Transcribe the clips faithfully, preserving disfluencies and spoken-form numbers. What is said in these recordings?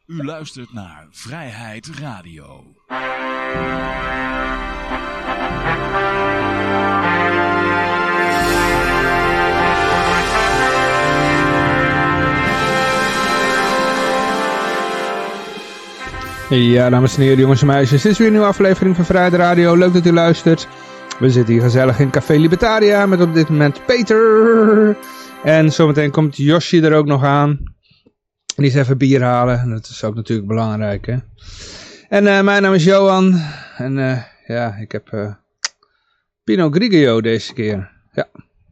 U luistert naar Vrijheid Radio. Ja, dames en heren, jongens en meisjes, dit is weer een nieuwe aflevering van Vrijheid Radio. Leuk dat u luistert. We zitten hier gezellig in Café Libertaria met op dit moment Peter. En zometeen komt Yoshi er ook nog aan. Die is even bier halen. En dat is ook natuurlijk belangrijk, hè. En uh, mijn naam is Johan. En uh, ja, ik heb uh, Pinot Grigio deze keer. Ja.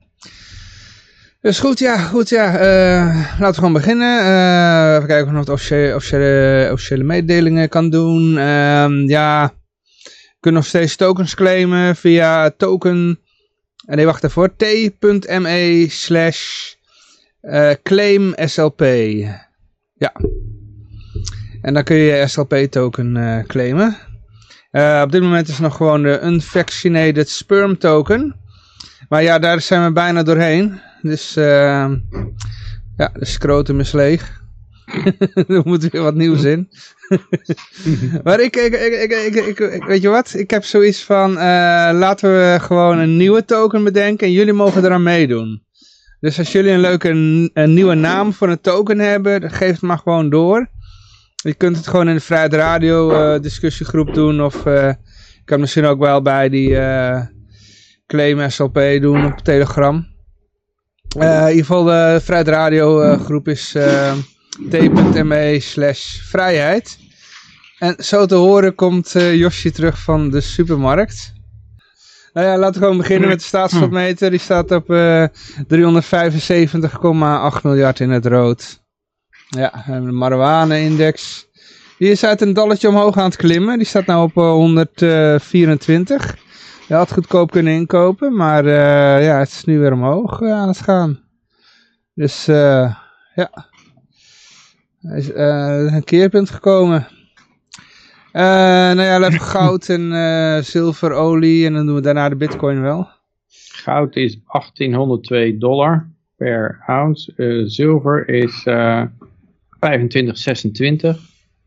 Dus goed, ja, goed, ja. Uh, laten we gewoon beginnen. Uh, even kijken of ik nog wat officiële, officiële, officiële mededelingen kan doen. Uh, ja, je kunt nog steeds tokens claimen via token... Nee, wacht even, t.me slash claim S L P. Ja. En dan kun je je S L P token uh, claimen. Uh, op dit moment is het nog gewoon de unvaccinated sperm token. Maar ja, daar zijn we bijna doorheen. Dus uh, ja, de scrotum is leeg. Er moet weer wat nieuws in. Maar ik, ik, ik, ik, ik, ik, weet je wat? Ik heb zoiets van, uh, laten we gewoon een nieuwe token bedenken en jullie mogen eraan meedoen. Dus als jullie een leuke een nieuwe naam voor een token hebben, dan geef het maar gewoon door. Je kunt het gewoon in de Vrijheid Radio uh, discussiegroep doen. Of uh, je kan misschien ook wel bij die uh, Claim S L P doen op Telegram. Uh, in ieder geval de Vrijheid Radio uh, groep is uh, t.me slash vrijheid. En zo te horen komt uh, Yoshi terug van de supermarkt. Nou ja, laten we gewoon beginnen met de staatsschuldmeter. Die staat op uh, driehonderdvijfenzeventig komma acht miljard in het rood. Ja, en de marijuana-index. Die is uit een dalletje omhoog aan het klimmen. Die staat nou op uh, honderdvierentwintig. Je had goedkoop kunnen inkopen, maar uh, ja, het is nu weer omhoog uh, aan het gaan. Dus uh, ja, er is uh, een keerpunt gekomen. Uh, nou ja, even goud en uh, zilver, olie en dan doen we daarna de bitcoin wel. Goud is achttienhonderdtwee dollar per ounce. Uh, zilver is uh, vijfentwintig zesentwintig.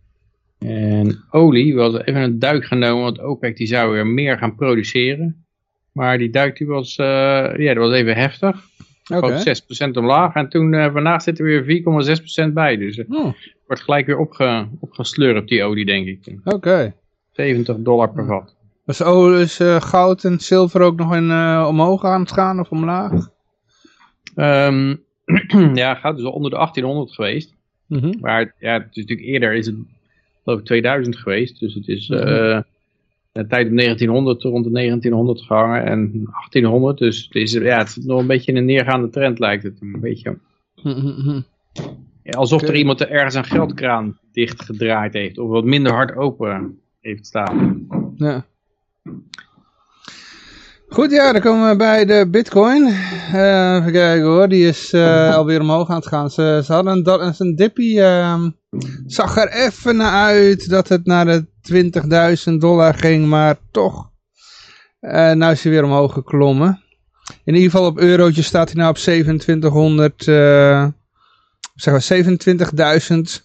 En olie, we hadden even een duik genomen, want OPEC die zou weer meer gaan produceren. Maar die duik die was, uh, ja, dat was even heftig. Okay. zes procent omlaag en toen uh, vandaag zit er weer vier komma zes procent bij. Dus het uh, oh. wordt gelijk weer opge, opgeslurpt die olie, denk ik. Oké. Okay. zeventig dollar per vat. Dus oh, is uh, goud en zilver ook nog in, uh, omhoog aan het gaan of omlaag? Um, ja, goud is al onder de achttienhonderd geweest. Mm-hmm. Maar ja, het is natuurlijk eerder is het geloof ik tweeduizend geweest. Dus het is uh, een tijd op negentienhonderd rond de negentienhonderd gehangen en achttienhonderd. Dus het is, ja, het is nog een beetje een neergaande trend lijkt het. Een beetje. Mm-hmm. Ja, alsof er iemand er ergens een geldkraan dicht gedraaid heeft. Of wat minder hard open heeft staan. Ja. Goed, ja, dan komen we bij de bitcoin. Uh, even kijken hoor, die is uh, alweer omhoog aan het gaan. Ze, ze hadden een, een dippie, uh, zag er even naar uit dat het naar de twintigduizend dollar ging, maar toch, uh, nou is hij weer omhoog geklommen. In ieder geval op eurotje staat hij nou op zevenentwintighonderd, uh, zeg maar zevenentwintigduizend.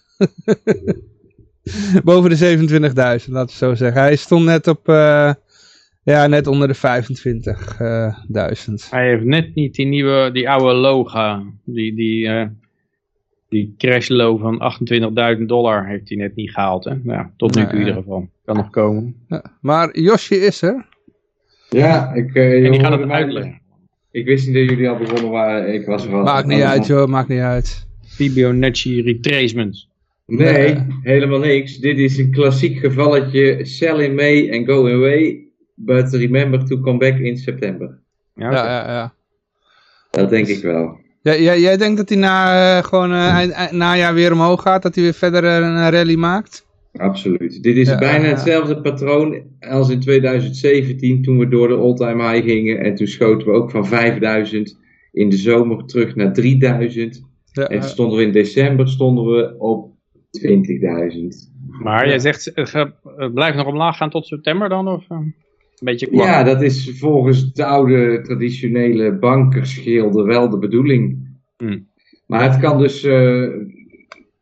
Boven de zevenentwintigduizend, laten we zo zeggen. Hij stond net op... Uh, Ja, net onder de vijfentwintigduizend. Uh, Hij heeft net niet die nieuwe, die oude low gehaald. Die, die, uh, die crash low van achtentwintigduizend dollar heeft hij net niet gehaald. Hè? Nou, tot nu toe in ieder geval. Kan nog komen. Ja, maar Yoshi is er. Ja, ik... Uh, en die gaat het uitleggen. Ik wist niet dat jullie al begonnen waren. Ik was er vast. Maakt niet uit joh, maakt niet uit. Fibonacci retracements. Nee, uh, helemaal niks. Dit is een klassiek gevalletje. Sell in May and go away. But remember to come back in september. Ja, okay. ja, ja, ja. Dat denk ik wel. Ja, jij, jij denkt dat hij na, uh, gewoon uh, eind, eind, najaar weer omhoog gaat? Dat hij weer verder uh, een rally maakt? Absoluut. Dit is ja, bijna uh, hetzelfde patroon als in tweeduizend zeventien toen we door de all-time high gingen. En toen schoten we ook van vijfduizend in de zomer terug naar drieduizend. Ja, en stonden we in december stonden we op twintigduizend. Maar ja. Jij zegt, het blijft nog omlaag gaan tot september dan? Of... Uh... Een beetje kwam. Ja, dat is volgens de oude traditionele bankersgilde wel de bedoeling. Hmm. Maar het kan dus uh,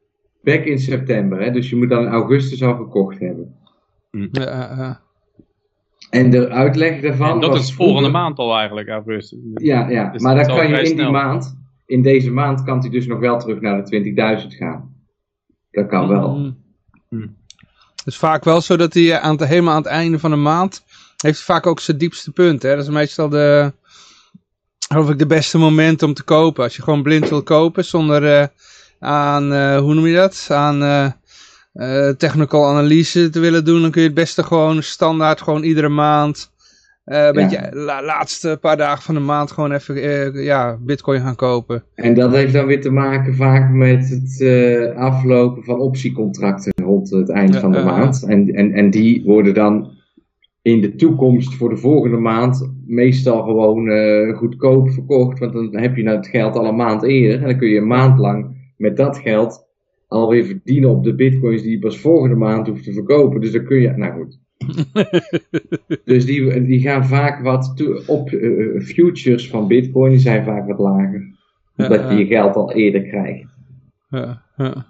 back in september. Hè? Dus je moet dan in augustus al gekocht hebben. Ja, ja. En de uitleg daarvan... En dat was is volgende vroeger... maand al eigenlijk, augustus. Ja, ja. Dus maar dat dan is al kan je vrij in die snel. maand... In deze maand kan hij dus nog wel terug naar de twintigduizend gaan. Dat kan wel. Mm. Het is vaak wel zo dat hij aan het, helemaal aan het einde van de maand... heeft vaak ook zijn diepste punt. Hè? Dat is meestal de... geloof ik de beste moment om te kopen. Als je gewoon blind wil kopen zonder uh, aan... Uh, hoe noem je dat? Aan... Uh, Uh, technical analyse te willen doen, dan kun je het beste gewoon standaard gewoon iedere maand, uh, een ja. beetje la laatste paar dagen van de maand gewoon even uh, ja, bitcoin gaan kopen. En dat heeft dan weer te maken vaak met het uh, aflopen van optiecontracten rond het eind ja, van de uh, maand. En, en, en die worden dan in de toekomst voor de volgende maand meestal gewoon uh, goedkoop verkocht, want dan heb je nou het geld al een maand eerder en dan kun je een maand lang met dat geld alweer verdienen op de bitcoins die je pas volgende maand hoeft te verkopen. Dus dan kun je... Nou goed. Dus die, die gaan vaak wat... To, op uh, futures van bitcoin die zijn vaak wat lager. Omdat ja, je je geld al eerder krijgt. Ja, ja.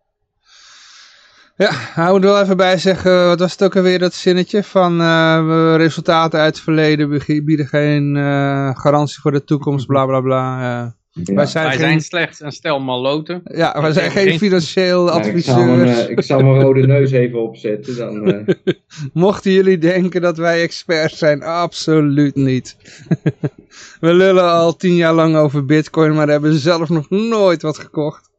Ja, hij moet wel even bij zeggen... Wat was het ook alweer dat zinnetje van... Uh, resultaten uit het verleden bieden geen uh, garantie voor de toekomst, bla bla bla. Uh. Ja. Wij, zijn, wij geen... zijn slechts een stel maloten. Ja, wij zijn geen, geen financieel ja, adviseurs. Ik zal, mijn, uh, ik zal mijn rode neus even opzetten. Dan, uh... Mochten jullie denken dat wij experts zijn, absoluut niet. We lullen al tien jaar lang over bitcoin, maar hebben zelf nog nooit wat gekocht.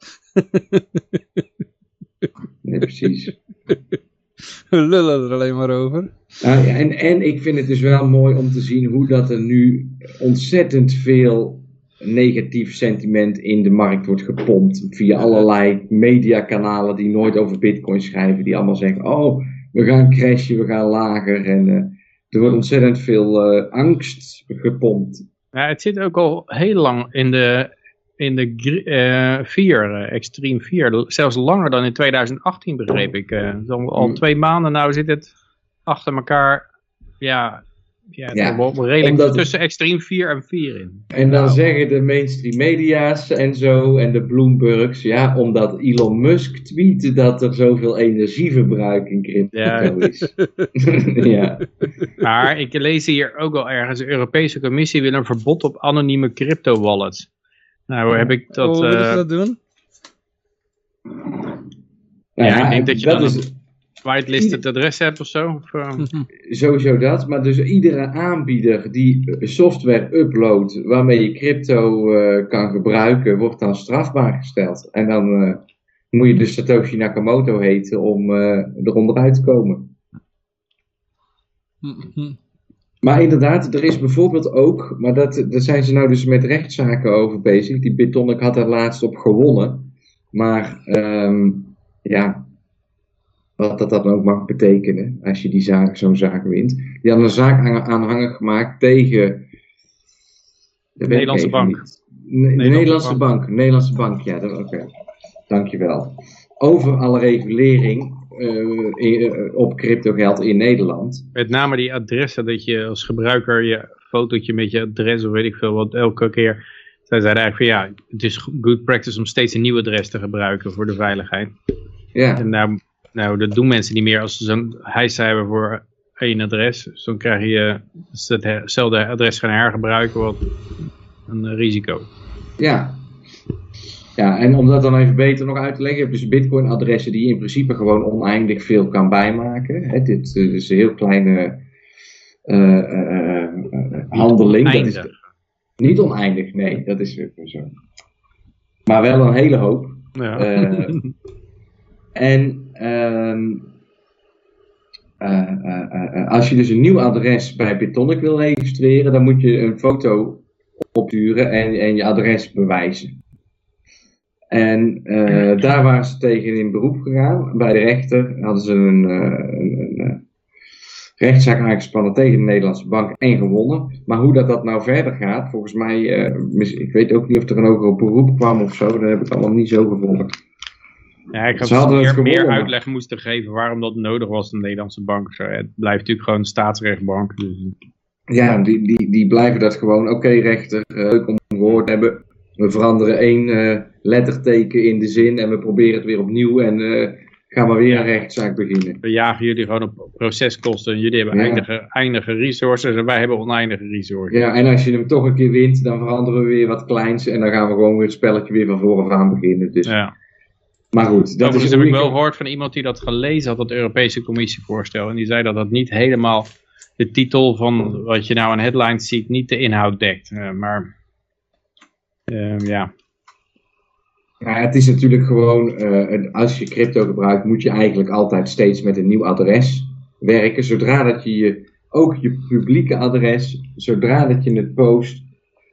Nee, precies. We lullen er alleen maar over. Nou, ja, en, en ik vind het dus wel mooi om te zien hoe dat er nu ontzettend veel... negatief sentiment in de markt wordt gepompt via allerlei mediakanalen die nooit over bitcoin schrijven, die allemaal zeggen, oh, we gaan crashen, we gaan lager en uh, er wordt ontzettend veel uh, angst gepompt. Ja, het zit ook al heel lang in de, in de uh, vier, uh, Extreme vier, zelfs langer dan in twintig achttien begreep ik. Uh, al, al twee maanden nou zit het achter elkaar, ja... Ja, ja, redelijk omdat, tussen Extreme vier en vier in. En dan nou. zeggen de mainstream media's en zo en de Bloombergs, ja, omdat Elon Musk tweette dat er zoveel energieverbruik in crypto ja. is. Ja. Maar ik lees hier ook al ergens, de Europese Commissie wil een verbod op anonieme crypto wallets. Nou, heb ik dat... Hoe willen ze dat doen? Ja, ja, ik denk dat je dat dan... Is, whitelisted adres hebt of zo? Of, uh... Sowieso dat, maar dus iedere aanbieder die software uploadt waarmee je crypto uh, kan gebruiken, wordt dan strafbaar gesteld. En dan uh, moet je dus Satoshi Nakamoto heten om uh, eronderuit te komen. Maar inderdaad, er is bijvoorbeeld ook, maar dat, daar zijn ze nou dus met rechtszaken over bezig. Die BitTonic had er laatst op gewonnen. Maar um, ja... wat dat dan ook mag betekenen, als je die zaak, zo'n zaak wint. Die hadden een zaak aanhangig gemaakt tegen... De Nederlandse bank. De Nederlandse, Nederlandse bank. bank. Nederlandse bank, ja. Oké, okay. Dankjewel. Over alle regulering uh, in, op cryptogeld in Nederland. Met name die adressen, dat je als gebruiker je fotootje met je adres, of weet ik veel wat, elke keer... Zij zeiden eigenlijk van ja, het is good practice om steeds een nieuw adres te gebruiken voor de veiligheid. Ja. En nou... Nou, dat doen mensen niet meer als ze zo'n heisa hebben voor één adres. Dus dan krijg je hetzelfde adres gaan hergebruiken, wat een risico. Ja. Ja, en om dat dan even beter nog uit te leggen, je hebt dus Bitcoin-adressen die je in principe gewoon oneindig veel kan bijmaken. Hè, dit is een heel kleine uh, uh, uh, handeling. Dat is niet oneindig, nee, dat is zo. Maar wel een hele hoop. Ja. Uh, en um, uh, uh, uh, als je dus een nieuw adres bij BitTonic wil registreren, dan moet je een foto opsturen en, en je adres bewijzen. En uh, daar waren ze tegen in beroep gegaan. Bij de rechter hadden ze een, uh, een, een rechtszaak aangespannen tegen de Nederlandse bank en gewonnen. Maar hoe dat, dat nou verder gaat, volgens mij, uh, ik weet ook niet of er een hoger beroep kwam of zo, dat heb ik allemaal niet zo gevolgd. Ja, ik had meer, meer uitleg moesten geven waarom dat nodig was, de Nederlandse bank. Zo. Het blijft natuurlijk gewoon een staatsrechtbank. Dus. Ja, die, die, die blijven dat gewoon, oké okay, rechter, uh, leuk om gehoord te hebben. We veranderen één uh, letterteken in de zin en we proberen het weer opnieuw en uh, gaan we weer een rechtszaak beginnen. We jagen jullie gewoon op proceskosten. Jullie hebben ja. eindige, eindige resources en wij hebben oneindige resources. Ja, en als je hem toch een keer wint, dan veranderen we weer wat kleins en dan gaan we gewoon weer het spelletje weer van vooraf aan beginnen. Dus. Ja. Maar goed, dat Overigens is heb ik wel gehoord van iemand die dat gelezen had, dat Europese Commissievoorstel. En die zei dat dat niet helemaal de titel van wat je nou aan headlines ziet, niet de inhoud dekt. Uh, maar uh, ja... Ja, het is natuurlijk gewoon, uh, als je crypto gebruikt, moet je eigenlijk altijd steeds met een nieuw adres werken. Zodra dat je, je ook je publieke adres, zodra dat je het post,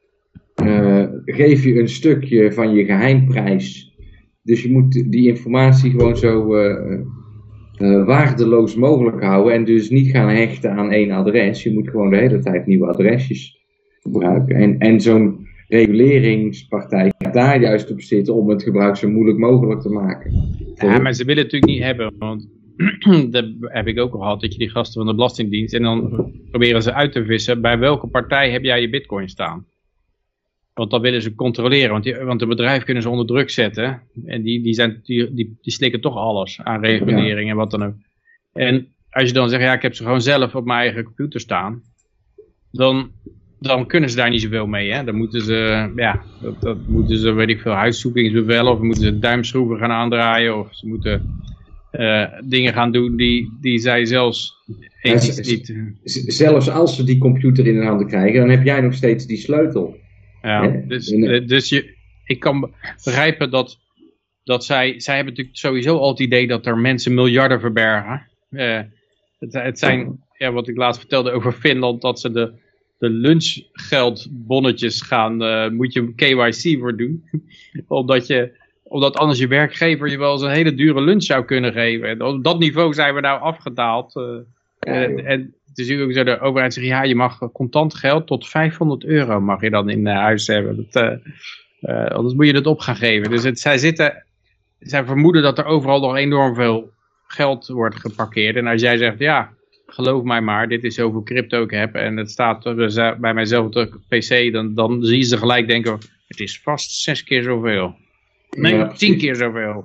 uh, geef je een stukje van je geheimprijs. Dus je moet die informatie gewoon zo uh, uh, waardeloos mogelijk houden en dus niet gaan hechten aan één adres. Je moet gewoon de hele tijd nieuwe adresjes gebruiken. En, en zo'n reguleringspartij daar juist op zitten om het gebruik zo moeilijk mogelijk te maken. Ja, maar ze willen het natuurlijk niet hebben, want dat heb ik ook al gehad, dat je die gasten van de Belastingdienst en dan proberen ze uit te vissen, bij welke partij heb jij je bitcoin staan? Want dan willen ze controleren, want, die, want de bedrijven kunnen ze onder druk zetten en die, die, zijn, die, die, die slikken toch alles aan regulering ja. en wat dan ook. En als je dan zegt, ja ik heb ze gewoon zelf op mijn eigen computer staan, dan... dan kunnen ze daar niet zoveel mee. Hè? Dan moeten ze, ja, dat, dat moeten ze, weet ik veel, huiszoekingsbevelen of moeten ze duimschroeven gaan aandraaien of ze moeten uh, dingen gaan doen die, die zij zelfs ethisch niet... Zelfs als ze die computer in hun handen krijgen, dan heb jij nog steeds die sleutel. Ja, hè? dus, dus je, ik kan begrijpen dat, dat zij, zij hebben natuurlijk sowieso al het idee dat er mensen miljarden verbergen. Uh, het, het zijn, ja, wat ik laatst vertelde over Finland, dat ze de de lunchgeldbonnetjes gaan, uh, moet je K Y C voor doen. omdat, je, omdat anders je werkgever je wel eens een hele dure lunch zou kunnen geven. En op dat niveau zijn we nou afgedaald. Uh, ja, en, en het is ook zo, de overheid zegt, ja, je mag contant geld tot vijfhonderd euro mag je dan in uh, huis hebben. Dat, uh, uh, anders moet je het op gaan geven. Dus het, zij zitten, zij vermoeden dat er overal nog enorm veel geld wordt geparkeerd. En als jij zegt, ja, geloof mij maar, dit is zoveel crypto ik heb en het staat bij mijzelf op de pc, dan, dan zien ze gelijk denken, het is vast zes keer zoveel. Nee, ja, tien keer zoveel.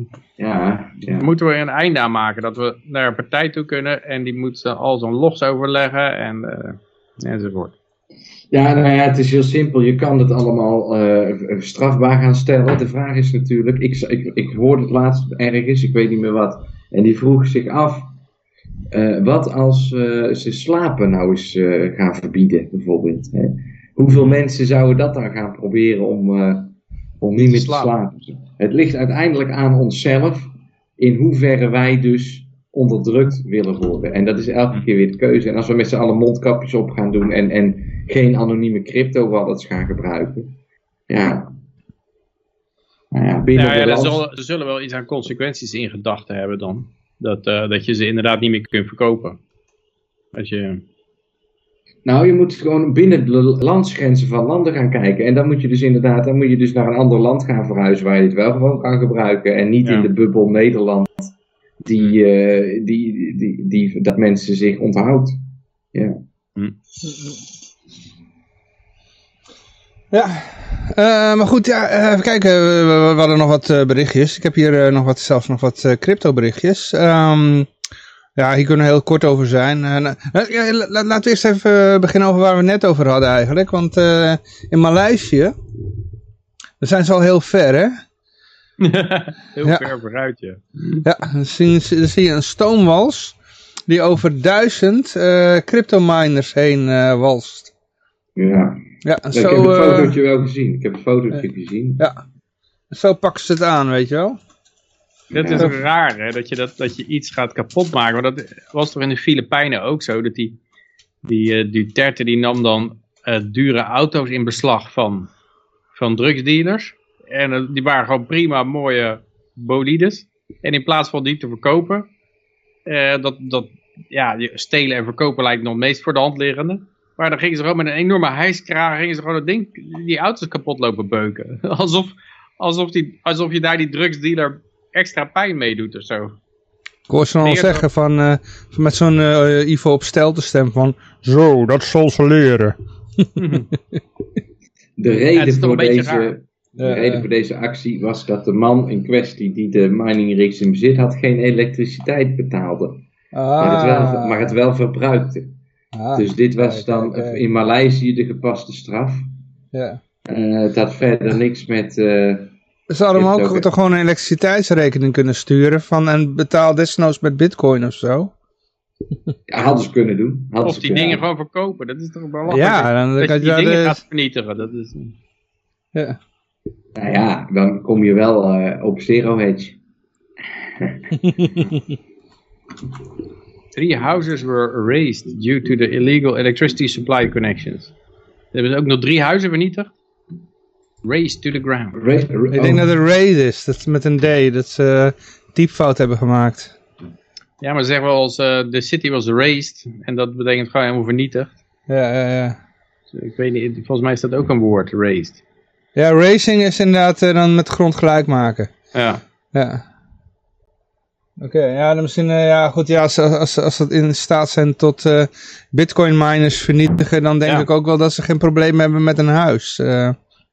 Ja, ja. Dan moeten we er een einde aan maken, dat we naar een partij toe kunnen en die moet al zo'n logs overleggen en uh, enzovoort. Ja, nou ja, het is heel simpel. Je kan het allemaal uh, strafbaar gaan stellen. De vraag is natuurlijk, ik, ik, ik hoorde het laatst ergens, ik weet niet meer wat, en die vroeg zich af, Uh, wat als uh, ze slapen nou eens uh, gaan verbieden, bijvoorbeeld. Hè? Hoeveel mensen zouden dat dan gaan proberen om, uh, om niet meer te slapen? Het ligt uiteindelijk aan onszelf in hoeverre wij dus onderdrukt willen worden. En dat is elke keer weer de keuze. En als we met z'n allen mondkapjes op gaan doen en, en geen anonieme crypto-wallets gaan gebruiken. Ja. Nou ja, binnen ja, ja, de er, land... zullen, er zullen wel iets aan consequenties in gedachten hebben dan. Dat, uh, dat je ze inderdaad niet meer kunt verkopen. Als je... Nou, je moet gewoon binnen de landsgrenzen van landen gaan kijken. En dan moet je dus inderdaad, dan moet je dus naar een ander land gaan verhuizen waar je het wel gewoon kan gebruiken. En niet ja. in de bubbel Nederland die, uh, die, die, die, dat mensen zich onthoudt. Ja. Hm. Ja, uh, maar goed, ja, even kijken, we, we hadden nog wat uh, berichtjes. Ik heb hier uh, nog wat, zelfs nog wat uh, crypto berichtjes. Um, ja, hier kunnen we heel kort over zijn. Uh, uh, ja, la, laten we eerst even beginnen over waar we net over hadden eigenlijk. Want uh, in Maleisië, daar zijn ze al heel ver, hè? heel ja. ver vooruit, ja. Ja, dan zie, dan zie je een stoomwals die over duizend uh, cryptominers heen uh, walst. Ja. Ja, ja, zo, ik heb het fotootje uh, wel gezien. Ik heb het fotootje uh, gezien. Ja, zo pakken ze het aan, weet je wel. Dat is ook raar, hè, dat je, dat, dat je iets gaat kapotmaken. Maar dat was toch in de Filipijnen ook zo, dat die, die uh, Duterte die nam dan uh, dure auto's in beslag van, van drugsdealers. En uh, die waren gewoon prima mooie bolides. En in plaats van die te verkopen, uh, dat, dat ja, stelen en verkopen lijkt nog het meest voor de hand liggende. Maar dan gingen ze gewoon met een enorme hijskraag, gingen ze gewoon dat ding, die auto's kapot lopen beuken. Alsof, alsof, die, alsof je daar die drugsdealer extra pijn mee doet of zo. Ik hoor ze al zeggen van, uh, met zo'n uh, Ivo op Stelten stem van, zo, dat zal ze leren. De reden, ja, voor deze, De uh, reden voor deze actie was dat de man in kwestie die de mining rigs in bezit had, geen elektriciteit betaalde. Ah. Maar, het wel, maar het wel verbruikte. Ah, dus dit was okay, dan okay. in Maleisië de gepaste straf. Ja. Uh, het had verder niks met... Uh, Ze hadden hem ook, ook toch gewoon een elektriciteitsrekening kunnen sturen van en betaal desnoods met bitcoin of zo. Ja, hadden ze kunnen doen. Hadden of die kunnen. dingen gewoon verkopen. Dat is toch belangrijk. Ja, dan dat kan je die dingen de... gaat vernietigen. Dat is... Ja. Nou ja, dan kom je wel uh, op Zero Hedge. Three houses were razed due to the illegal electricity supply connections. We hebben ook nog drie huizen vernietigd. Razed to the ground. Ra ra Ik denk dat het raid is, dat is met een D, dat ze typfout hebben gemaakt. Ja, maar ze zeggen wel als uh, the city was razed en dat betekent gewoon helemaal vernietigd. Ja, ja, ja. Dus ik weet niet, volgens mij is dat ook een woord, razed. Ja, racing is inderdaad uh, dan met de grond gelijk maken. Ja. Ja. Oké, okay, ja, dan misschien, uh, ja goed, ja, als, als, als ze in staat zijn tot uh, bitcoin miners vernietigen, dan denk ja. ik ook wel dat ze geen probleem hebben met een huis. Uh.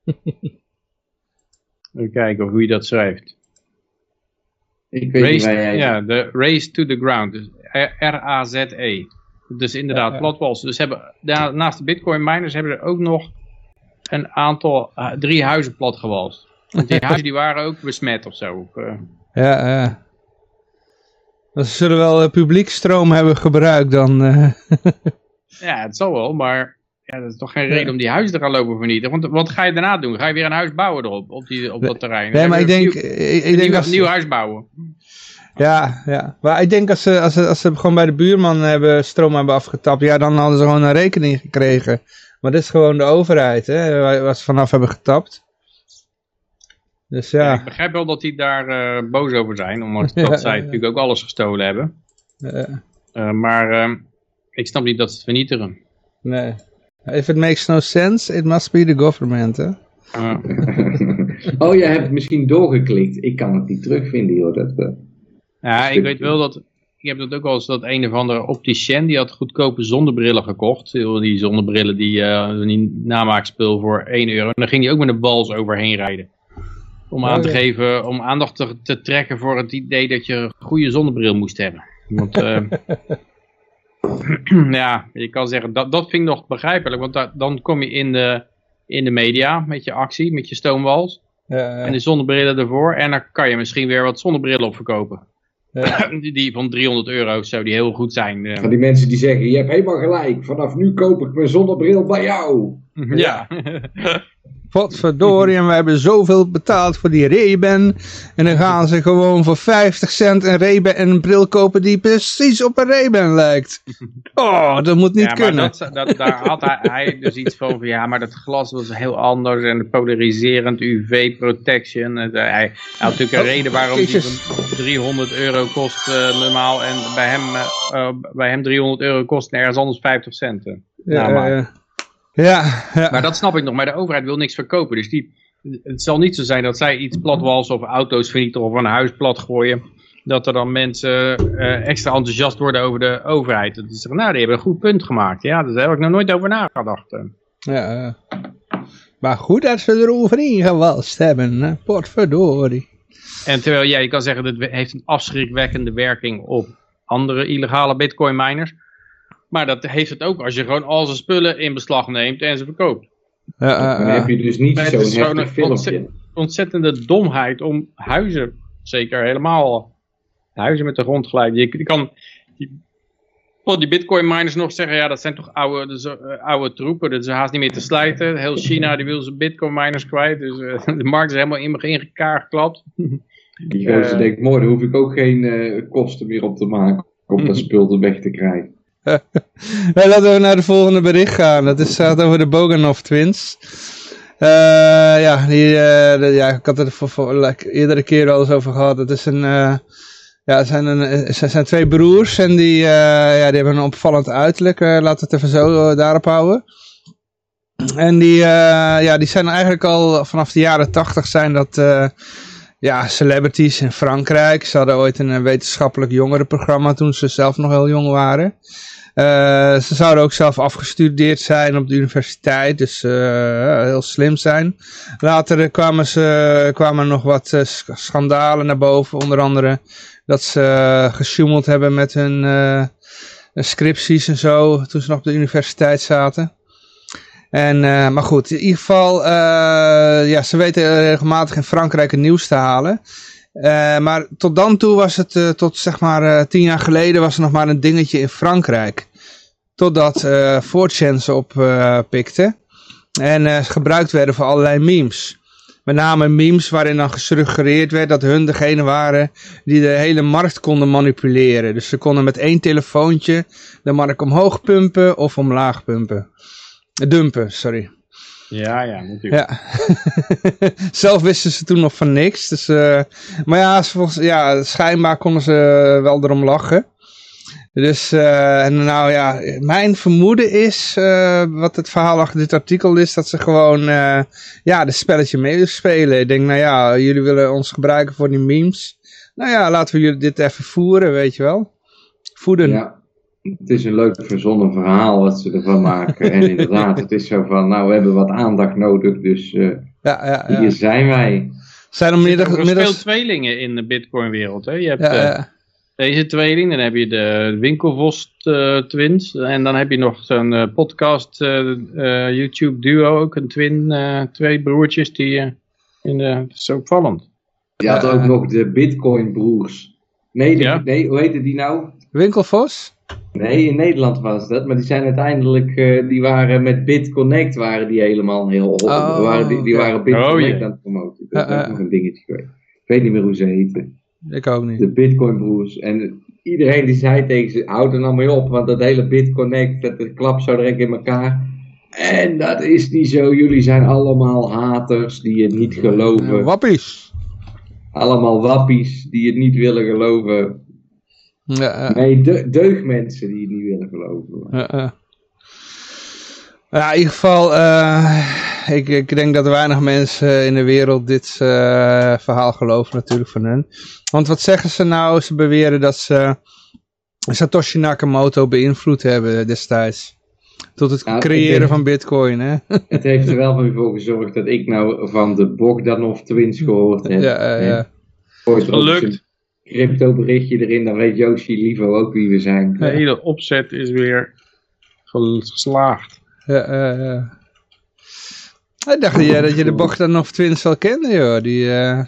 Even kijken hoe je dat schrijft. Ik weet race, niet waar jij... Ja, de race to the ground, dus R A Z E. Dus inderdaad, ja, ja. platwals. Dus hebben, naast de bitcoin miners hebben er ook nog een aantal, uh, drie huizen platgewalst. Want die huizen die waren ook besmet of zo. Of, uh... Ja, ja. Ze zullen wel uh, publiekstroom hebben gebruikt dan. Uh. Ja, het zal wel, maar ja, dat is toch geen reden ja. om die huizen te gaan lopen vernietigen. Want wat ga je daarna doen? Ga je weer een huis bouwen erop, op, die, op dat terrein? Nee, maar ik denk... Nieuw, ik, ik denk nieuw, als... een nieuw huis bouwen. Ja, ja. Maar ik denk als ze, als, ze, als ze gewoon bij de buurman hebben, stroom hebben afgetapt, ja, dan hadden ze gewoon een rekening gekregen. Maar dit is gewoon de overheid, hè, waar ze vanaf hebben getapt. Dus ja. Ja, ik begrijp wel dat die daar uh, boos over zijn, omdat dat ja, zij ja. natuurlijk ook alles gestolen hebben. Ja. Uh, maar uh, ik snap niet dat ze het vernietigen. Nee. If it makes no sense, it must be the government, hè. Uh. Oh, jij hebt het misschien doorgeklikt. Ik kan het niet terugvinden, joh. Dat, uh, ja, ik weet wel dat... Ik heb dat ook al eens, dat een of andere opticien, die had goedkope zonnebrillen gekocht. Die zonnebrillen, die, uh, die namaakspul voor één euro. En dan ging hij ook met een wals overheen rijden. Om aan te oh, ja. geven, om aandacht te, te trekken voor het idee dat je een goede zonnebril moest hebben. Want, uh, ja, je kan zeggen, dat, dat vind ik nog begrijpelijk. Want da, dan kom je in de, in de media met je actie, met je stoomwals. Ja, ja. En de zonnebrillen ervoor. En dan kan je misschien weer wat zonnebrillen op verkopen. Ja. Die, die van driehonderd euro zo, die heel goed zijn. Van die mensen die zeggen, je hebt helemaal gelijk. Vanaf nu koop ik mijn zonnebril bij jou. Ja. Potverdorie, en we hebben zoveel betaald voor die Ray-Ban. En dan gaan ze gewoon voor vijftig cent een Ray-Ban en een bril kopen die precies op een Ray-Ban lijkt. Oh, dat moet niet ja, kunnen. Dat, dat, daar had hij, hij dus iets van, ja, maar dat glas was heel anders en polariserend U V-protection. Hij, hij had natuurlijk een oh, reden waarom die van driehonderd euro kost uh, normaal en bij hem, uh, bij hem driehonderd euro kost en ergens anders vijftig cent. Uh, ja, ja, ja. Ja, ja. Maar dat snap ik nog, maar de overheid wil niks verkopen. Dus die, het zal niet zo zijn dat zij iets platwalsen of auto's vernietigen of een huis plat gooien. Dat er dan mensen uh, extra enthousiast worden over de overheid. Dat is, nou, die hebben een goed punt gemaakt. Ja, daar heb ik nog nooit over nagedacht. Ja, uh, maar goed dat ze erover ingewalst hebben, hè? Potverdorie. En terwijl jij ja, kan zeggen, dat het heeft een afschrikwekkende werking op andere illegale bitcoin miners. Maar dat heeft het ook als je gewoon al zijn spullen in beslag neemt en ze verkoopt. Ja, uh, dan uh, heb je dus niet zo'n heftig filmpje. Ontzettende, ontzettende domheid om huizen, zeker helemaal, huizen met de grond gelijk. Je, je kan die, die bitcoin miners nog zeggen, ja dat zijn toch oude, dus, uh, oude troepen, dat is haast niet meer te slijten. Heel China die wil zijn bitcoin miners kwijt, dus uh, de markt is helemaal in, in elkaar geklapt. Die gozer uh, denkt, mooi, daar hoef ik ook geen uh, kosten meer op te maken om dat spul er weg te krijgen. Hey, laten we naar de volgende bericht gaan. Dat is, gaat over de Bogdanov Twins. Uh, ja, die, uh, de, ja, ik had het er voor, voor, like, eerdere keer al eens over gehad. Het is een, uh, ja, het zijn, een, het zijn twee broers en die, uh, ja, die hebben een opvallend uiterlijk. Uh, laten we het even zo uh, daarop houden. En die, uh, ja, die zijn eigenlijk al vanaf de jaren tachtig zijn dat... Uh, Ja, celebrities in Frankrijk. Ze hadden ooit een wetenschappelijk jongerenprogramma toen ze zelf nog heel jong waren. Uh, ze zouden ook zelf afgestudeerd zijn op de universiteit, dus uh, heel slim zijn. Later kwamen, ze, kwamen er nog wat uh, schandalen naar boven, onder andere dat ze uh, gesjoemeld hebben met hun uh, scripties en zo, toen ze nog op de universiteit zaten. En, uh, maar goed, in ieder geval, uh, ja, ze weten regelmatig in Frankrijk het nieuws te halen. Uh, maar tot dan toe was het, uh, tot zeg maar uh, tien jaar geleden was er nog maar een dingetje in Frankrijk. Totdat uh, four chan ze oppikte. Uh, en uh, gebruikt werden voor allerlei memes. Met name memes waarin dan gesuggereerd werd dat hun degene waren die de hele markt konden manipuleren. Dus ze konden met één telefoontje de markt omhoog pumpen of omlaag pumpen. Dumpen, sorry. Ja, ja, natuurlijk. Ja. Zelf wisten ze toen nog van niks. Dus, uh, maar ja, volgens, ja, schijnbaar konden ze wel erom lachen. Dus, uh, en nou ja, mijn vermoeden is, uh, wat het verhaal achter dit artikel is, dat ze gewoon, uh, ja, de spelletje mee spelen. Ik denk, nou ja, jullie willen ons gebruiken voor die memes. Nou ja, laten we jullie dit even voeren, weet je wel. Voeden. Ja. Het is een leuk verzonnen verhaal wat ze ervan maken. En inderdaad, het is zo van, nou, we hebben wat aandacht nodig, dus uh, ja, ja, ja. hier zijn wij. Zijn er middels... Er zijn veel tweelingen in de Bitcoin-wereld. Hè? Je hebt ja, ja. Uh, deze tweeling, dan heb je de Winkelvoss-twins. Uh, en dan heb je nog zo'n uh, podcast, uh, uh, YouTube-duo, ook een twin, uh, twee broertjes die, uh, in de, dat is opvallend. Je had ook uh, nog de Bitcoin-broers. Nee, de, ja. nee, hoe heette die nou? Winkelvoss? Nee, in Nederland was dat, maar die zijn uiteindelijk, uh, die waren met BitConnect waren die helemaal heel hot. Oh, waren, die, die waren BitConnect oh, yeah. aan het promoten. Dat is uh, uh, ook nog een dingetje geweest. Ik weet niet meer hoe ze heten. Ik ook niet. De Bitcoin broers. En iedereen die zei tegen ze, houd er nou mee op, want dat hele BitConnect, dat, dat klapt zo direct in elkaar. En dat is niet zo, jullie zijn allemaal haters die het niet geloven. Uh, wappies. Allemaal wappies die het niet willen geloven. Ja, uh, nee, de, deugdmensen die het niet willen geloven. Uh, uh. Ja, in ieder geval, uh, ik, ik denk dat weinig mensen in de wereld dit uh, verhaal geloven natuurlijk van hun. Want wat zeggen ze nou? Ze beweren dat ze Satoshi Nakamoto beïnvloed hebben destijds. Tot het nou, creëren heeft, van Bitcoin, hè? Het heeft er wel voor gezorgd dat ik nou van de Bogdanov twins gehoord heb. Ja, uh, ja. Gelukt. Crypto berichtje erin, dan weet Yoshi Livo ook wie we zijn. De hele opzet is weer geslaagd. Ja, uh, uh. Ik dacht ja, dat je de Bogdanov twins wel kende, joh. Die, uh,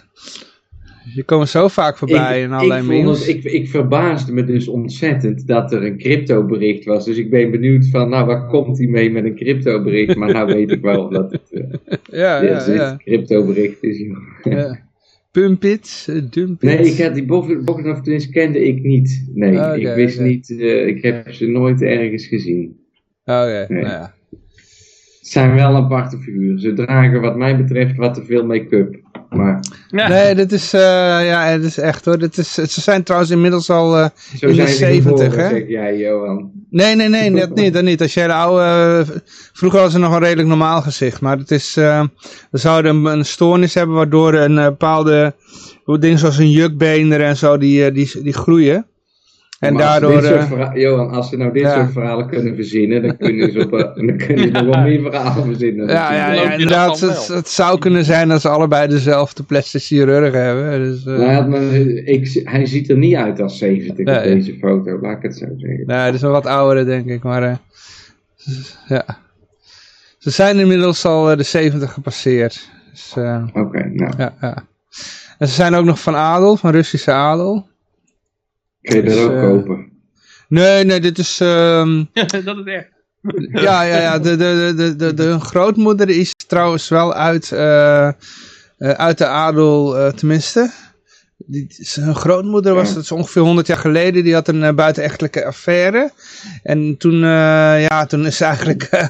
die komen zo vaak voorbij ik, in allerlei memes. Ik, ik verbaasde me dus ontzettend dat er een crypto bericht was. Dus ik ben benieuwd van, nou, waar komt hij mee met een crypto bericht? Maar nou weet ik wel dat het uh, ja, ja, dit ja. crypto bericht is, joh. Ja. Pump it, dump it. Nee, ik had die Bogdanov twins kende ik niet. Nee, okay, ik wist okay. niet, uh, ik heb ze nooit ergens gezien. Oké, okay, nee. nou ja. Het zijn wel een aparte figuren. Ze dragen wat mij betreft wat te veel make-up. Maar... Ja. Nee, dit is, uh, ja, dit is echt hoor. Dit is, ze zijn trouwens inmiddels al uh, Zo in zijn de zeventig, hè? Zeg jij, Johan. Nee, nee, nee, dat niet, dat niet. Als jij de oude, uh, vroeger was ze nog een redelijk normaal gezicht, maar het is, uh, we zouden een, een stoornis hebben waardoor een uh, bepaalde, dingen zoals een jukbeender en zo, die, uh, die, die groeien. En maar daardoor, als uh, verhaal, Johan, als ze nou dit ja. soort verhalen kunnen verzinnen, dan kunnen ze, op, uh, dan kunnen ze nog wel meer verhalen verzinnen. Ja, ja, ja, inderdaad, het, het zou kunnen zijn dat ze allebei dezelfde plastic chirurg hebben. Dus, uh... nou, maar, ik, hij ziet er niet uit als zeventig nee. op deze foto, laat ik het zo zeggen. Nee, dat is wel wat ouder denk ik, maar uh, ja. Ze zijn inmiddels al uh, de zeventig gepasseerd. Dus, uh, Oké, okay, nou. Ja, ja. En ze zijn ook nog van adel, van Russische adel. Kun je dat dus, ook uh, kopen? Nee, nee, dit is... Um, dat is echt. ja, ja, ja. De, de, de, de, de, hun grootmoeder is trouwens wel uit, uh, uh, uit de adel, uh, tenminste. Die, hun grootmoeder was, dat is ongeveer honderd jaar geleden, die had een uh, buitenechtelijke affaire. En toen, uh, ja, toen is ze eigenlijk... Uh,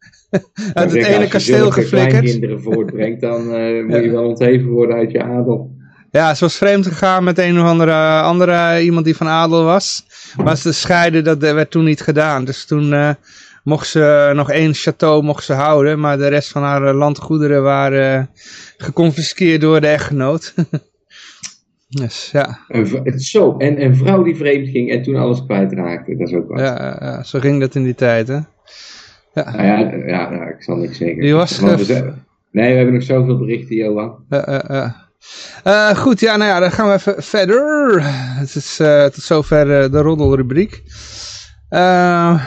uit het ene kasteel geflikkerd. Als je kinderen voortbrengt, dan uh, moet ja. je wel ontheven worden uit je adel. Ja, ze was vreemd gegaan met een of andere, andere iemand die van adel was. Maar ze scheiden, dat werd toen niet gedaan. Dus toen uh, mocht ze nog één château mocht ze houden. Maar de rest van haar landgoederen waren uh, geconfiskeerd door de echtgenoot. Yes, ja. Een, v- het zo, en een vrouw die vreemd ging en toen alles kwijtraakte. Dat is ook wat. Ja, ja, zo ging dat in die tijd, hè. Ja. Nou ja, ja nou, ik zal niks zeggen. Die was... Want we zijn- nee, we hebben nog zoveel berichten, Johan. Ja, ja, ja. Uh, goed, ja, nou ja, dan gaan we even verder. Het is uh, tot zover uh, de roddelrubriek. Uh,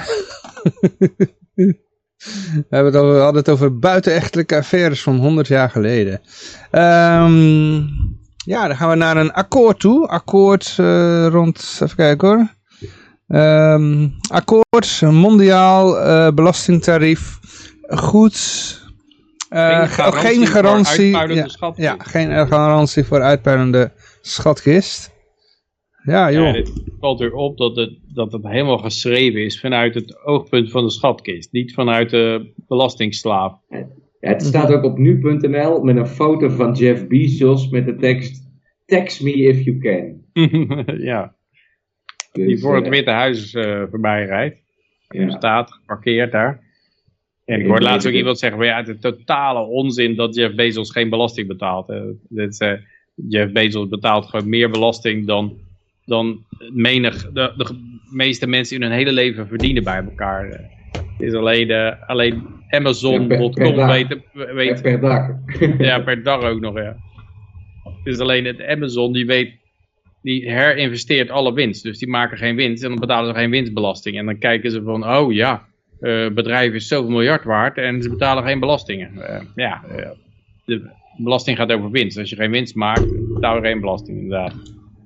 we, hebben het over, we hadden het over buitenechtelijke affaires van honderd jaar geleden. Um, ja, dan gaan we naar een akkoord toe. Akkoord uh, rond, even kijken hoor. Um, akkoord, mondiaal uh, belastingtarief, goed... Uh, geen garantie, geen garantie voor uitpuilende ja, schatkist. Ja, geen garantie voor uitpuilende schatkist. Ja, joh. Ja, het valt weer op dat het, dat het helemaal geschreven is vanuit het oogpunt van de schatkist. Niet vanuit de belastingsslaaf. Ja, het staat ook op nu punt n l met een foto van Jeff Bezos met de tekst Tax me if you can. Ja. Dus, die voor het uh, Witte Huis uh, voorbij rijdt. Ja. Staat, geparkeerd daar. En ik hoorde laatst ook iemand zeggen, maar ja, het is totale onzin dat Jeff Bezos geen belasting betaalt. Uh, dit, uh, Jeff Bezos betaalt gewoon meer belasting dan, dan menig, de, de meeste mensen in hun hele leven verdienen bij elkaar. Uh, het is alleen, uh, alleen Amazon punt com weet, weet per dag. Ja, per dag ook nog, ja. Het is alleen het Amazon die weet, die herinvesteert alle winst. Dus die maken geen winst en dan betalen ze geen winstbelasting. En dan kijken ze van, oh ja, uh, bedrijf is zoveel miljard waard en ze betalen geen belastingen. Uh, ja, uh, de belasting gaat over winst. Als je geen winst maakt, betaal je geen belasting inderdaad.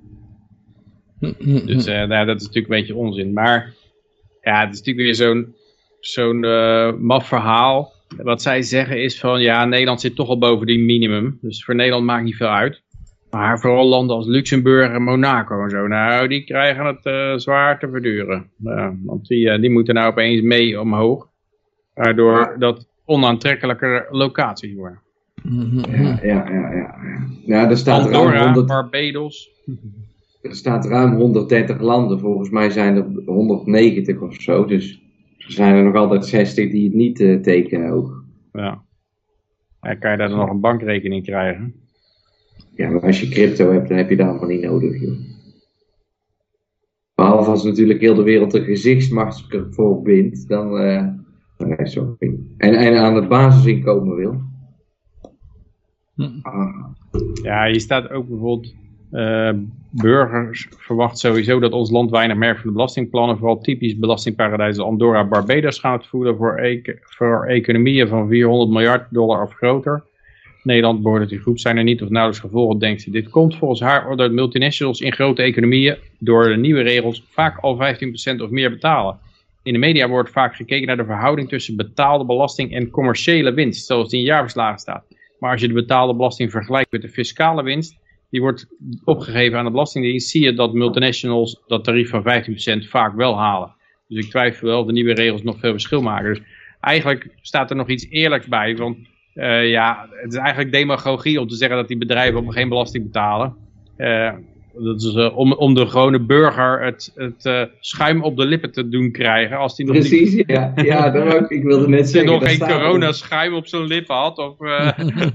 Dus uh, nou, dat is natuurlijk een beetje onzin. Maar ja, het is natuurlijk weer zo'n zo'n uh, maf verhaal. Wat zij zeggen is van, ja, Nederland zit toch al boven die minimum. Dus voor Nederland maakt niet veel uit. Maar vooral landen als Luxemburg en Monaco en zo, nou, die krijgen het uh, zwaar te verduren. Uh, want die, uh, die moeten nou opeens mee omhoog. Waardoor dat onaantrekkelijke locaties worden. Ja, ja, ja. ja. ja er staat Andorra, ruim honderd... Barbados. Er staat ruim honderddertig landen. Volgens mij zijn er honderdnegentig of zo. Dus er zijn er nog altijd zestig die het niet uh, tekenen ook. Ja. Ja, kan je daar dan nog een bankrekening krijgen? Ja, maar als je crypto hebt, dan heb je dat allemaal niet nodig, joh. Behalve als natuurlijk heel de wereld een gezichtsmasker voor bindt, dan... Uh, nee, sorry. En, en aan het basisinkomen wil. Ah. Ja, hier staat ook bijvoorbeeld... Uh, burgers verwachten sowieso dat ons land weinig merkt van de belastingplannen. Vooral typisch belastingparadijzen Andorra, Barbados gaan het voeden voor, e- voor economieën van vierhonderd miljard dollar of groter. Nederland behoort tot die groep, zijn er niet of nauwelijks gevolgen, denkt ze. Dit komt volgens haar doordat multinationals in grote economieën door de nieuwe regels vaak al vijftien procent of meer betalen. In de media wordt vaak gekeken naar de verhouding tussen betaalde belasting en commerciële winst, zoals die in jaarverslagen staat. Maar als je de betaalde belasting vergelijkt met de fiscale winst, die wordt opgegeven aan de Belastingdienst, zie je dat multinationals dat tarief van vijftien procent vaak wel halen. Dus ik twijfel wel of de nieuwe regels nog veel verschil maken. Dus eigenlijk staat er nog iets eerlijks bij, want uh, ja, het is eigenlijk demagogie om te zeggen dat die bedrijven geen belasting betalen. Uh, dat is uh, om, om de gewone burger het, het uh, schuim op de lippen te doen krijgen. Als die nog Precies, niet... ja. ja dat ook, ik wilde net zeggen. Als hij nog geen coronaschuim op zijn lippen had of uh,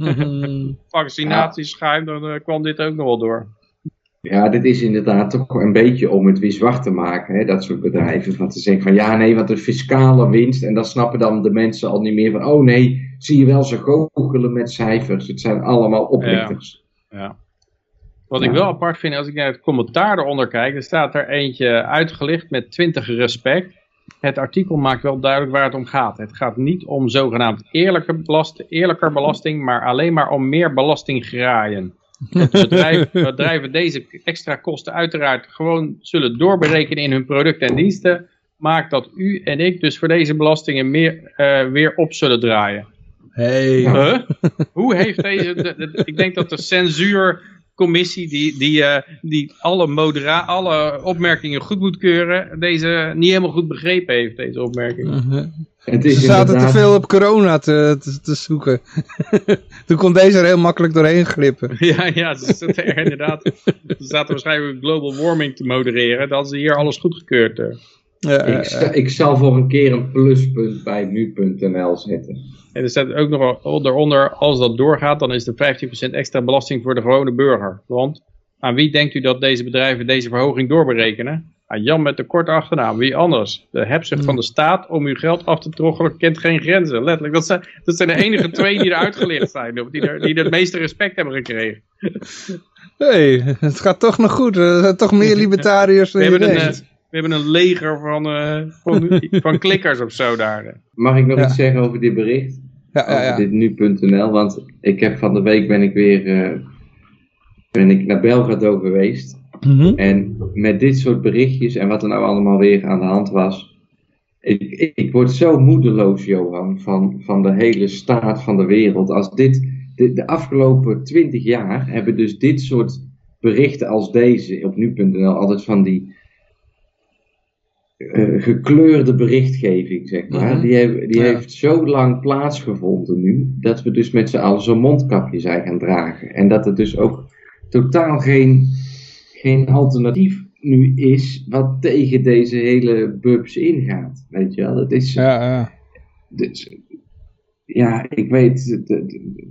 vaccinatieschuim, dan uh, kwam dit ook nog wel door. Ja, dit is inderdaad toch een beetje om het weer zwart te maken, hè, dat soort bedrijven. Van te zeggen van ja, nee, want de fiscale winst, en dan snappen dan de mensen al niet meer van, oh nee, zie je wel, ze goochelen met cijfers. Het zijn allemaal oplichters. Ja, ja. Wat ik wel apart vind, als ik naar het commentaar eronder kijk, er staat er eentje uitgelicht met twintig respect. Het artikel maakt wel duidelijk waar het om gaat. Het gaat niet om zogenaamd eerlijke belast, eerlijker belasting, maar alleen maar om meer belastinggraaien. Bedrijven, bedrijven deze extra kosten uiteraard gewoon zullen doorberekenen in hun producten en diensten, maakt dat u en ik dus voor deze belastingen meer, uh, weer op zullen draaien. Hey. Huh? Hoe heeft deze, de, de, ik denk dat de censuurcommissie die, die, uh, die alle, modera alle opmerkingen goed moet keuren, deze niet helemaal goed begrepen heeft, deze opmerkingen. Uh-huh. Het is Ze zaten inderdaad... te veel op corona te, te, te zoeken. Toen kon deze er heel makkelijk doorheen glippen. Ja, ja, ze zaten er inderdaad. Ze zaten waarschijnlijk global warming te modereren. Dan hadden ze hier alles goedgekeurd. Uh. Ja, ik, sta, ik zal voor een keer een pluspunt bij nu punt n l zetten. En er staat ook nog eronder, als dat doorgaat, dan is de vijftien procent extra belasting voor de gewone burger. Want aan wie denkt u dat deze bedrijven deze verhoging doorberekenen? Aan Jan met de korte achternaam, wie anders? De hebzucht van de staat om uw geld af te troggelen kent geen grenzen. Letterlijk, dat zijn, dat zijn de enige twee die er uitgelicht zijn. Of die er, die er het meeste respect hebben gekregen. Hé, hey, het gaat toch nog goed. Er zijn toch meer libertariërs dan we, je hebben een, denkt. uh, we hebben een leger van, uh, van, van klikkers of zo daar. Mag ik nog Ja. iets zeggen over dit bericht? Ja, ja, Over ja. dit nu punt n l, want ik heb van de week ben ik weer uh, ben ik naar Belgrado geweest. Mhm. En met dit soort berichtjes en wat er nou allemaal weer aan de hand was. Ik, ik, ik word zo moedeloos, Johan, van, van de hele staat van de wereld. Als dit, de, de afgelopen twintig jaar hebben dus dit soort berichten als deze op nu punt n l altijd van die uh, gekleurde berichtgeving, zeg maar. Mhm. Die, hebben, die Ja. heeft zo lang plaatsgevonden nu, dat we dus met z'n allen zo'n mondkapje zijn gaan dragen. En dat er dus ook totaal geen... geen alternatief nu is wat tegen deze hele bubs ingaat. Weet je wel, dat is... Ja, ja. Dus, ja, ik weet... De, de,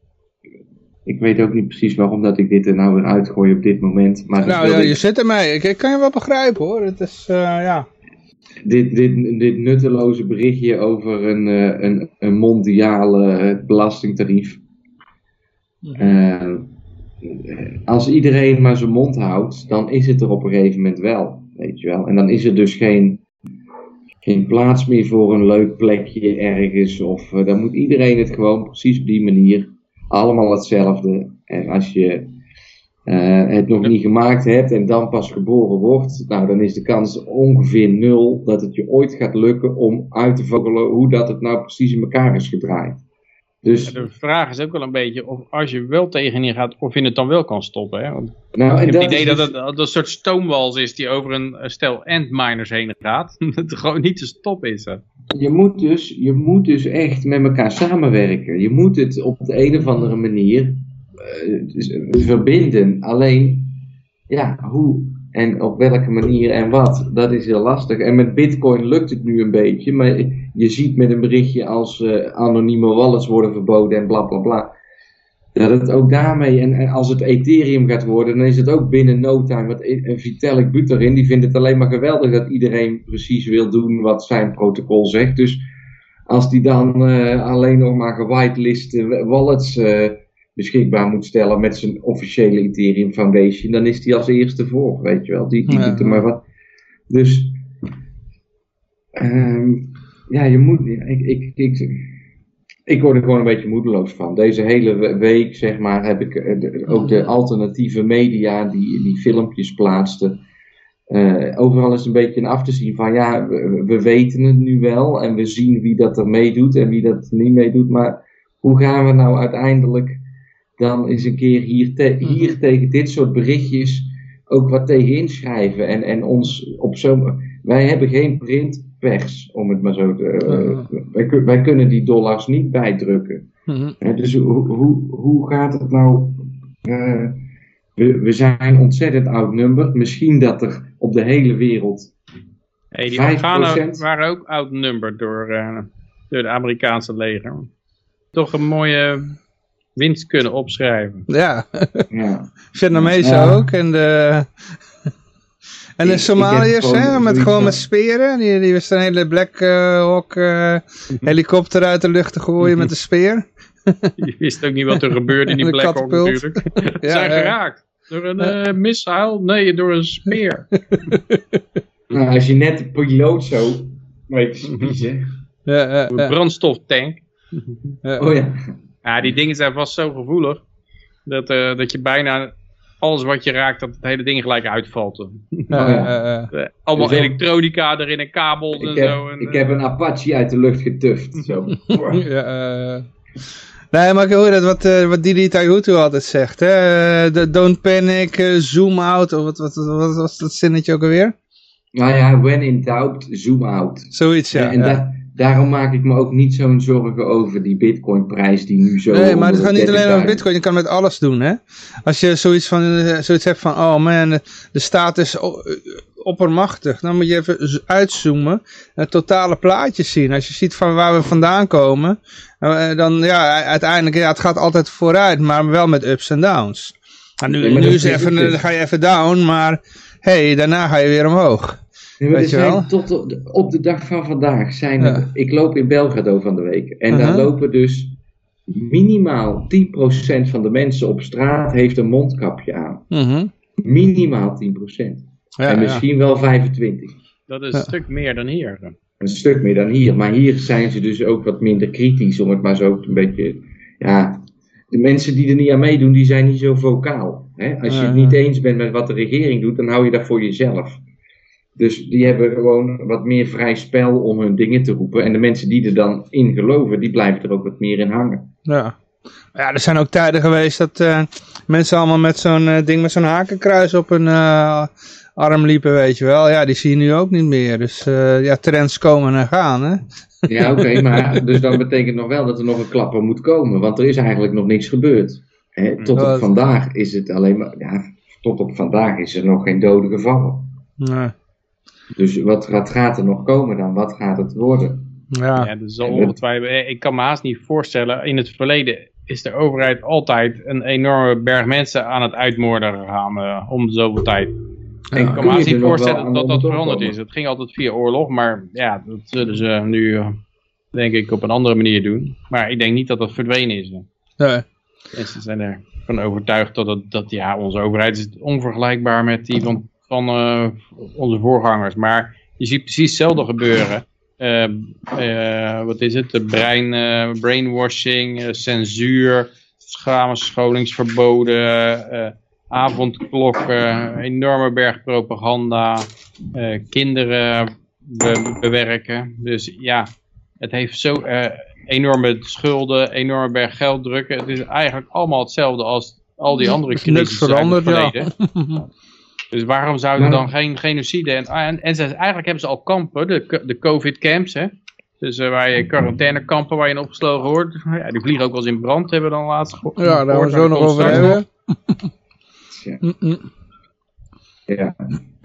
ik weet ook niet precies waarom dat ik dit er nou weer uitgooi op dit moment. Maar Nou ja, je zit ermee. Ik, ik kan je wel begrijpen hoor. Het is, uh, ja. Dit, dit, dit nutteloze berichtje over een, uh, een, een mondiale belastingtarief. Uh, Als iedereen maar zijn mond houdt, dan is het er op een gegeven moment wel, weet je wel. En dan is er dus geen, geen plaats meer voor een leuk plekje ergens. Of uh, dan moet iedereen het gewoon precies op die manier, allemaal hetzelfde. En als je uh, het nog niet gemaakt hebt en dan pas geboren wordt, nou dan is de kans ongeveer nul dat het je ooit gaat lukken om uit te vogelen hoe dat het nou precies in elkaar is gedraaid. Dus, De vraag is ook wel een beetje of als je wel tegenin gaat, of je het dan wel kan stoppen. Hè? Want nou, ik heb en het idee is dat het dat een soort stoomwals is die over een stel endminers heen gaat. Dat het gewoon niet te stoppen is. Hè? Je moet, dus, je moet dus echt met elkaar samenwerken. Je moet het op de een of andere manier uh, verbinden. Alleen, ja, hoe en op welke manier en wat, dat is heel lastig. En met Bitcoin lukt het nu een beetje, maar je ziet met een berichtje als uh, anonieme wallets worden verboden en bla bla bla, dat het ook daarmee, en, en als het Ethereum gaat worden, dan is het ook binnen no time. Want uh, Vitalik Buterin, die vindt het alleen maar geweldig dat iedereen precies wil doen wat zijn protocol zegt. Dus als die dan uh, alleen nog maar gewiteliste wallets uh, beschikbaar moet stellen met zijn officiële Ethereum Foundation, dan is die als eerste voor, weet je wel. Die, die Ja. doet er maar wat. Dus, um, ja, je moet, ik, ik, ik, ik word er gewoon een beetje moedeloos van. Deze hele week, zeg maar, heb ik uh, de, ook de alternatieve media die, die filmpjes plaatsten. Uh, overal is een beetje een af te zien van, ja, we, we weten het nu wel en we zien wie dat er meedoet en wie dat niet meedoet, maar hoe gaan we nou uiteindelijk dan eens een keer hier, te, hier tegen dit soort berichtjes ook wat tegen inschrijven en, en ons op zo'n... Wij hebben geen printpers, om het maar zo te... Uh, wij, wij kunnen die dollars niet bijdrukken. Mm-hmm. Uh, dus hoe, hoe, hoe gaat het nou... Uh, we, we zijn ontzettend outnumbered. Misschien dat er op de hele wereld Hey, die vijf procent... Afghanen waren ook outnumbered door, uh, door de Amerikaanse leger. Toch een mooie winst kunnen opschrijven. Ja, Ja. Vietnamezen Ja. ook. En de, en de Ik- Somaliërs, ik heb hè, gewoon met, zoiets gewoon van- met speren. Die, die wisten een hele Black uh, Hawk uh, helikopter uit de lucht te gooien met een speer. Je wist ook niet wat er gebeurde in die De Black Hawk katapult. natuurlijk. Ze Ja, zijn ja. geraakt. Door een uh, missile? Nee, door een speer. Nou, als je net de piloot zo weet te spiezen. Ja, ja, Een ja, brandstoftank. ja. Oh ja. Ja, die dingen zijn vast zo gevoelig. Dat, uh, dat je bijna alles wat je raakt, dat het hele ding gelijk uitvalt. Ja, Oh, ja. ja, ja. Uh, allemaal Dus ook- elektronica erin en kabels en Ik heb, zo. En, ik uh, heb een Apache uit de lucht getuft. Zo. Ja, uh, nee, maar ik hoor dat wat, uh, wat Didi Taigutu altijd zegt. Hè? Uh, de don't panic, uh, zoom out. Of wat, wat, wat was dat zinnetje ook alweer? Nou ja, when in doubt, zoom out. Zoiets, ja. en ja. da- daarom maak ik me ook niet zo'n zorgen over die bitcoinprijs die nu zo... Nee, maar het onder gaat de niet alleen over dertigduizend. bitcoin. Je kan met alles doen, hè. Als je zoiets, van, uh, zoiets hebt van, oh man, de staat is o- oppermachtig. Dan moet je even z- uitzoomen en het totale plaatje zien. Als je ziet van waar we vandaan komen, uh, dan ja, uiteindelijk, ja, het gaat altijd vooruit, maar wel met ups en downs. Nou, nu Nee, maar nu dat is is even, het. dan ga je even down, maar hey, daarna ga je weer omhoog. Nee, maar Weet er je zijn wel? tot op de, op de dag van vandaag zijn er, Ja. ik loop in Belgrado van de week en Uh-huh. daar lopen dus minimaal tien procent van de mensen op straat heeft een mondkapje aan. Mhm. Minimaal tien procent. Ja, en ja. misschien wel vijfentwintig. Dat is Ja. een stuk meer dan hier. Een stuk meer dan hier. Maar hier zijn ze dus ook wat minder kritisch, om het maar zo een beetje... Ja, de mensen die er niet aan meedoen, die zijn niet zo vocaal. Hè? Als je het Ja, niet ja. eens bent met wat de regering doet, dan hou je dat voor jezelf. Dus die hebben gewoon wat meer vrij spel om hun dingen te roepen. En de mensen die er dan in geloven, die blijven er ook wat meer in hangen. Ja. Ja, er zijn ook tijden geweest dat uh, mensen allemaal met zo'n uh, ding met zo'n hakenkruis op hun uh, arm liepen, weet je wel. Ja, die zie je nu ook niet meer. Dus uh, ja, trends komen en gaan, hè. Ja, oké, okay, maar dus dan betekent nog wel dat er nog een klapper moet komen. Want er is eigenlijk nog niks gebeurd. Hè, tot op Wat? vandaag is het alleen maar... Ja, tot op vandaag is er nog geen doden gevallen. Nee. Dus wat, wat gaat er nog komen dan? Wat gaat het worden? Ja. Ja, dat is al ongetwijfeld. Ik kan me haast niet voorstellen. In het verleden is de overheid altijd een enorme berg mensen aan het uitmoorden gegaan. Uh, om de zoveel tijd. Ja. Ik kan Kun me je haast er niet nog wel voorstellen aan dat dat onderdoor veranderd komen? is. Het ging altijd via oorlog. Maar ja, dat zullen ze nu uh, denk ik op een andere manier doen. Maar ik denk niet dat dat verdwenen is. Nee. Mensen zijn ervan overtuigd dat, het, dat ja, onze overheid is onvergelijkbaar met die van, van uh, onze voorgangers. Maar je ziet precies hetzelfde gebeuren. Uh, uh, wat is het? De brein, uh, brainwashing, uh, censuur, samenscholingsverboden, uh, avondklokken, enorme berg propaganda, uh, kinderen be bewerken. Dus ja, het heeft zo uh, enorme schulden, enorme berg geld drukken. Het is eigenlijk allemaal hetzelfde als al die andere Niks crises uit het veranderd, ja. verleden. Dus waarom zouden er dan geen genocide... En, en, en ze, eigenlijk hebben ze al kampen, de, de COVID-camps, hè. Dus uh, waar je quarantainekampen waar je in opgesloten wordt. Ja, die vliegen ook wel eens in brand, hebben we dan laatst gehoord. Ja, daar gaan we zo nog over hebben. Ja. Mm-mm. Ja.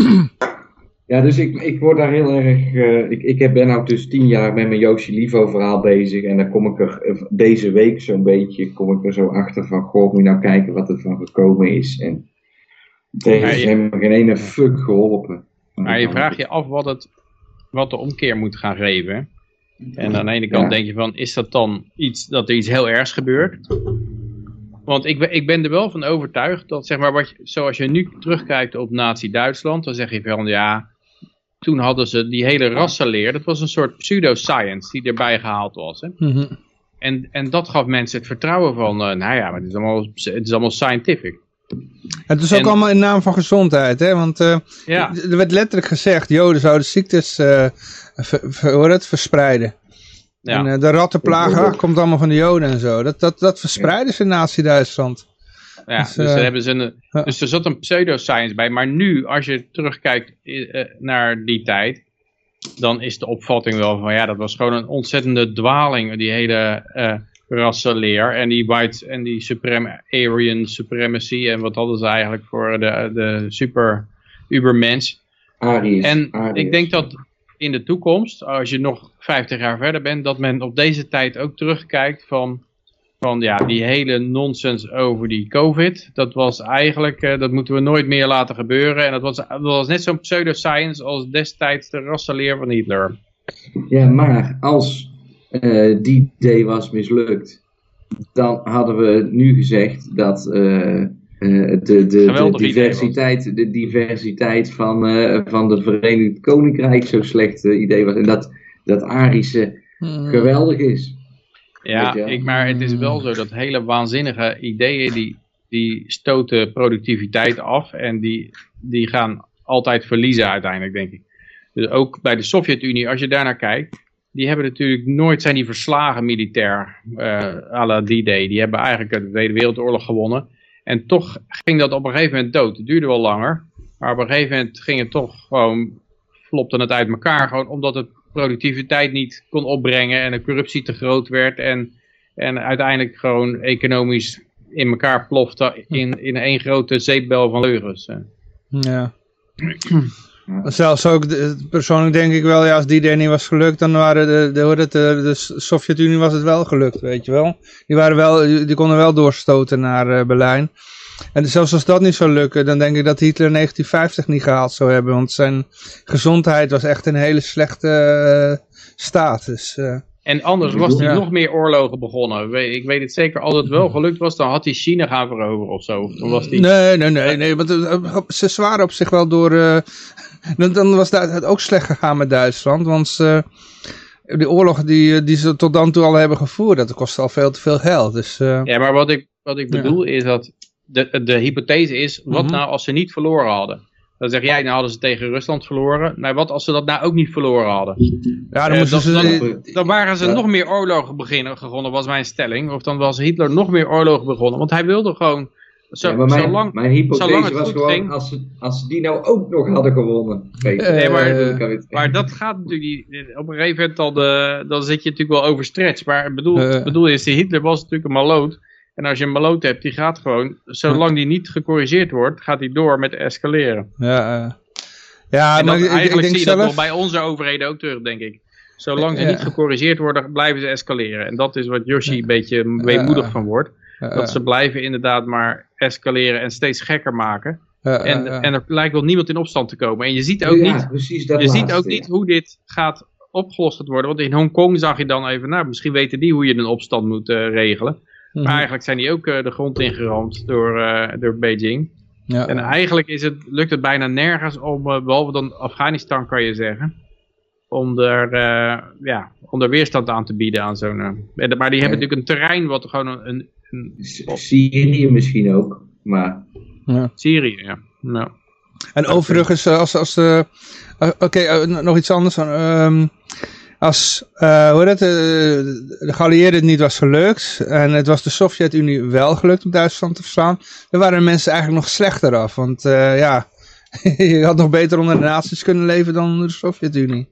Ja, dus ik, ik word daar heel erg... Uh, ik, ik ben nou dus tien jaar met mijn Yoshi Livo verhaal bezig. En dan kom ik er uh, deze week zo'n beetje... kom ik er zo achter van... Goh, moet je nou kijken wat er van gekomen is. En het heeft Ja, je- hem geen ene fuck geholpen. Maar je vraagt je af wat, het, wat de omkeer moet gaan geven. Hè? En aan de ene kant Ja. denk je van, is dat dan iets, dat er iets heel ergs gebeurt? Want ik, ben- ik ben er wel van overtuigd dat, zeg maar, wat je, zoals je nu terugkijkt op Nazi-Duitsland, dan zeg je van, ja, toen hadden ze die hele rassenleer, dat was een soort pseudoscience die erbij gehaald was. Hè? Mhm. En, en dat gaf mensen het vertrouwen van, uh, nou ja, maar het is allemaal, het is allemaal scientific. Het is ook En- allemaal in naam van gezondheid, hè? Want uh, Ja. er werd letterlijk gezegd, joden zouden ziektes uh, ver, ver, hoe heet het, verspreiden. Ja. En uh, de rattenplaag ah, komt allemaal van de joden en zo. Dat, dat, dat verspreiden ze in Nazi-Duitsland. Ja, Dus, dus, eh, daar hebben ze een, ja. dus er zat een pseudoscience bij. Maar nu, als je terugkijkt uh, naar die tijd, dan is de opvatting wel van, ja, dat was gewoon een ontzettende dwaling, die hele uh, rassenleer. En die white, en die supreme, Aryan supremacy, en wat hadden ze eigenlijk voor de, de super ubermens. Ariërs, En Ariërs. ik denk dat in de toekomst, als je nog vijftig jaar verder bent, dat men op deze tijd ook terugkijkt van, van ja, die hele nonsens over die COVID. Dat was eigenlijk, uh, dat moeten we nooit meer laten gebeuren. En dat was, dat was net zo'n pseudoscience als destijds de rassenleer van Hitler. Ja, maar als uh, die D was mislukt, dan hadden we nu gezegd dat uh, uh, de, de, de, Geweldig idee diversiteit, de diversiteit van, uh, van de Verenigd Koninkrijk zo'n slecht uh, idee was. En dat, dat Arische Mhm. geweldig is. Ja, Weet je wel? ik, maar het is wel zo dat hele waanzinnige ideeën, die, die stoten productiviteit af. En die, die gaan altijd verliezen uiteindelijk, denk ik. Dus ook bij de Sovjet-Unie, als je daarnaar kijkt, die hebben natuurlijk nooit, zijn die verslagen militair, uh, à la D-Day. Die hebben eigenlijk de Tweede Wereldoorlog gewonnen. En toch ging dat op een gegeven moment dood. Het duurde wel langer, maar op een gegeven moment ging het toch gewoon, flopte het uit elkaar. Gewoon omdat het productiviteit niet kon opbrengen en de corruptie te groot werd. En, en uiteindelijk gewoon economisch in elkaar plofte in, in één grote zeepbel van leugens. Ja. Zelfs ook, de- persoonlijk denk ik wel, ja, als die er niet was gelukt, dan waren de, de, hoe heet het, de, de Sovjet-Unie was het wel gelukt, weet je wel. Die, waren wel, die konden wel doorstoten naar uh, Berlijn. En zelfs als dat niet zou lukken, dan denk ik dat Hitler negentien vijftig niet gehaald zou hebben. Want zijn gezondheid was echt in een hele slechte uh, staat. Dus, uh, en anders was hij ja. nog meer oorlogen begonnen. Ik weet het zeker, als het wel gelukt was, dan had hij China gaan veroveren of zo. Dan was die... Nee, nee, nee. nee want uh, ze waren op zich wel door... Uh, dan, dan was het ook slecht gegaan met Duitsland. Want uh, die oorlogen die, die ze tot dan toe al hebben gevoerd, dat kostte al veel te veel geld. Dus, uh, ja, maar wat ik, wat ik bedoel ja. is dat... De, de hypothese is, wat mm-hmm. nou als ze niet verloren hadden? Dan zeg jij, nou hadden ze tegen Rusland verloren. Maar wat als ze dat nou ook niet verloren hadden? Ja, dan, uh, dan, ze... dan, dan waren ze ja. nog meer oorlogen beginnen, begonnen, was mijn stelling. Of dan was Hitler nog meer oorlogen begonnen. Want hij wilde gewoon... Zo, ja, maar mijn, zolang, mijn hypothese zolang het was gewoon, ging, als ze, als ze die nou ook nog hadden gewonnen. Peter. Nee, maar, uh, maar dat gaat natuurlijk niet. Op een gegeven moment dan, de, dan zit je natuurlijk wel overstretched. Maar ik bedoel, uh, bedoel is, die Hitler was natuurlijk een maloot. En als je een maloot hebt, die gaat gewoon, zolang die niet gecorrigeerd wordt, gaat die door met escaleren. Ja, uh, ja en maar dat, ik, eigenlijk ik denk zie je zelf... dat nog bij onze overheden ook terug, denk ik. Zolang ze ja. niet gecorrigeerd worden, blijven ze escaleren. En dat is wat Yoshi een beetje weemoedig uh, van wordt. Uh, dat ze blijven inderdaad maar escaleren en steeds gekker maken. Uh, uh, en, uh, en er lijkt wel niemand in opstand te komen. En je ziet ook, ja, niet, precies dat je laatste, ziet ook niet hoe dit gaat opgelost worden. Want in Hongkong zag je dan even, nou misschien weten die hoe je een opstand moet uh, regelen. Mm-hmm. Maar eigenlijk zijn die ook uh, de grond ingeramd door, uh, door Beijing. Ja, en eigenlijk is het, lukt het bijna nergens om, uh, behalve dan Afghanistan kan je zeggen, om er, uh, ja, om er weerstand aan te bieden aan zo'n... Uh, maar die hebben ja. natuurlijk een terrein wat gewoon een... een, een Syrië misschien ook, maar... Ja. Syrië, ja. Nou. En overigens, als... als uh, Oké, okay, uh, nog iets anders. Um, als uh, hoe dat, uh, de geallieerden het niet was gelukt en het was de Sovjet-Unie wel gelukt om Duitsland te verslaan, dan waren mensen eigenlijk nog slechter af. Want uh, ja, je had nog beter onder de nazi's kunnen leven dan onder de Sovjet-Unie.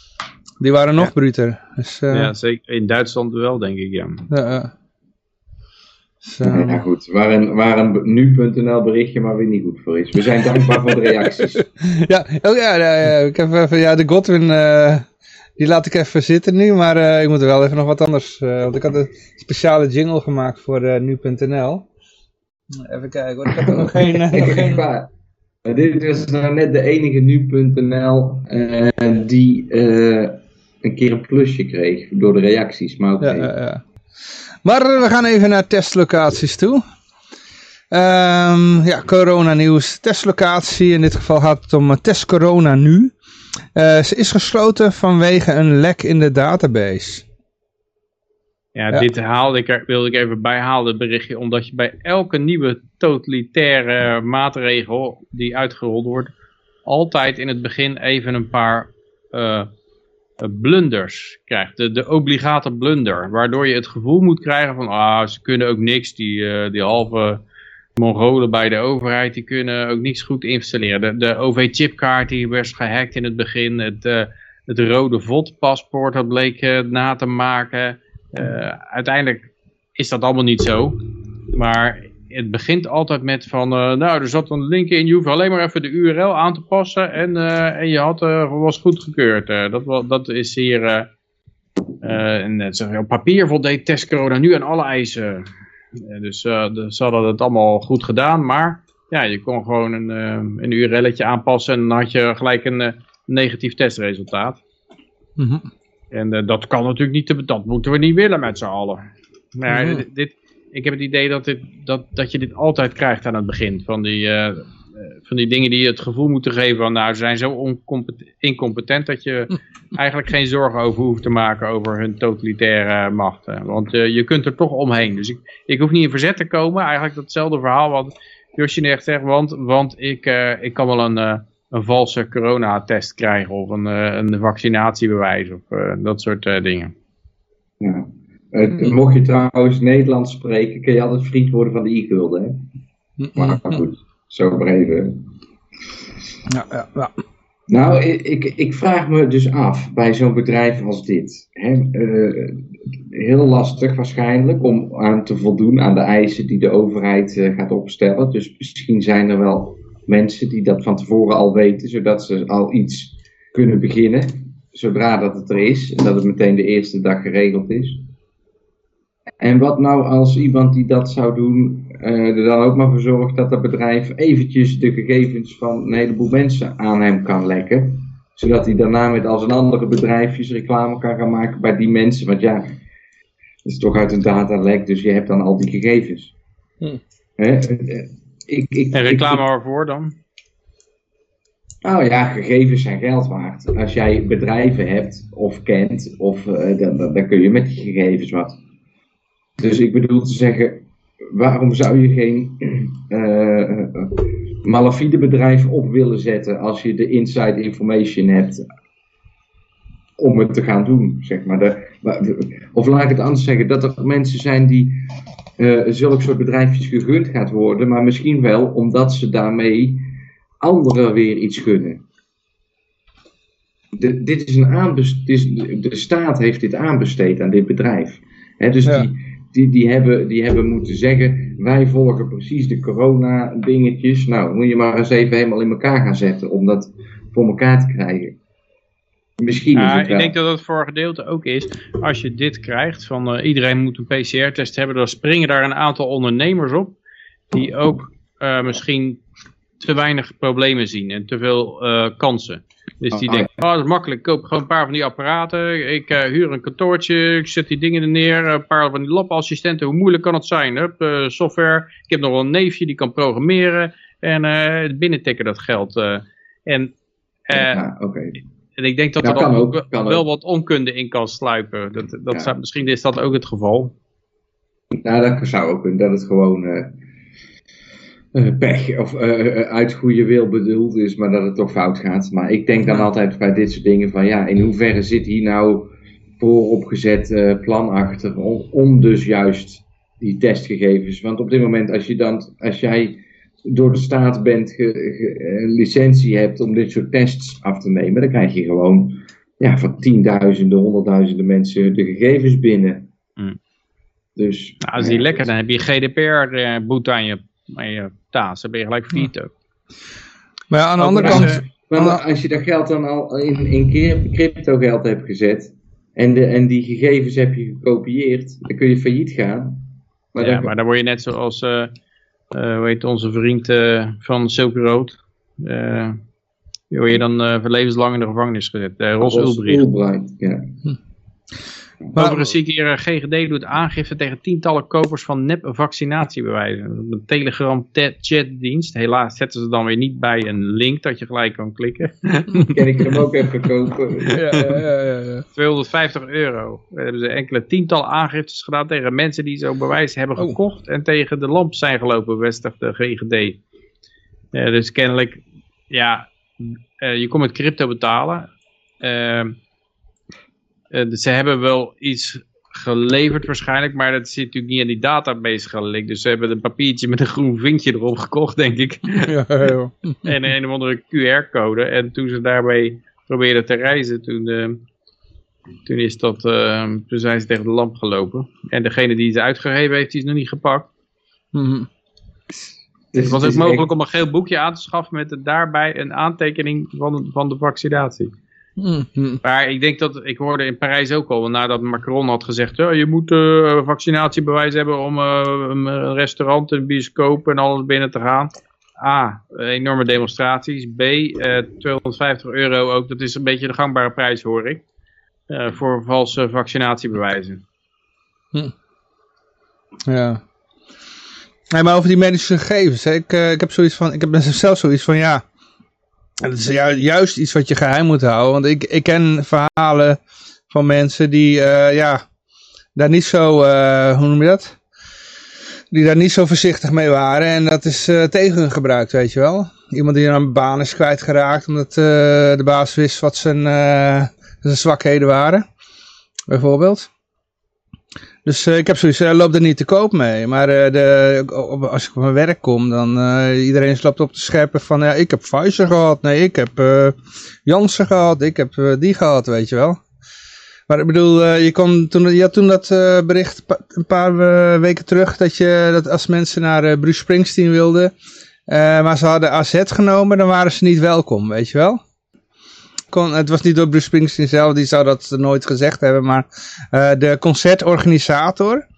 Die waren nog ja. bruter. Dus, uh, ja, zeker. In Duitsland wel, denk ik, ja. Uh, uh. So. Ja, nou goed, waar een, waar een nu punt n l berichtje maar weer niet goed voor is. We zijn dankbaar voor de reacties. Ja, oh ja, ja, ja, ik heb even, ja, de Godwin, uh, die laat ik even zitten nu, maar uh, ik moet er wel even nog wat anders, uh, want ik had een speciale jingle gemaakt voor uh, nu punt n l. Even kijken hoor, ik had er nog geen... Uh, nog geen... Maar dit was nou net de enige nu punt n l uh, die uh, een keer een plusje kreeg door de reacties, maar ook ja, ja, ja. Maar we gaan even naar testlocaties toe. Um, ja, coronanieuws. Testlocatie, in dit geval gaat het om Test Corona Nu. Uh, ze is gesloten vanwege een lek in de database. Ja, ja. dit haalde ik, wilde ik even bijhalen, het berichtje. Omdat je bij elke nieuwe totalitaire maatregel die uitgerold wordt, altijd in het begin even een paar... Uh, blunders krijgt, de, de obligate blunder, waardoor je het gevoel moet krijgen van, ah, ze kunnen ook niks, die, uh, die halve Mongolen bij de overheid, die kunnen ook niks goed installeren. De, de O V-chipkaart die werd gehackt in het begin, het, uh, het rode V O D-paspoort, dat bleek uh, na te maken. Uh, uiteindelijk is dat allemaal niet zo, maar het begint altijd met van, uh, nou, er zat een link in, je hoeft alleen maar even de U R L aan te passen en, uh, en je had, uh, was goedgekeurd. Uh, dat, dat is hier, uh, uh, en, uh, op papier voldeed Test Corona Nu aan alle eisen. Uh, dus uh, de, ze hadden het allemaal goed gedaan, maar ja, je kon gewoon een, uh, een U R L'tje aanpassen en dan had je gelijk een uh, negatief testresultaat. Mm-hmm. En uh, dat kan natuurlijk niet, te, dat moeten we niet willen met z'n allen. Maar mm-hmm. dit... dit Ik heb het idee dat, dit, dat, dat je dit altijd krijgt aan het begin. Van die, uh, van die dingen die je het gevoel moeten geven van, nou, ze zijn zo incompetent dat je eigenlijk geen zorgen over hoeft te maken over hun totalitaire macht. Want uh, je kunt er toch omheen. Dus ik, ik hoef niet in verzet te komen. Eigenlijk datzelfde verhaal wat Josje net zegt. Want, want ik, uh, ik kan wel een, uh, een valse coronatest krijgen of een, uh, een vaccinatiebewijs of uh, dat soort uh, dingen. Ja. Uh, mocht je trouwens Nederlands spreken, kun je altijd vriend worden van de i-gulden, hè? Maar goed, zo maar even. Ja, ja, ja. Nou, ik, ik vraag me dus af, bij zo'n bedrijf als dit, hè, uh, heel lastig waarschijnlijk om aan te voldoen aan de eisen die de overheid uh, gaat opstellen. Dus misschien zijn er wel mensen die dat van tevoren al weten, zodat ze al iets kunnen beginnen, zodra dat het er is en dat het meteen de eerste dag geregeld is. En wat nou als iemand die dat zou doen, uh, er dan ook maar voor zorgt dat dat bedrijf eventjes de gegevens van een heleboel mensen aan hem kan lekken. Zodat hij daarna met als een andere bedrijfjes reclame kan gaan maken bij die mensen. Want ja, het is toch uit een datalek, dus je hebt dan al die gegevens. Hm. He? Ik, ik, en reclame ik, waarvoor dan? Nou ja, gegevens zijn geld waard. Als jij bedrijven hebt of kent, of, uh, dan, dan, dan kun je met die gegevens wat. Dus ik bedoel te zeggen, waarom zou je geen uh, malafide bedrijf op willen zetten als je de inside information hebt om het te gaan doen, zeg maar. De, of laat ik het anders zeggen, dat er mensen zijn die uh, zulke soort bedrijfjes gegund gaat worden, maar misschien wel omdat ze daarmee anderen weer iets gunnen. De, dit is een aanbesteed, de staat heeft dit aanbesteed aan dit bedrijf. He, dus ja. die, die, die, hebben, die hebben moeten zeggen, wij volgen precies de corona dingetjes. Nou, moet je maar eens even helemaal in elkaar gaan zetten om dat voor elkaar te krijgen. Misschien is ja, het wel. Ik denk dat dat voor een gedeelte ook is. Als je dit krijgt, van uh, iedereen moet een P C R-test hebben, dan springen daar een aantal ondernemers op, die ook uh, misschien te weinig problemen zien en te veel uh, kansen. Dus die oh, denken, oh, dat is makkelijk, ik koop gewoon een paar van die apparaten, ik uh, huur een kantoortje, ik zet die dingen er neer, een paar van die labassistenten, hoe moeilijk kan het zijn? Hup, uh, software, ik heb nog wel een neefje die kan programmeren en uh, binnentikken dat geld. Uh, en, uh, ja, okay. en ik denk dat ja, er dan ook, ook wel ook. wat onkunde in kan sluipen. Dat, dat ja. zou, misschien is dat ook het geval. Nou, dat zou ook kunnen, dat het gewoon uh, uh, pech of uh, uit goede wil bedoeld is, maar dat het toch fout gaat. Maar ik denk dan altijd bij dit soort dingen van ja, in hoeverre zit hier nou vooropgezet uh, plan achter om, om dus juist die testgegevens. Want op dit moment als je dan, als jij door de staat bent, ge, ge, een licentie hebt om dit soort tests af te nemen, dan krijg je gewoon ja, van tienduizenden, honderdduizenden mensen de gegevens binnen. Mm. Dus, nou, als die ja, lekker, dan heb je G D P R-boete aan je, aan je taas. Dan ben je gelijk veto. Maar ja, aan de andere kant... Maar als je dat geld dan al in, in crypto geld hebt gezet en, de, en die gegevens heb je gekopieerd, dan kun je failliet gaan. Maar ja, dan, maar dan word je net zoals uh, uh, hoe heet onze vriend uh, van Silk Road. Uh, die word je dan uh, voor levenslang in de gevangenis gezet. Uh, Ross Ulbricht. Ja. Hm. Maar overigens zie ik hier, uh, G G D doet aangifte tegen tientallen kopers van nep vaccinatiebewijzen. Een Telegram chatdienst. Helaas zetten ze dan weer niet bij een link dat je gelijk kan klikken. Kan ik hem ook even kopen? ja, ja, ja, ja. tweehonderdvijftig euro. We hebben ze enkele tientallen aangiftes gedaan tegen mensen die zo'n bewijs hebben oh. gekocht en tegen de lamp zijn gelopen, bevestigt de G G D. Uh, dus kennelijk, ja, uh, je kon met crypto betalen. Uh, Uh, dus ze hebben wel iets geleverd waarschijnlijk, maar dat zit natuurlijk niet aan die database gelinkt. Dus ze hebben een papiertje met een groen vinkje erop gekocht, denk ik. Ja, ja. En een of andere Q R-code. En toen ze daarbij probeerden te reizen, toen, uh, toen, is dat, uh, toen zijn ze tegen de lamp gelopen. En degene die ze uitgegeven heeft, die is nog niet gepakt. Mm-hmm. Dus het was ook mogelijk echt om een geel boekje aan te schaffen met daarbij een aantekening van, van de vaccinatie. Mm-hmm. Maar ik denk dat, ik hoorde in Parijs ook al, nadat Macron had gezegd, ja, je moet uh, vaccinatiebewijs hebben om uh, een restaurant, een bioscoop en alles binnen te gaan. A, enorme demonstraties. B, uh, tweehonderdvijftig euro ook, dat is een beetje de gangbare prijs, hoor ik, uh, voor valse vaccinatiebewijzen. Hm. Ja. Nee, maar over die medische gegevens, hè, ik, uh, ik heb zoiets van, ik heb zelf zoiets van, ja, dat is juist iets wat je geheim moet houden. Want ik, ik ken verhalen van mensen die uh, ja, daar niet zo, uh, hoe noem je dat? Die daar niet zo voorzichtig mee waren. En dat is uh, tegen hun gebruikt, weet je wel. Iemand die een baan is kwijtgeraakt omdat uh, de baas wist wat zijn, uh, zijn zwakheden waren. Bijvoorbeeld. Dus uh, ik heb zoiets, uh, loop er niet te koop mee. Maar uh, de, als ik op mijn werk kom, dan uh, iedereen slaapt op te scherpen van, ja, ik heb Pfizer gehad. Nee, ik heb uh, Janssen gehad. Ik heb uh, die gehad, weet je wel. Maar ik bedoel, uh, je, kon, toen, je had toen dat uh, bericht een paar uh, weken terug, dat, je, dat als mensen naar uh, Bruce Springsteen wilden, uh, maar ze hadden A Z genomen, dan waren ze niet welkom, weet je wel. Kon, het was niet door Bruce Springsteen zelf, die zou dat nooit gezegd hebben, maar uh, de concertorganisator,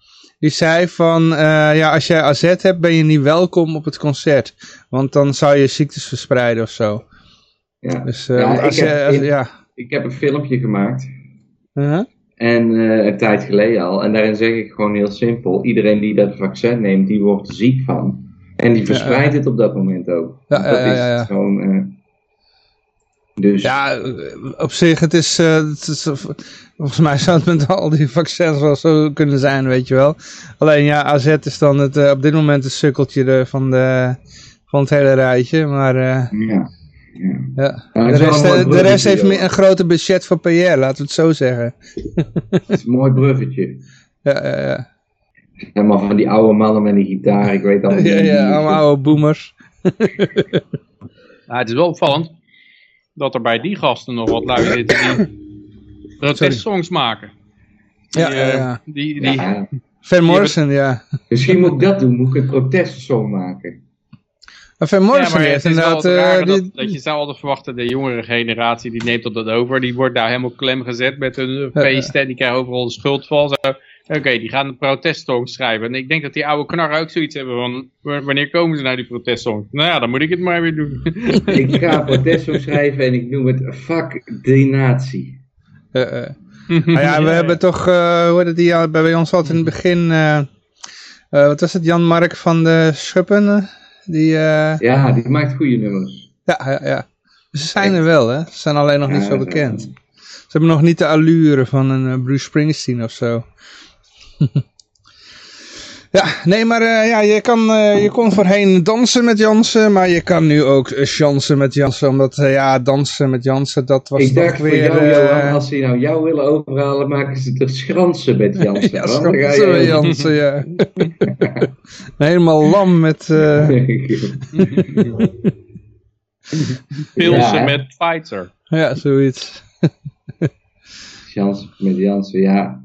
die zei van, uh, ja, als jij A Z hebt, ben je niet welkom op het concert. Want dan zou je ziektes verspreiden of zo. Ja, dus, uh, ja, als ik, je, heb, als, ik, ja. ik heb een filmpje gemaakt. Uh-huh. En uh, een tijd geleden al. En daarin zeg ik gewoon heel simpel. Iedereen die dat vaccin neemt, die wordt er ziek van. En die verspreidt ja, uh, het op dat moment ook. Ja, dat ja, ja, ja, ja. is gewoon... Uh, dus... Ja, op zich, het is, uh, het is... Volgens mij zou het met al die vaccins wel zo kunnen zijn, weet je wel. Alleen ja, A Z is dan het, uh, op dit moment het sukkeltje de, van, de, van het hele rijtje. Maar uh, ja. Ja. Ja. De rest, de, de rest heeft meer een groter budget voor P R, laten we het zo zeggen. Het is een mooi bruggetje. Ja, ja, ja. Helemaal van die oude mannen met een gitaar, ik weet al niet. Ja, ja, allemaal oude boomers. Nou, het is wel opvallend dat er bij die gasten nog wat lui zitten die protestsongs maken. Die, ja, ja, ja. Uh, die, die, ja. Van Morrison, ja. Misschien moet ik dat doen, moet ik een protestsong maken. Van Morrison ja, heeft inderdaad... Uh, dat, die... dat je zou altijd verwachten, de jongere generatie die neemt dat over. Die wordt daar helemaal klem gezet met hun feesten. En die krijgen overal de schuld van. Oké, okay, die gaan een protestsong schrijven. En ik denk dat die oude knarren ook zoiets hebben van... Wanneer komen ze nou die protestsongs? Nou ja, dan moet ik het maar weer doen. Ik ga een protestsong schrijven en ik noem het Fuck de Natie. Uh, uh. Nou ja, we hebben toch... Uh, hoe heet het die bij ons altijd in het begin... Uh, uh, wat was het? Jan Mark van de Schuppen... Die, uh... Ja, die maakt goede nummers. Ja, ja, ja. Ze zijn er wel, hè. Ze zijn alleen nog ja, niet zo bekend. Ze hebben nog niet de allure van een uh, Bruce Springsteen of zo. Ja, nee, maar uh, ja, je, kan, uh, je kon voorheen dansen met Jansen, maar je kan nu ook uh, chansen met Jansen. Omdat, uh, ja, dansen met Jansen, dat was ik toch dacht weer... Jou, uh, Johan, als ze nou jou willen overhalen, maken ze er schransen met Jansen. Ja, schransen met Jansen, ja. Helemaal lam met... Uh... Pilsen ja, met Pfizer. Ja, zoiets. Jansen met Jansen, ja.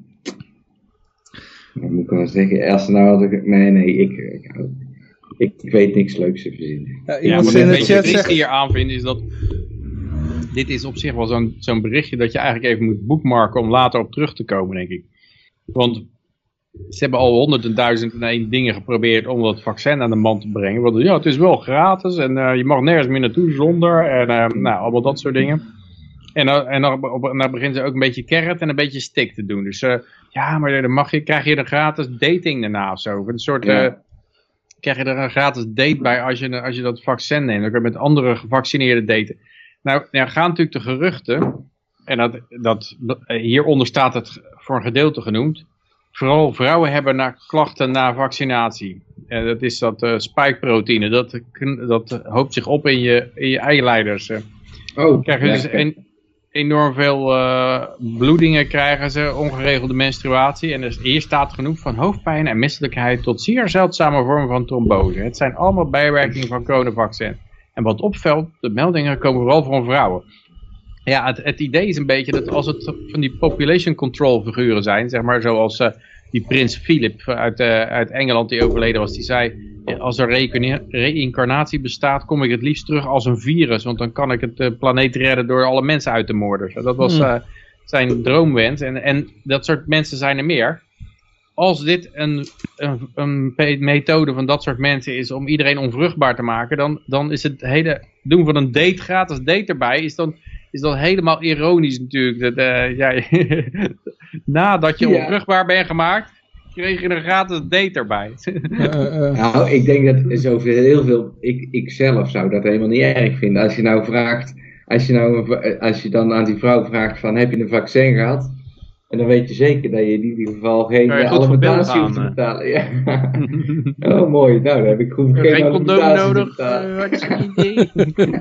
Wat moet ik wel zeggen? Als ze nou hadden... Nee, nee, ik, ik, ik, ik weet niks leuks te verzinnen. Ja, ja, maar in de de chat zegt... hier aanvindt is dat... Dit is op zich wel zo'n zo'n berichtje dat je eigenlijk even moet boekmarken om later op terug te komen, denk ik. Want ze hebben al honderdduizend en één dingen geprobeerd om dat vaccin aan de man te brengen. Want ja, het is wel gratis en uh, je mag nergens meer naartoe zonder. En uh, nou, allemaal dat soort dingen. En, uh, en dan, op, dan beginnen ze ook een beetje carrot en een beetje stick te doen. Dus uh, ja, maar dan mag je, krijg je er gratis dating daarna of zo. Een soort, ja. uh, krijg je er een gratis date bij als je, als je dat vaccin neemt. Dan kun je met andere gevaccineerden daten. Nou, nou gaan natuurlijk de geruchten, en dat, dat, hieronder staat het voor een gedeelte genoemd. Vooral vrouwen hebben na, klachten na vaccinatie. En dat is dat uh, spike-proteïne. Dat, dat hoopt zich op in je, in je eileiders. Oh, krijgen ja, dus een, enorm veel uh, bloedingen, krijgen ze, ongeregelde menstruatie. En dus hier staat genoemd van hoofdpijn en misselijkheid tot zeer zeldzame vormen van trombose. Het zijn allemaal bijwerkingen van coronavaccin. En wat opvalt, de meldingen komen vooral van vrouwen. Ja, het, het idee is een beetje dat als het van die population control figuren zijn, zeg maar zoals uh, die prins Philip uit, uh, uit Engeland die overleden was, die zei, als er reïncarnatie bestaat, kom ik het liefst terug als een virus, want dan kan ik het uh, planeet redden door alle mensen uit te moorden. Dat was uh, zijn droomwens en, en dat soort mensen zijn er meer. Als dit een, een, een methode van dat soort mensen is om iedereen onvruchtbaar te maken, dan, dan is het hele doen van een date, gratis date erbij, is dan, is dan helemaal ironisch natuurlijk. Dat, uh, ja, nadat je ja. onvruchtbaar bent gemaakt, kreeg je een gratis date erbij. uh, uh. Nou, ik denk dat zoveel, heel veel, ik, ik zelf zou dat helemaal niet erg vinden. Als je nou vraagt, als je, nou, als je dan aan die vrouw vraagt van, heb je een vaccin gehad? En dan weet je zeker dat je in ieder geval geen alimentatie hoeft te betalen. Ja. Oh, mooi. Nou, dan heb ik goed geen, geen condoom nodig. Uh, wat is een idee?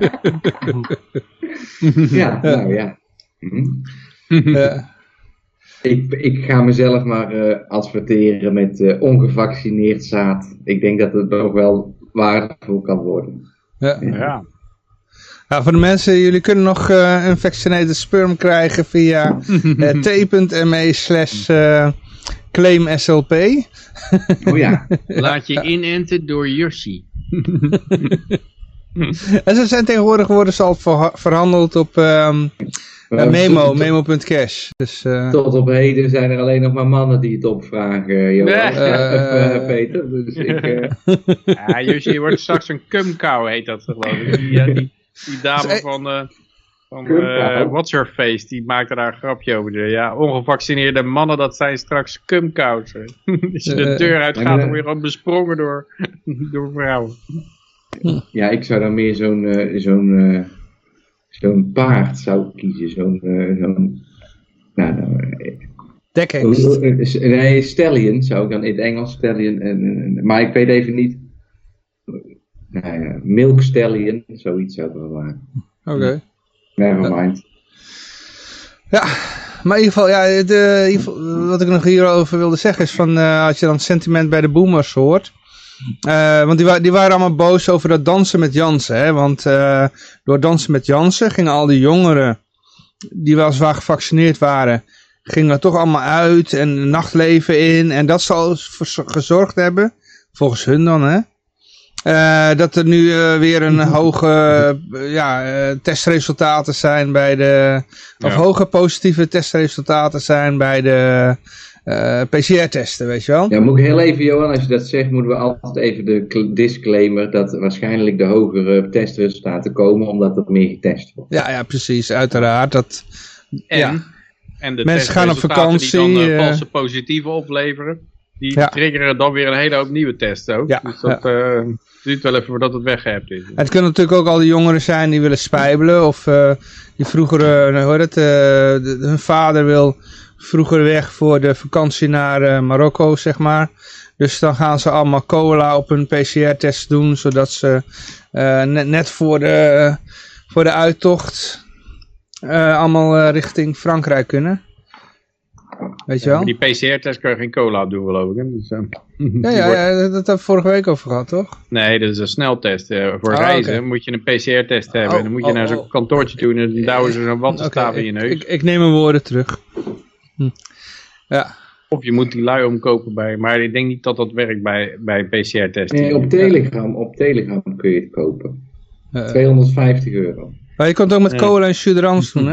Ja, nou ja. Mm-hmm. uh. ik, ik ga mezelf maar uh, adverteren met uh, ongevaccineerd zaad. Ik denk dat het nog wel waardevol kan worden. Ja. ja. Nou, voor de mensen, jullie kunnen nog uh, een vaccinated sperm krijgen via uh, t.me slash claim S L P. Oh ja. Laat je inenten door Jussi. En ze zijn tegenwoordig worden ze al ver verhandeld op um, Uh, memo, memo punt cash. Dus, uh... tot op heden zijn er alleen nog maar mannen die het opvragen, Johan. Nee. Uh, uh, Peter, dus ik... Uh... Ja, Jusje, je wordt straks een cumcow, heet dat geloof ik. Die, uh, die, die dame van... Uh... Van uh, What's Your Face, die maakte daar een grapje over. De, ja, ongevaccineerde mannen, dat zijn straks cumcows. Als je de deur uit gaat, dan word je gewoon besprongen door, door vrouwen. Ja, ik zou dan meer zo'n uh, zo'n uh, zo'n paard zou kiezen. Zo'n, uh, zo'n nou, nou, Dekhengst. Nee, stallion zou ik dan in het Engels, stallion. En, maar ik weet even niet. Nou ja, milk stallion, zoiets zou ik wel maken. Oké. Okay. Nevermind. Ja, maar in ieder geval, ja, de, in ieder geval, wat ik nog hierover wilde zeggen is van, uh, als je dan het sentiment bij de boomers hoort, uh, want die, wa die waren allemaal boos over dat dansen met Jansen, hè, want uh, door dansen met Jansen gingen al die jongeren, die weliswaar gevaccineerd waren, gingen toch allemaal uit en nachtleven in, en dat zal gezorgd hebben, volgens hun dan, hè, Uh, dat er nu uh, weer een hoge uh, ja, uh, testresultaten zijn bij de, of ja. hoge positieve testresultaten zijn bij de uh, P C R-testen, weet je wel? Ja, moet ik heel even, Johan, als je dat zegt, moeten we altijd even de disclaimer dat waarschijnlijk de hogere testresultaten komen omdat er meer getest wordt. Ja, ja, precies, uiteraard. Dat, en, ja. en de mensen gaan op vakantie. Die dan uh, uh, valse positieve opleveren, die ja. triggeren dan weer een hele hoop nieuwe testen ook. Ja, dus dat... ja. Uh, Het duurt wel even voordat het weggehept is. Het kunnen natuurlijk ook al die jongeren zijn die willen spijbelen. Of uh, die vroeger, uh, hoor het, uh, de, hun vader wil vroeger weg voor de vakantie naar uh, Marokko, zeg maar. Dus dan gaan ze allemaal cola op hun P C R-test doen. Zodat ze uh, net, net voor de, uh, voor de uittocht uh, allemaal uh, richting Frankrijk kunnen. Weet je wel? Ja, die P C R-test kun je geen cola doen, geloof ik. Hè? Dus, uh, ja, ja, ja, dat hebben we vorige week over gehad, toch? Nee, dat is een sneltest. Uh, voor oh, reizen okay. moet je een P C R-test hebben. Oh, dan moet je oh, naar zo'n oh. kantoortje doen en dan douwen ze zo'n wattenstaaf okay, in je neus. Ik, ik neem mijn woorden terug. Hm. Ja. Of je moet die lui omkopen bij, maar ik denk niet dat dat werkt bij, bij P C R-testen. Nee, op Telegram, op Telegram kun je het kopen. Uh, tweehonderdvijftig euro. Maar je kan het ook met cola en suderans doen, hè?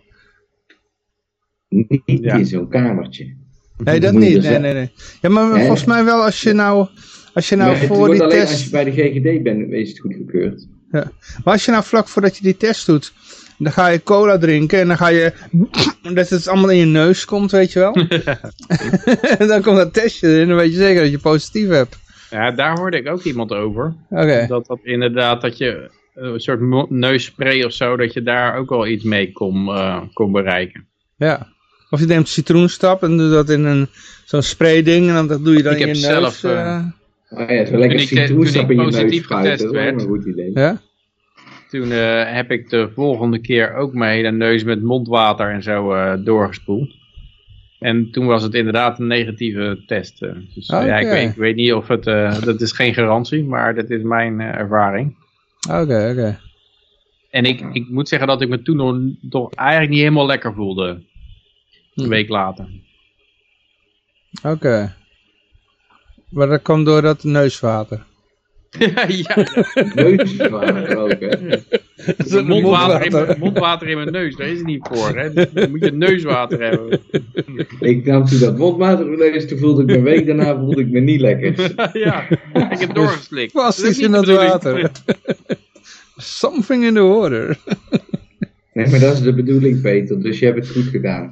Niet ja. in zo'n kamertje. Nee, dat niet. Nee, nee, nee. Ja, maar nee. volgens mij wel als je nou, als je nou maar voor die alleen test... als je bij de G G D bent, is het goedgekeurd. Ja. Maar als je nou vlak voordat je die test doet, dan ga je cola drinken en dan ga je, dat het allemaal in je neus komt, weet je wel. En dan komt dat testje erin en dan weet je zeker dat je positief hebt. Ja, daar hoorde ik ook iemand over. Okay. Dat dat inderdaad, dat je een soort neusspray of zo, dat je daar ook wel iets mee kon, uh, kon bereiken. Ja. Of je neemt citroenstap en doe dat in een zo'n spray ding en dan doe je dan ik in je neus. Zelf, uh, uh... oh ja, zo lekker citroenstap in je neus spuiten. Dat is een goed idee. Ja? Toen uh, heb ik de volgende keer ook mijn hele neus met mondwater en zo uh, doorgespoeld. En toen was het inderdaad een negatieve test. Uh. Dus uh, okay. ja, ik, weet, ik weet niet of het, uh, dat is geen garantie, maar dat is mijn uh, ervaring. Oké, okay, oké. Okay. En ik, ik moet zeggen dat ik me toen nog, toch eigenlijk niet helemaal lekker voelde. Een week later. Oké. Okay. Maar dat kwam door dat neuswater. ja, ja. Neuswater ook, hè? Ja. Mondwater, in mijn, mondwater in mijn neus, daar is het niet voor, hè? Dan moet je neuswater hebben. Ik nam toen dat mondwater in mijn neus, toen voelde ik me een week daarna voelde ik me niet lekker. ja, ik heb doorgeslikt. Vast is in dat water. Something in the water. Nee, maar dat is de bedoeling, Peter. Dus je hebt het goed gedaan.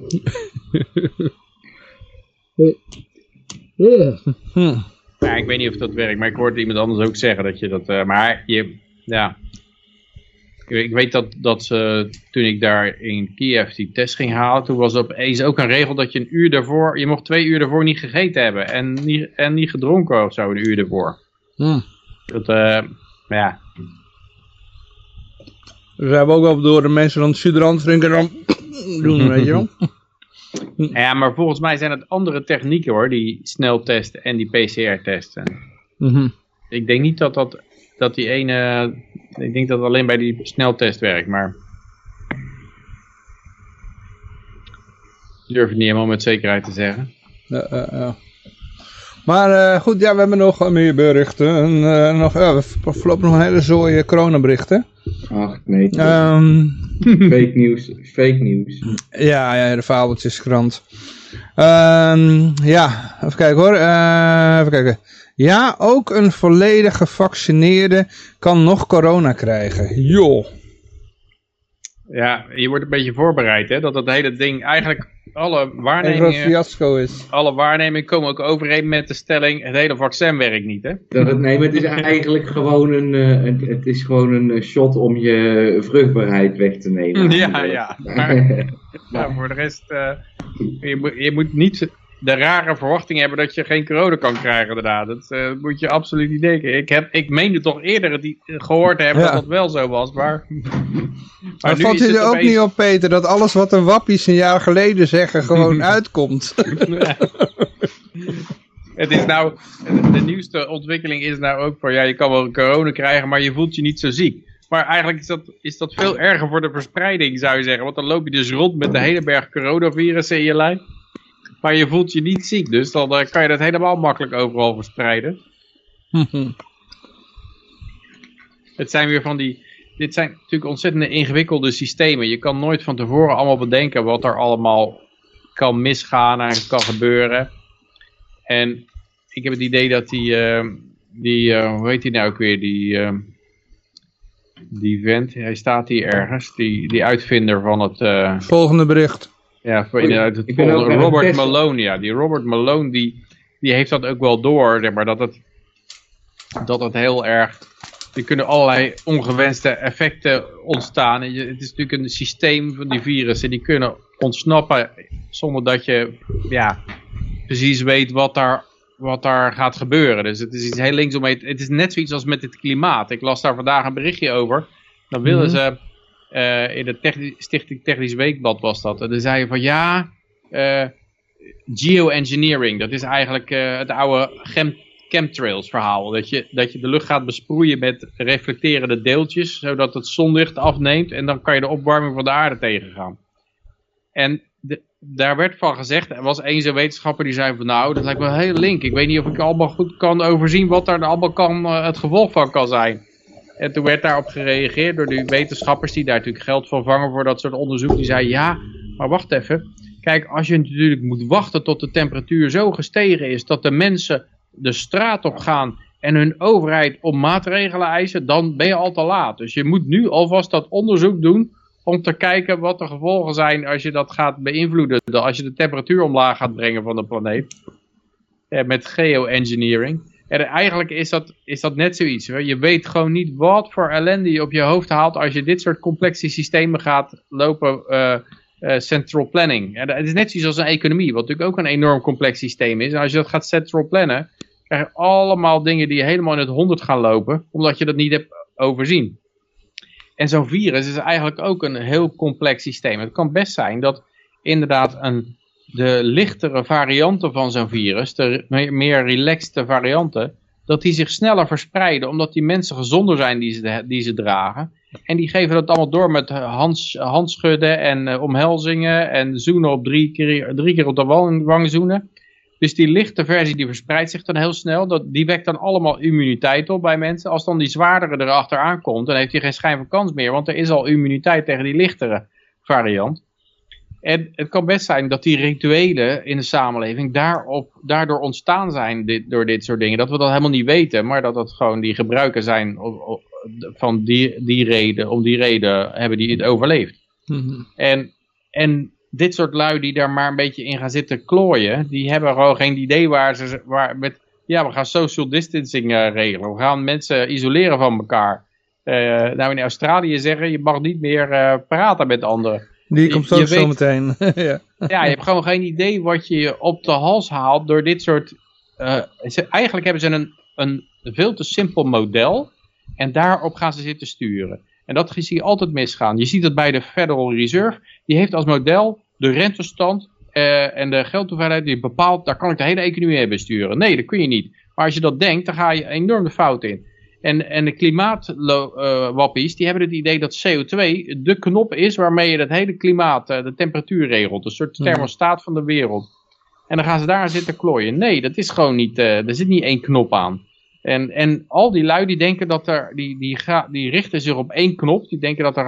hm. Ja, ik weet niet of dat werkt, maar ik hoorde iemand anders ook zeggen dat je dat... Uh, maar je... Ja... Ik weet dat, dat ze, toen ik daar in Kiev die test ging halen, toen was er opeens ook een regel dat je een uur daarvoor... Je mocht twee uur daarvoor niet gegeten hebben en niet, en niet gedronken of zo een uur daarvoor. Hm. Dat, uh, ja... Dus we hebben ook wel door de mensen dan suderant drinken en dan doen, weet je wel. Ja, maar volgens mij zijn het andere technieken hoor, die sneltesten en die P C R-testen. Mm-hmm. Ik denk niet dat, dat, dat die ene, ik denk dat het alleen bij die sneltest werkt, maar ik durf het niet helemaal met zekerheid te zeggen. Ja, uh, uh. Maar uh, goed, ja, we hebben nog meer berichten. En, uh, nog, ja, we voorlopig nog een hele zooi coronaberichten. Ach, nee. Um, Fake nieuws, fake nieuws. Ja, ja, de fabeltjeskrant. Um, ja, even kijken hoor. Uh, even kijken. Ja, ook een volledig gevaccineerde kan nog corona krijgen. Joh. Ja, je wordt een beetje voorbereid, hè, dat dat hele ding eigenlijk alle waarnemingen, een fiasco is. Alle waarnemingen komen ook overeen met de stelling, het hele vaccin werkt niet, hè? Dat het, nee, maar het is eigenlijk gewoon een, uh, het is gewoon een shot om je vruchtbaarheid weg te nemen. Ja, ja. Maar, maar voor de rest, uh, je, moet, je moet niet de rare verwachting hebben dat je geen corona kan krijgen, inderdaad. Dat uh, moet je absoluut niet denken. Ik, heb, ik meende toch eerder het gehoord te hebben ja. dat dat wel zo was, maar... Maar valt je er ook opeens... niet op, Peter, dat alles wat de wappies een jaar geleden zeggen gewoon uitkomt? Ja. Het is nou, de nieuwste ontwikkeling is nou ook van, ja, je kan wel corona krijgen, maar je voelt je niet zo ziek. Maar eigenlijk is dat, is dat veel erger voor de verspreiding, zou je zeggen. Want dan loop je dus rond met de hele berg coronavirussen in je lijf. Maar je voelt je niet ziek, dus dan uh, kan je dat helemaal makkelijk overal verspreiden. Het zijn weer van die... Dit zijn natuurlijk ontzettend ingewikkelde systemen. Je kan nooit van tevoren allemaal bedenken wat er allemaal kan misgaan en kan gebeuren. En ik heb het idee dat die, uh, die uh, hoe heet die nou ook weer, die, uh, die vent, hij staat hier ergens, die, die uitvinder van het... Uh, Volgende bericht. Ja, uit het volgende, Robert Malone, ja. Die Robert Malone, die, die heeft dat ook wel door, zeg maar, dat het, dat het heel erg... Er kunnen allerlei ongewenste effecten ontstaan. Het is natuurlijk een systeem van die virussen. Die kunnen ontsnappen zonder dat je ja, precies weet wat daar, wat daar gaat gebeuren. Dus het is iets heel linksom. Het is net zoiets als met het klimaat. Ik las daar vandaag een berichtje over. Dan willen ze, uh, in de techni- Stichting Technisch Weekblad was dat. En dan zei je van ja, uh, geoengineering. Dat is eigenlijk uh, het oude chem chemtrails verhaal. Dat je, dat je de lucht gaat besproeien met reflecterende deeltjes, zodat het zonlicht afneemt en dan kan je de opwarming van de aarde tegengaan. En de, daar werd van gezegd, er was één zo'n wetenschapper die zei van nou, dat lijkt me heel link. Ik weet niet of ik allemaal goed kan overzien wat daar allemaal kan, uh, het gevolg van kan zijn. En toen werd daarop gereageerd door die wetenschappers die daar natuurlijk geld van vangen voor dat soort onderzoek. Die zeiden ja, maar wacht even. Kijk, als je natuurlijk moet wachten tot de temperatuur zo gestegen is dat de mensen de straat op gaan en hun overheid om maatregelen eisen, dan ben je al te laat. Dus je moet nu alvast dat onderzoek doen om te kijken wat de gevolgen zijn als je dat gaat beïnvloeden. Als je de temperatuur omlaag gaat brengen van de planeet. Eh, met geoengineering. En eigenlijk is dat, is dat net zoiets. Hè? Je weet gewoon niet wat voor ellende je op je hoofd haalt als je dit soort complexe systemen gaat lopen uh, uh, central planning. En het is net zoiets als een economie, wat natuurlijk ook een enorm complex systeem is. En als je dat gaat central plannen, krijg je allemaal dingen die helemaal in het honderd gaan lopen, omdat je dat niet hebt overzien. En zo'n virus is eigenlijk ook een heel complex systeem. Het kan best zijn dat inderdaad een, de lichtere varianten van zo'n virus, de meer relaxte varianten, dat die zich sneller verspreiden, omdat die mensen gezonder zijn die ze, die ze dragen. En die geven dat allemaal door met hands, handschudden en uh, omhelzingen en zoenen op drie keer, drie keer op de wang, wang zoenen. Dus die lichte versie die verspreidt zich dan heel snel. Dat, die wekt dan allemaal immuniteit op bij mensen. Als dan die zwaardere erachteraan komt, dan heeft hij geen schijn van kans meer. Want er is al immuniteit tegen die lichtere variant. En het kan best zijn dat die rituelen in de samenleving daarop, daardoor ontstaan zijn dit, door dit soort dingen. Dat we dat helemaal niet weten, maar dat dat gewoon die gebruiken zijn of, of, van die, die reden, om die reden hebben die het overleefd. Mm-hmm. En, en dit soort lui die daar maar een beetje in gaan zitten klooien, die hebben gewoon geen idee waar ze, waar met, ja, we gaan social distancing uh, regelen. We gaan mensen isoleren van elkaar. Uh, nou in Australië zeggen, je mag niet meer uh, praten met anderen. Die komt zo, zo meteen. Ja. Ja, je hebt gewoon geen idee wat je op de hals haalt door dit soort... Uh, ze, eigenlijk hebben ze een, een veel te simpel model en daarop gaan ze zitten sturen. En dat zie je altijd misgaan. Je ziet het bij de Federal Reserve. Die heeft als model de rentestand uh, en de geldhoeveelheid die bepaalt, daar kan ik de hele economie mee besturen. Nee, dat kun je niet. Maar als je dat denkt, dan ga je enorm de fout in. En, en de klimaatwappies, uh, die hebben het idee dat C O twee de knop is waarmee je het hele klimaat, uh, de temperatuur regelt. Een soort thermostaat van de wereld. En dan gaan ze daar zitten klooien. Nee, dat is gewoon niet, uh, er zit niet één knop aan. En, en al die lui die denken dat er, die, die, ga, die richten zich op één knop. Die denken dat er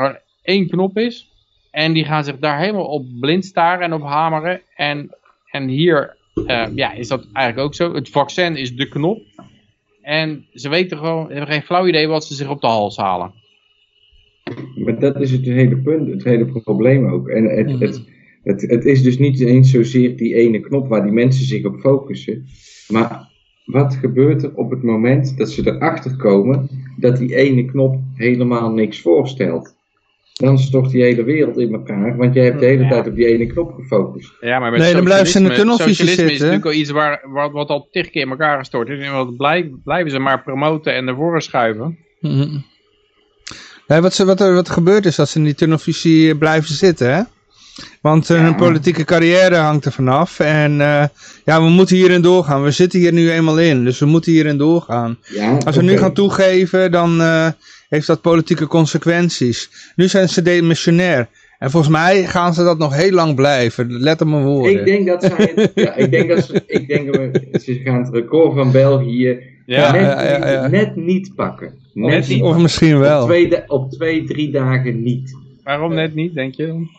één knop is. En die gaan zich daar helemaal op blind staren en op hameren. En, en hier uh, ja, is dat eigenlijk ook zo. Het vaccin is de knop. En ze weten gewoon, hebben geen flauw idee wat ze zich op de hals halen. Maar dat is het hele punt, het hele probleem ook. En het, mm. het, het, het is dus niet eens zozeer die ene knop waar die mensen zich op focussen. Maar wat gebeurt er op het moment dat ze erachter komen dat die ene knop helemaal niks voorstelt? Dan stort die hele wereld in elkaar, want jij hebt de hele ja. tijd op die ene knop gefocust. Ja, maar met nee, dan blijven ze in de tunnelvisie socialisme zitten. is natuurlijk al iets waar, wat, wat al tig keer in elkaar gestort is. En wat blijven, blijven ze maar promoten en naar voren schuiven. Mm-hmm. Nee, wat, ze, wat, er, wat er gebeurt is dat ze in die tunnelvisie blijven zitten, hè? Want uh, ja. hun politieke carrière hangt er vanaf. En uh, ja, we moeten hierin doorgaan. We zitten hier nu eenmaal in, dus we moeten hierin doorgaan. Ja, Als we okay. nu gaan toegeven, dan uh, heeft dat politieke consequenties. Nu zijn ze demissionair. En volgens mij gaan ze dat nog heel lang blijven. Let op mijn woorden. Ik denk dat zij het, ja, ik denk dat ze, ik denk dat ze gaan het record van België ja, net, ja, ja, ja. net niet pakken. Net of, niet. Of misschien wel. Op twee, op twee, drie dagen niet. Waarom net niet, denk je?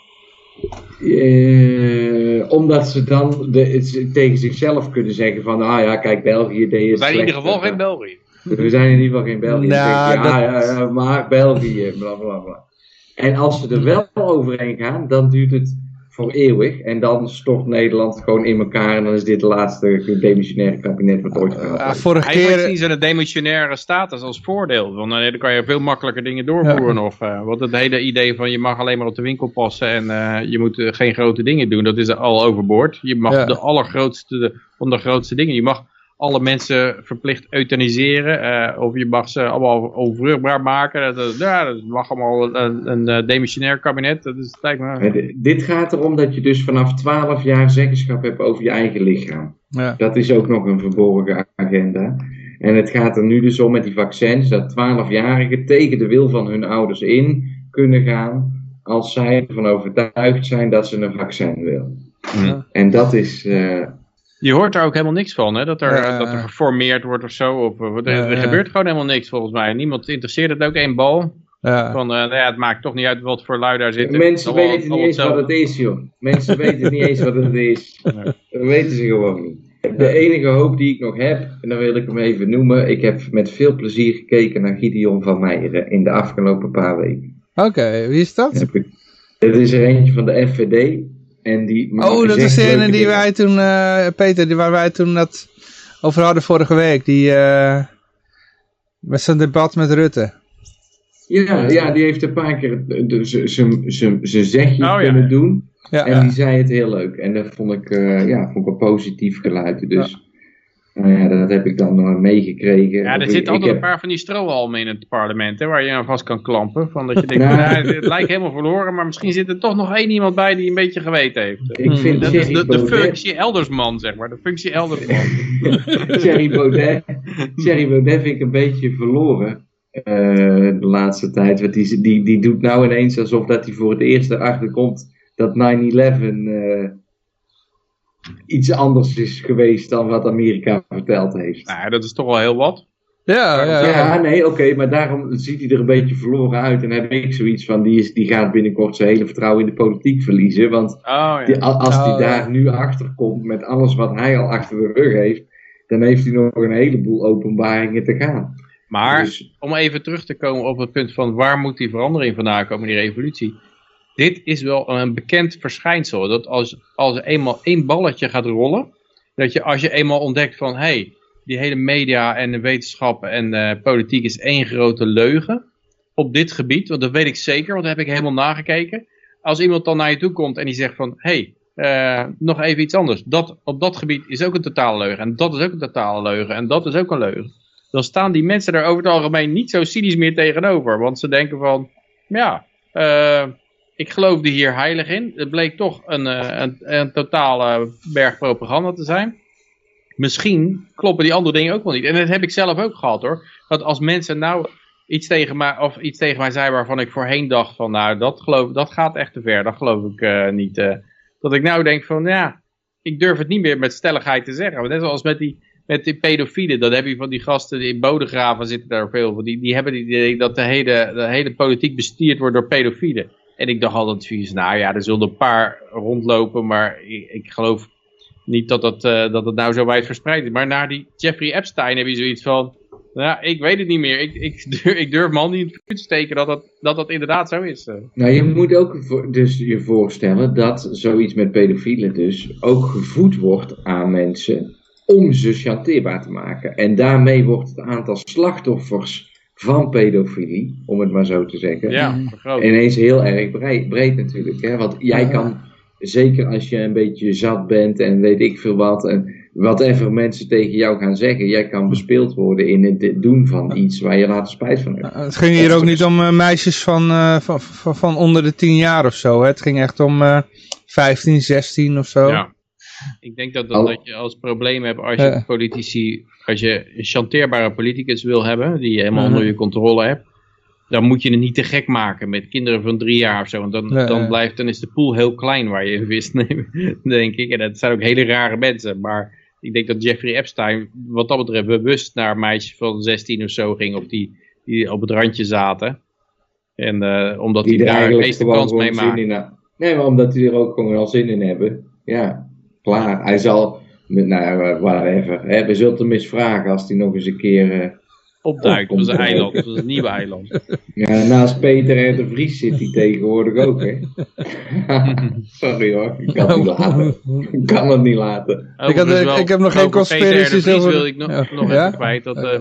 Uh, omdat ze dan de, tegen zichzelf kunnen zeggen van, ah ja, kijk, België deed het. We zijn in ieder geval geen België. We zijn in ieder geval geen België. Nou, denk, ja, dat... ja, ja, maar België, bla bla bla. En als ze er wel overheen gaan, dan duurt het voor eeuwig. En dan stort Nederland gewoon in elkaar. En dan is dit de laatste demissionaire kabinet wat ooit gehad heeft. Uh, vorige keer... Eigenlijk zien ze de demissionaire status als voordeel. Want uh, dan kan je veel makkelijker dingen doorvoeren ja. nog. Uh, want het hele idee van je mag alleen maar op de winkel passen. En uh, je moet uh, geen grote dingen doen. Dat is al overboord. Je mag ja. de allergrootste, de ondergrootste dingen. Je mag alle mensen verplicht euthaniseren. Uh, of je mag ze allemaal onvruchtbaar maken. Dat, ja, dat mag allemaal een, een, een demissionair kabinet. Dat is, lijkt me... ja, dit gaat erom dat je dus vanaf twaalf jaar zeggenschap hebt over je eigen lichaam. Ja. Dat is ook nog een verborgen agenda. En het gaat er nu dus om met die vaccins. Dat twaalfjarigen tegen de wil van hun ouders in kunnen gaan. Als zij ervan overtuigd zijn dat ze een vaccin willen. Ja. En dat is... Uh, Je hoort er ook helemaal niks van, hè? Dat, er, uh, dat er geformeerd wordt of zo. Of, er, er uh, gebeurt gewoon helemaal niks volgens mij. Niemand interesseert het ook één bal. Uh, van, uh, nou ja, het maakt toch niet uit wat voor lui daar zitten. Mensen allemaal, weten niet eens wat het is, joh. Mensen weten niet eens wat het is. Nee. Dat weten ze gewoon niet. De enige hoop die ik nog heb, en dan wil ik hem even noemen. Ik heb met veel plezier gekeken naar Gideon van Meijeren in de afgelopen paar weken. Oké, okay, wie is dat? Het is er eentje van de F V D. En die oh, dat is de ene die wij toen, uh, Peter, die waar wij toen dat over hadden vorige week. Die, uh, met zijn debat met Rutte. Ja, ja, die heeft een paar keer zijn zegje oh, kunnen ja. doen. Ja, en ja. die zei het heel leuk. En dat vond ik, uh, ja, vond ik wel positief geluid. Dus ja. Nou ja, dat heb ik dan nog meegekregen. Ja, er zitten altijd heb... een paar van die strohalmen in het parlement, hè, waar je aan vast kan klampen. Van dat je denkt, nou, het, het lijkt helemaal verloren, maar misschien zit er toch nog één iemand bij die een beetje geweten heeft. Ik vind dat is de, de functie eldersman, zeg maar. De functie eldersman. Thierry Baudet, Thierry Baudet vind ik een beetje verloren uh, de laatste tijd. Want die, die, die doet nou ineens alsof dat hij voor het eerst erachter komt dat nine eleven... Uh, iets anders is geweest dan wat Amerika verteld heeft. Nou, dat is toch wel heel wat. Ja, ja, ja. ja nee, oké, okay, maar daarom ziet hij er een beetje verloren uit. En heb ik zoiets van, die, is, die gaat binnenkort zijn hele vertrouwen in de politiek verliezen. Want oh, ja. die, als hij oh, daar ja. nu achter komt met alles wat hij al achter de rug heeft, dan heeft hij nog een heleboel openbaringen te gaan. Maar, dus, om even terug te komen op het punt van waar moet die verandering vandaan komen, die revolutie. Dit is wel een bekend verschijnsel. Dat als, als eenmaal één balletje gaat rollen. Dat je als je eenmaal ontdekt van. Hé, hey, die hele media en de wetenschap en uh, politiek is één grote leugen. Op dit gebied. Want dat weet ik zeker. Want dat heb ik helemaal nagekeken. Als iemand dan naar je toe komt en die zegt van. Hé, hey, uh, nog even iets anders. Dat, op dat gebied is ook een totale leugen. En dat is ook een totale leugen. En dat is ook een leugen. Dan staan die mensen daar over het algemeen niet zo cynisch meer tegenover. Want ze denken van. Ja, eh... Uh, ik geloofde hier heilig in. Het bleek toch een, een, een totale berg propaganda te zijn. Misschien kloppen die andere dingen ook wel niet. En dat heb ik zelf ook gehad hoor. Dat als mensen nou iets tegen mij, of iets tegen mij zeiden waarvan ik voorheen dacht van nou dat, geloof, dat gaat echt te ver. Dat geloof ik uh, niet. Uh, dat ik nou denk van ja, ik durf het niet meer met stelligheid te zeggen. Maar net zoals met die, met die pedofielen, dan heb je van die gasten die in Bodegraven zitten daar veel van. Die, die hebben het idee dat de hele, de hele politiek bestuurd wordt door pedofielen. En ik dacht altijd vies, nou ja, er zullen een paar rondlopen, maar ik, ik geloof niet dat dat, uh, dat het nou zo wijd verspreid is. Maar na die Jeffrey Epstein heb je zoiets van, nou, ik weet het niet meer. Ik, ik, durf, ik durf me al niet in het vuur te steken dat dat, dat dat inderdaad zo is. Nou, je moet ook dus je voorstellen dat zoiets met pedofielen dus ook gevoed wordt aan mensen om ze chanteerbaar te maken. En daarmee wordt het aantal slachtoffers van pedofilie, om het maar zo te zeggen, ja, ineens heel erg breed, breed natuurlijk. Hè? Want jij kan, zeker als je een beetje zat bent en weet ik veel wat, en whatever mensen tegen jou gaan zeggen, jij kan bespeeld worden in het doen van iets waar je later spijt van hebt. Het ging hier ook niet om uh, meisjes van, uh, van, van, van onder de tien jaar of zo. Hè? Het ging echt om uh, vijftien, zestien of zo. Ja. Ik denk dat, dat, dat je als probleem hebt als je politici, als je een chanteerbare politicus wil hebben, die je helemaal onder je controle hebt, dan moet je het niet te gek maken met kinderen van drie jaar of zo. Want dan, dan, blijft, dan is de pool heel klein waar je in wist, denk ik. En dat zijn ook hele rare mensen. Maar ik denk dat Jeffrey Epstein wat dat betreft bewust naar meisjes van zestien of zo ging, of die, die op het randje zaten. En uh, omdat die, die daar de meeste kans mee maken. Nee, maar omdat die er ook gewoon al zin in hebben. Ja. Klaar, hij zal, nou ja, whatever, hè, we zullen hem eens vragen als hij nog eens een keer uh, opduikt op zijn eiland, op zijn nieuwe eiland. Ja, naast Peter R. de Vries zit hij tegenwoordig ook, hè. Sorry hoor, ik kan het niet laten. Ik kan het niet laten. Ik, had, ik, ik heb nog geen conspiraties over... wil ik nog, ja. nog ja? even kwijt, dat... Uh,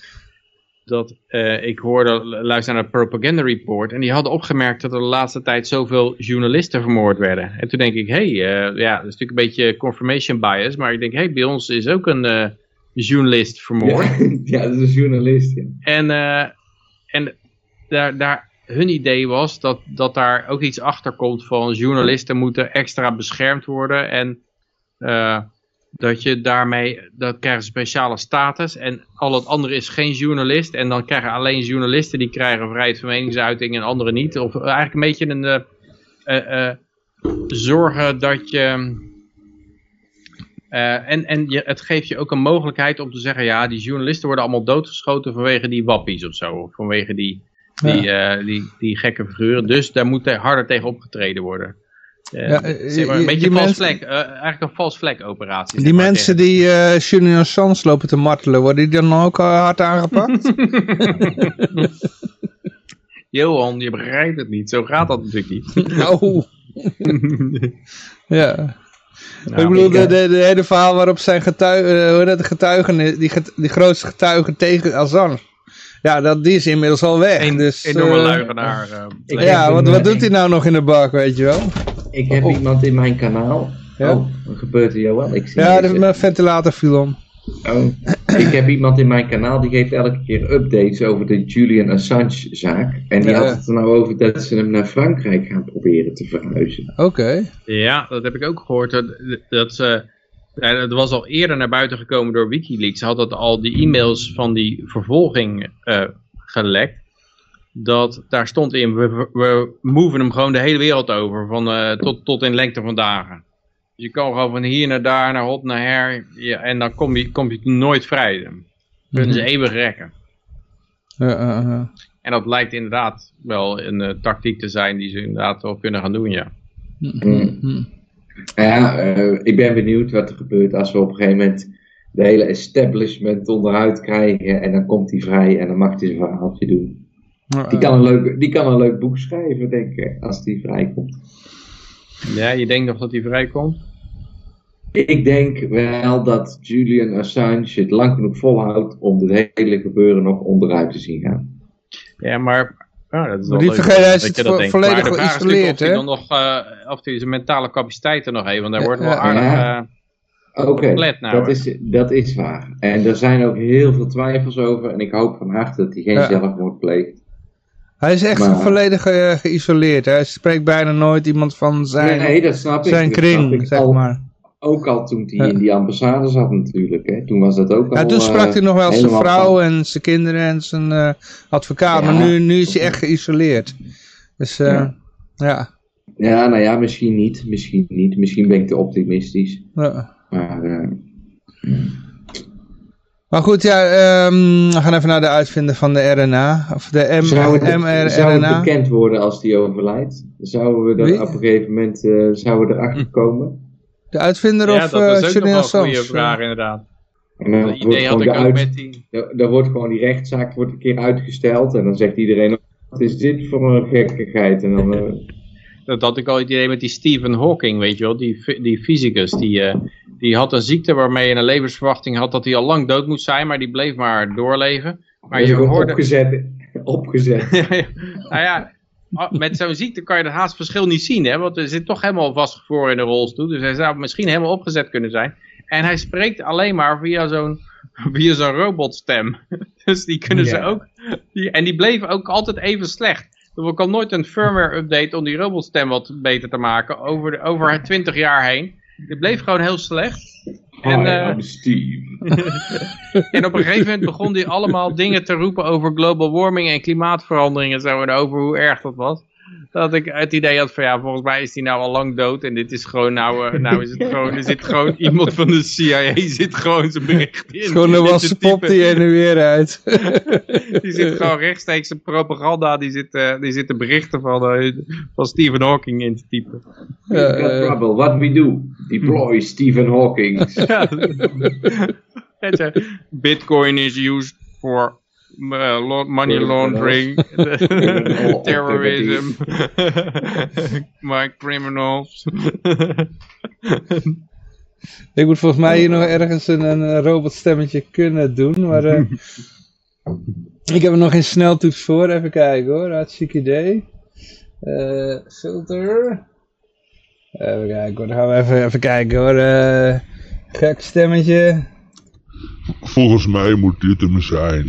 dat uh, ik hoorde, luister naar het Propaganda Report, en die hadden opgemerkt dat er de laatste tijd zoveel journalisten vermoord werden. En toen denk ik, hé, hey, uh, ja, dat is natuurlijk een beetje confirmation bias, maar ik denk, hé, hey, bij ons is ook een uh, journalist vermoord. Ja, ja, dat is een journalist, ja. En, uh, en daar, daar, hun idee was dat, dat daar ook iets achter komt van journalisten moeten extra beschermd worden en... Uh, dat je daarmee, dat krijgen ze speciale status en al het andere is geen journalist en dan krijgen alleen journalisten die krijgen vrijheid van meningsuiting en anderen niet. Of eigenlijk een beetje een uh, uh, uh, zorgen dat je, uh, en, en je, het geeft je ook een mogelijkheid om te zeggen, ja, die journalisten worden allemaal doodgeschoten vanwege die wappies of zo, of vanwege die, die, ja. uh, die, die gekke figuren, dus daar moet harder tegen opgetreden worden. Uh, ja, zeg maar een beetje een vals vlek, uh, eigenlijk een vals vlek operatie. Die mensen tegen. die uh, Julian Assange lopen te martelen, worden die dan ook uh, hard aangepakt? Johan, je begrijpt het niet, zo gaat dat natuurlijk niet. Oh. Ja. Nou, ik bedoel, ik, de, de, de hele verhaal waarop zijn getuigen, uh, de getuigen, die, get, die grootste getuigen tegen Assange. Ja, dat, die is inmiddels al weg. Een dus, enorme uh, luigenaar. Uh, ja, wat, wat doet hij nou nog in de bak, weet je wel? Ik heb oh. iemand in mijn kanaal. Ja? Oh, wat gebeurt er, Johan? Ik zie ja, de, mijn ventilator viel om. Oh. Ik heb iemand in mijn kanaal die geeft elke keer updates over de Julian Assange zaak. En die ja. had het er nou over dat ze hem naar Frankrijk gaan proberen te verhuizen. Oké. Okay. Ja, dat heb ik ook gehoord. Dat, dat ze... Ja, dat was al eerder naar buiten gekomen door Wikileaks. Ze hadden al die e-mails van die vervolging uh, gelekt. Dat daar stond in, we, we moven hem gewoon de hele wereld over. Van, uh, tot, tot in lengte van dagen. Dus je kan gewoon van hier naar daar, naar hot, naar her. Ja, en dan kom je, kom je nooit vrij. Dan kunnen ze eeuwig rekken. Uh, uh, uh. En dat lijkt inderdaad wel een uh, tactiek te zijn die ze inderdaad wel kunnen gaan doen, ja. Mm. Ja, uh, ik ben benieuwd wat er gebeurt als we op een gegeven moment de hele establishment onderuit krijgen en dan komt hij vrij en dan mag hij zijn verhaaltje doen. Uh, die, kan een leuk, die kan een leuk boek schrijven, denk ik, als hij vrijkomt. Ja, je denkt nog dat hij vrijkomt? Ik denk wel dat Julian Assange het lang genoeg volhoudt om het hele gebeuren nog onderuit te zien gaan. Ja, maar... Ja, dat is maar die vergeet, hij is het vo volledig geïsoleerd, hè? Of hij nog, uh, of hij zijn mentale capaciteiten nog heeft, want daar wordt wel aardig uh, Oké, okay, dat, is, dat is waar. En er zijn ook heel veel twijfels over en ik hoop van harte dat hij geen ja. zelfmoord pleegt. Hij is echt maar, volledig uh, geïsoleerd, hè? Hij spreekt bijna nooit iemand van zijn, nee, dat snap ik, zijn dat kring, snap ik zeg al, maar. Ook al toen hij ja. in die ambassade zat natuurlijk, hè. Toen was dat ook ja, al... toen sprak hij uh, nog wel zijn vrouw van... en zijn kinderen en zijn uh, advocaat, ja. maar nu, nu is hij echt geïsoleerd. Dus uh, ja. ja. Ja, nou ja, misschien niet, misschien niet. Misschien ben ik te optimistisch. Ja. Maar uh, Maar goed, ja, um, we gaan even naar de uitvinder van de R N A. Of de M- zou het, mRNA. Zou het bekend worden als die overlijdt? Zouden we er op een gegeven moment uh, zouden we erachter komen? De uitvinder ja, of dat is ook uh, nog wel een goede vraag inderdaad. En dan dat idee had ik ook uit, met die... Dan wordt gewoon die rechtszaak wordt een keer uitgesteld. En dan zegt iedereen, wat is dit voor een gekkigheid? En dan... Uh, Dat had ik al het idee met die Stephen Hawking, weet je wel, die, die fysicus, die, uh, die had een ziekte waarmee je een levensverwachting had dat hij al lang dood moest zijn, maar die bleef maar doorleven. Maar je hoorde... opgezet. opgezet. Nou ja, met zo'n ziekte kan je het haast verschil niet zien, hè, want er zit toch helemaal vastgevroren in de rolstoel, dus hij zou misschien helemaal opgezet kunnen zijn. En hij spreekt alleen maar via zo'n via zo'n robotstem. Dus die kunnen ja. ze ook, die, en die bleven ook altijd even slecht. Er kan nooit een firmware update om die robotstem wat beter te maken over, de, over twintig jaar heen. Die bleef gewoon heel slecht. En, Hi, I'm Steve. En op een gegeven moment begon hij allemaal dingen te roepen over global warming en klimaatverandering en zo. En over hoe erg dat was. Dat ik het idee had van ja, volgens mij is hij nou al lang dood. En dit is gewoon nou, uh, nou is het gewoon, er zit gewoon iemand van de C I A zit gewoon zijn bericht in. Het is gewoon een wasse pop die er nu weer uit. Die zit gewoon rechtstreeks een propaganda, die zit, uh, die zit de berichten van, uh, van Stephen Hawking in te typen. We've got uh, trouble, what we do? Deploy Stephen Hawking. Ja, Bitcoin is used for Uh, money laundering, terrorism, my criminals. Ik moet volgens mij hier nog ergens een, een robotstemmetje kunnen doen, maar uh, ik heb er nog geen sneltoets voor. Even kijken hoor, hartstikke idee. Uh, filter. Even kijken hoor, dan gaan we even, even kijken hoor. Uh, gek stemmetje. Volgens mij moet dit hem zijn.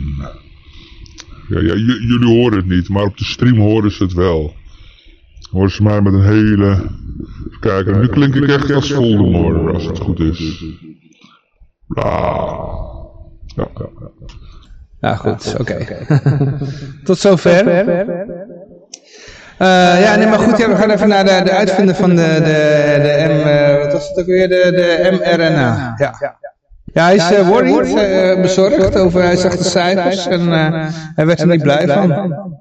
Ja, ja, j- jullie horen het niet, maar op de stream horen ze het wel. Horen ze mij met een hele... Even kijken, nu klink ik echt als Voldemort, als het goed is. Bla. Ja, ja, ja. Ja, goed, oké. Okay. Tot zover. Uh, ja, nee, maar goed, ja, we gaan even naar de, de uitvinder van de, de, de M... Uh, wat was het ook weer? De, de mRNA. Ja. Ja, hij is uh, worried, uh, bezorgd over, hij zag de cijfers en uh, hij werd er niet blij van.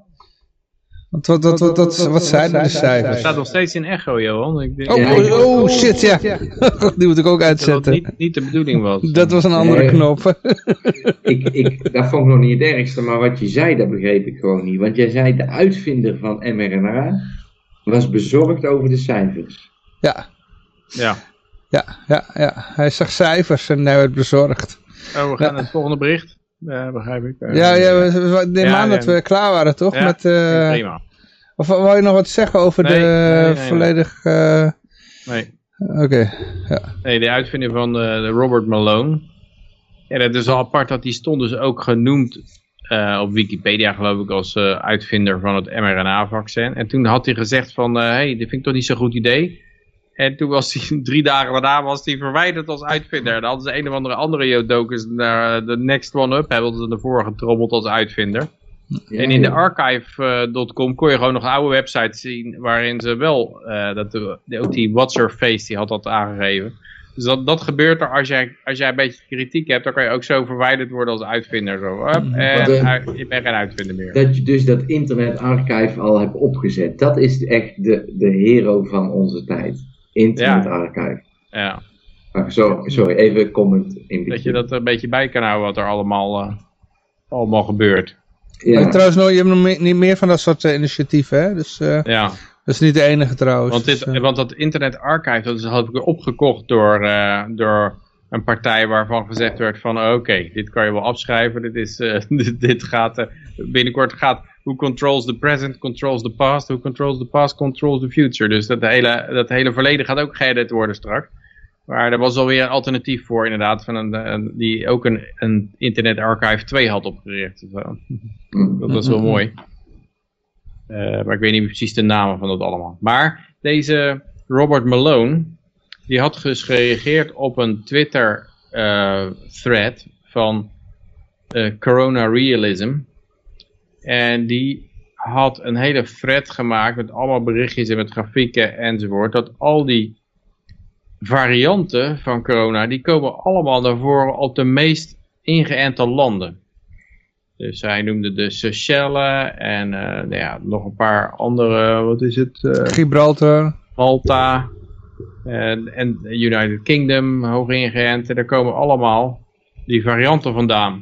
Wat, wat, wat, wat, wat, wat zijn de cijfers? Het staat nog steeds in echo, Johan. Ik denk, oh, oh, oh, shit, ja. Die moet ik ook uitzetten. Dat niet, niet de bedoeling was. Dat was een andere nee, knop. ik, ik, dat vond ik nog niet het ergste, maar wat je zei, dat begreep ik gewoon niet. Want jij zei, de uitvinder van mRNA was bezorgd over de cijfers. Ja. Ja. Ja, ja, ja, hij zag cijfers en hij werd bezorgd. Oh, we gaan ja. naar het volgende bericht. Ja, begrijp ik. Uh, ja, ja, we, we nemen aan ja, dat we klaar waren, toch? Ja, met, uh, prima. Of wou je nog wat zeggen over nee, de nee, nee, volledig... Uh... Nee. Oké, okay, ja. Nee, de uitvinding van uh, de Robert Malone. Ja, dat is al apart dat die stond dus ook genoemd uh, op Wikipedia, geloof ik, als uh, uitvinder van het mRNA-vaccin. En toen had hij gezegd van, hé, uh, hey, dit vind ik toch niet zo'n goed idee. En toen was hij, drie dagen daarna was hij verwijderd als uitvinder. En dan hadden ze een of andere andere Jodokus naar de next one up, hebben ze ervoor getrommeld als uitvinder. Ja, en in de archive punt com kon je gewoon nog oude websites zien waarin ze wel, uh, dat de, de, ook die What's Her Face, die had dat aangegeven. Dus dat, dat gebeurt er als jij, als jij een beetje kritiek hebt, dan kan je ook zo verwijderd worden als uitvinder. Zo. Up, en de, je bent geen uitvinder meer. Dat je dus dat internet archive al hebt opgezet, dat is echt de, de hero van onze tijd. Internet ja. archive. Ja. Ah, sorry, sorry, even comment in between. Dat je dat er een beetje bij kan houden wat er allemaal, uh, allemaal gebeurt. Ja. Maar trouwens, nog, je hebt nog meer, niet meer van dat soort uh, initiatieven, hè? Dus uh, ja. dat is niet de enige trouwens. Want, dit, dus, uh... want dat Internet Archive, dat is had ik opgekocht door, uh, door een partij waarvan gezegd werd van oké, okay, dit kan je wel afschrijven, dit, is, uh, dit, dit gaat uh, binnenkort gaat, who controls the present controls the past, who controls the past controls the future. Dus dat hele, dat hele verleden gaat ook geëdit worden straks. Maar er was alweer een alternatief voor inderdaad, van een, een, die ook een, een Internet Archive twee had opgericht. Zo. Dat was wel mooi. Uh, maar ik weet niet precies de namen van dat allemaal. Maar deze Robert Malone, die had dus gereageerd op een Twitter uh, thread van uh, Corona Realism. En die had een hele thread gemaakt met allemaal berichtjes en met grafieken enzovoort. Dat al die varianten van corona, die komen allemaal naar voren op de meest ingeënte landen. Dus hij noemde de Seychelles en uh, nou ja, nog een paar andere, wat is het? Uh, Gibraltar. Malta en, en United Kingdom, hoog ingeënt. En daar komen allemaal die varianten vandaan.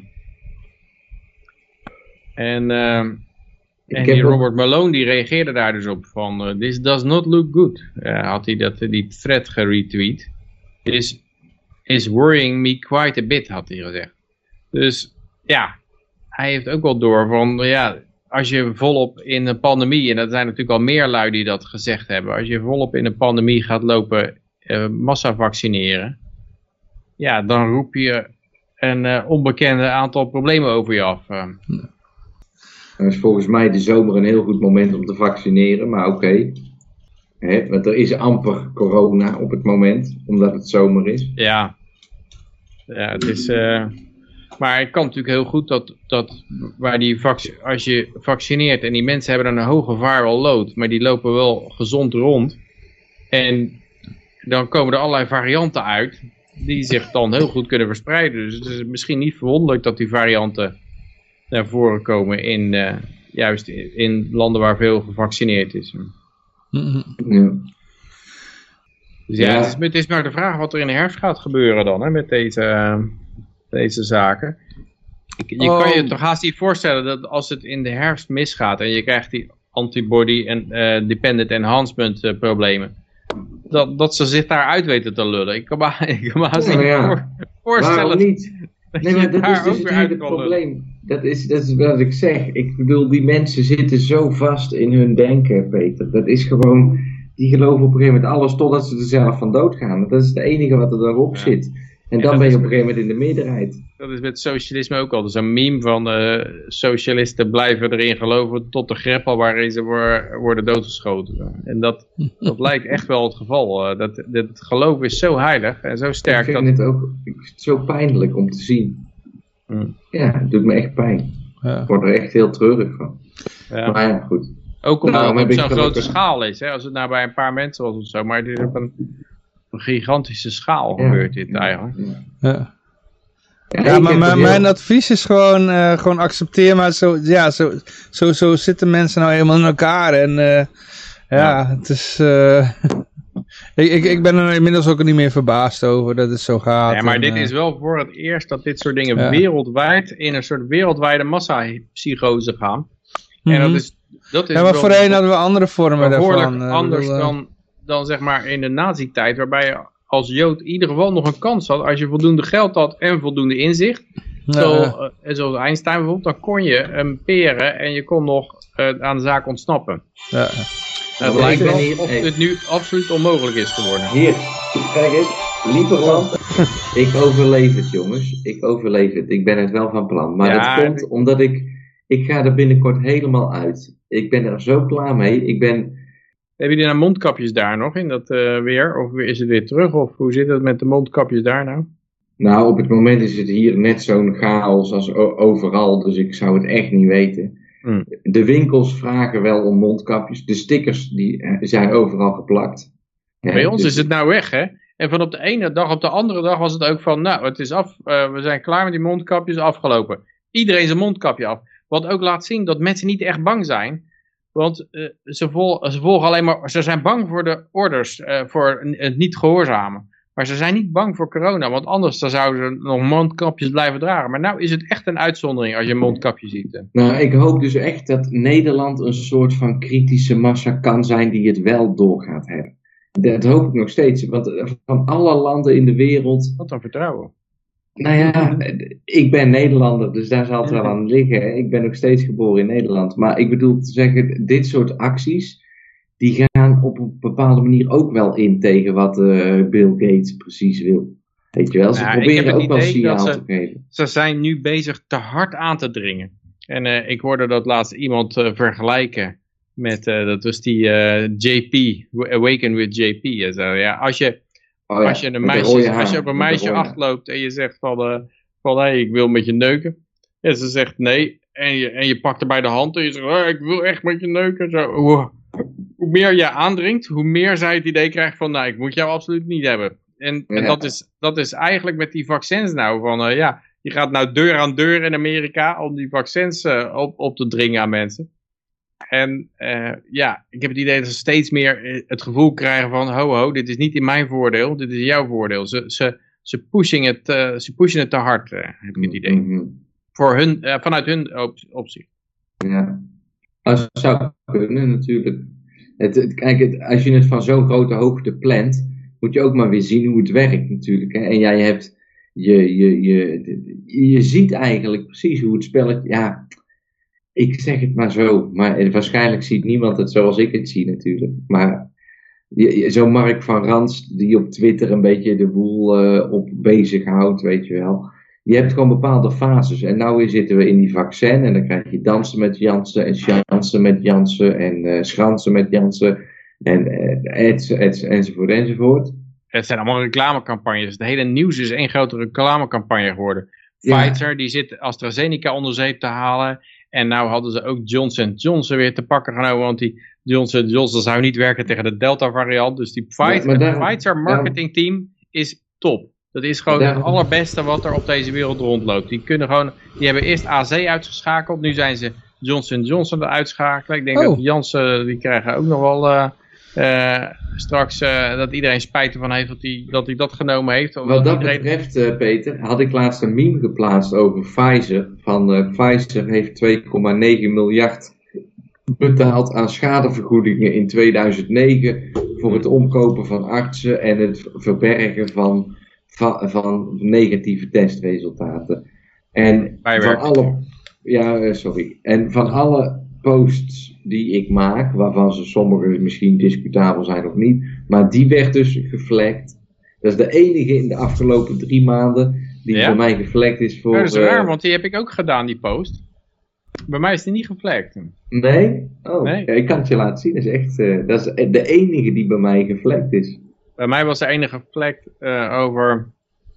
En, uh, en die Robert Malone die reageerde daar dus op van, uh, this does not look good. Uh, had hij dat, die thread geretweet. Is, is worrying me quite a bit, had hij gezegd. Dus ja, hij heeft ook wel door van, ja, als je volop in een pandemie, en er zijn natuurlijk al meer lui die dat gezegd hebben, als je volop in een pandemie gaat lopen uh, massa vaccineren, ja, dan roep je een uh, onbekende aantal problemen over je af. Uh. Dat is volgens mij de zomer een heel goed moment om te vaccineren, maar oké. Okay. Want er is amper corona op het moment, omdat het zomer is. Ja, ja het is... Uh... Maar het kan natuurlijk heel goed dat, dat waar die vac- als je vaccineert en die mensen hebben dan een hoge viral load, maar die lopen wel gezond rond. En dan komen er allerlei varianten uit die zich dan heel goed kunnen verspreiden. Dus het is misschien niet verwonderlijk dat die varianten naar voren komen in, uh, juist in, in landen waar veel gevaccineerd is. Ja. Dus ja, ja. Het, is, het is maar de vraag wat er in de herfst gaat gebeuren dan, hè, met deze... Uh, deze zaken. Je oh. kan je toch haast niet voorstellen dat als het in de herfst misgaat en je krijgt die antibody en uh, dependent enhancement uh, problemen, dat, dat ze zich daaruit weten te lullen. Ik kan me, ik kan me haast ja, niet ja. voor, voorstellen. Waarom niet? Nee, maar dat is dus het hele probleem. Dat is, dat is wat ik zeg. Ik bedoel, die mensen zitten zo vast in hun denken, Peter. Dat is gewoon, die geloven op een gegeven moment alles totdat ze er zelf van doodgaan. Dat is het enige wat er daarop ja. zit. En dan ja, ben je op een gegeven moment in de meerderheid. Dat is met socialisme ook al. Dat is een meme van uh, socialisten blijven erin geloven tot de greppel waarin ze wo- worden doodgeschoten. En dat, dat lijkt echt wel het geval. Uh, dat, dat geloof is zo heilig en zo sterk. Ik vind dat... het ook ik vind het zo pijnlijk om te zien. Hmm. Ja, het doet me echt pijn. Ja. Ik word er echt heel treurig van. Ja. Maar ja, goed. Ook omdat nou, het op zo'n grote schaal is. Hè? Als het nou bij een paar mensen was of zo. Maar het is op een... een gigantische schaal ja. gebeurt dit eigenlijk. Ja, ja, ja maar mijn, mijn advies is gewoon, uh, gewoon accepteer maar zo, ja, zo, zo, zo zitten mensen nou helemaal in elkaar en uh, ja, ja, het is, uh, ik, ik, ik ben er inmiddels ook niet meer verbaasd over dat het zo gaat. Ja, maar en, dit uh, is wel voor het eerst dat dit soort dingen ja. wereldwijd in een soort wereldwijde massapsychose gaan. Mm-hmm. En dat is, dat is ja, maar voorheen hadden we andere vormen daarvan. Uh, anders bedoel, dan... dan zeg maar in de nazi-tijd, waarbij je als Jood in ieder geval nog een kans had, als je voldoende geld had en voldoende inzicht, ja. zo, uh, zoals Einstein bijvoorbeeld, dan kon je hem peren en je kon nog uh, aan de zaak ontsnappen. Ja. Het ja, lijkt wel of hey. het nu absoluut onmogelijk is geworden. Hier, kijk eens, Lieberland, ik overleef het jongens, ik overleef het, ik ben het wel van plan, maar ja, dat komt omdat ik, ik ga er binnenkort helemaal uit. Ik ben er zo klaar mee, ik ben... Hebben jullie nou mondkapjes daar nog in dat uh, weer? Of is het weer terug? Of hoe zit het met de mondkapjes daar nou? Nou, op het moment is het hier net zo'n chaos als o- overal. Dus ik zou het echt niet weten. Hmm. De winkels vragen wel om mondkapjes. De stickers die uh, zijn overal geplakt. Bij ja, ons dus... is het nou weg, hè? En van op de ene dag op de andere dag was het ook van... Nou, het is af. Uh, we zijn klaar met die mondkapjes, afgelopen. Iedereen zijn mondkapje af. Wat ook laat zien dat mensen niet echt bang zijn... Want uh, ze, vol, ze volgen alleen maar, ze zijn bang voor de orders, uh, voor het niet gehoorzamen. Maar ze zijn niet bang voor corona, want anders dan zouden ze nog mondkapjes blijven dragen. Maar nou is het echt een uitzondering als je een mondkapje ziet. Nou, ik hoop dus echt dat Nederland een soort van kritische massa kan zijn die het wel doorgaat hebben. Dat hoop ik nog steeds, want van alle landen in de wereld... Wat dan vertrouwen? Nou ja, ik ben Nederlander, dus daar zal het wel aan liggen. Ik ben nog steeds geboren in Nederland. Maar ik bedoel te zeggen, dit soort acties, die gaan op een bepaalde manier ook wel in tegen wat uh, Bill Gates precies wil. Weet je wel, ze nou, proberen ook wel signaal te geven. Ze zijn nu bezig te hard aan te dringen. En uh, ik hoorde dat laatst iemand uh, vergelijken met, uh, dat was die uh, J P, Awaken with J P. Dus, uh, ja, als je... Oh ja, als, je een meisje, als je op een meisje achtloopt en je zegt van, uh, van hé, hey, ik wil met je neuken. En ze zegt nee. En je, en je pakt haar bij de hand en je zegt, oh, ik wil echt met je neuken. Zo, hoe, hoe meer je aandringt, hoe meer zij het idee krijgt van, nou, ik moet jou absoluut niet hebben. En, ja. en dat, is, dat is eigenlijk met die vaccins nou van, uh, ja, die gaat nou deur aan deur in Amerika om die vaccins uh, op, op te dringen aan mensen. En uh, ja, ik heb het idee dat ze steeds meer het gevoel krijgen van, ho ho, dit is niet in mijn voordeel, dit is jouw voordeel. Ze, ze, ze, pushing het, uh, ze pushen het te hard, uh, heb ik het idee. Mm-hmm. Voor hun, uh, vanuit hun op, opzicht. Ja, dat zou kunnen natuurlijk. Het, het, kijk, het, als je het van zo'n grote hoogte plant, moet je ook maar weer zien hoe het werkt natuurlijk. Hè? En jij hebt, je, je, je, je ziet eigenlijk precies hoe het spelletje, ja, ik zeg het maar zo, maar waarschijnlijk ziet niemand het zoals ik het zie natuurlijk. Maar zo'n Mark van Rans, die op Twitter een beetje de boel uh, op bezig houdt, weet je wel. Je hebt gewoon bepaalde fases. En nu zitten we in die vaccin. En dan krijg je dansen met Jansen. En chansen met Jansen. En uh, schransen met Jansen. En uh, ets, ets, enzovoort enzovoort. Het zijn allemaal reclamecampagnes. Het hele nieuws is één grote reclamecampagne geworden. Ja. Pfizer die zit AstraZeneca onder zeep te halen. En nou hadden ze ook Johnson Johnson weer te pakken genomen. Want die Johnson Johnson zou niet werken tegen de Delta variant. Dus die Pfizer, ja, daar, Pfizer marketingteam is top. Dat is gewoon het allerbeste wat er op deze wereld rondloopt. Die kunnen gewoon, die hebben eerst A Z uitgeschakeld. Nu zijn ze Johnson Johnson uitschakelen. Ik denk oh. dat Janssen, die krijgen ook nog wel uh, uh, straks uh, dat iedereen spijt ervan heeft dat hij dat, dat genomen heeft. Wat dat iedereen... betreft, uh, Peter, had ik laatst een meme geplaatst over Pfizer. Van uh, Pfizer heeft twee komma negen miljard betaald aan schadevergoedingen in tweeduizend negen voor het omkopen van artsen en het verbergen van Van, van negatieve testresultaten. En van alle, ja, sorry. En van alle posts die ik maak, waarvan ze sommige misschien discutabel zijn of niet, maar die werd dus geflagd. Dat is de enige in de afgelopen drie maanden die ja? bij mij geflagd is voor... Ja, dat is raar, uh, want die heb ik ook gedaan, die post. Bij mij is die niet geflagd. Nee? Oh, nee. Ja, ik kan het je laten zien. Dat is echt, uh, dat is de enige die bij mij geflagd is. Bij mij was de enige vlek uh, over,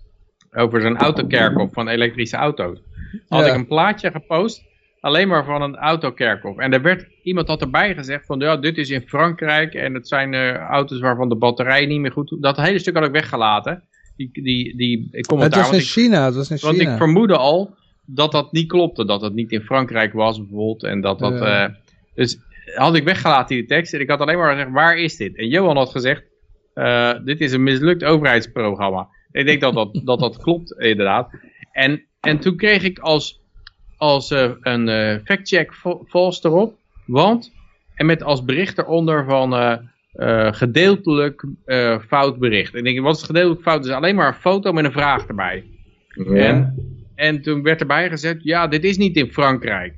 over zo'n autokerkhof van elektrische auto's. Had ja. ik een plaatje gepost, alleen maar van een autokerkhof. En er werd, iemand had erbij gezegd van, ja, dit is in Frankrijk en het zijn uh, auto's waarvan de batterij niet meer goed... Dat hele stuk had ik weggelaten, die, die, die commentaar. Het was in China, het was in China. Want ik vermoedde al dat dat niet klopte, dat het niet in Frankrijk was bijvoorbeeld. En dat dat... Ja. Uh, dus had ik weggelaten die tekst en ik had alleen maar gezegd, waar is dit? En Johan had gezegd, Uh, dit is een mislukt overheidsprogramma. Ik denk dat dat, dat, dat klopt inderdaad. En, en toen kreeg ik als, als uh, een uh, factcheck vals erop. Want, en met als bericht eronder van uh, uh, gedeeltelijk uh, fout bericht. En ik denk, wat is gedeeltelijk fout? Dus alleen maar een foto met een vraag erbij. Ja. En, en toen werd erbij gezet, ja, dit is niet in Frankrijk.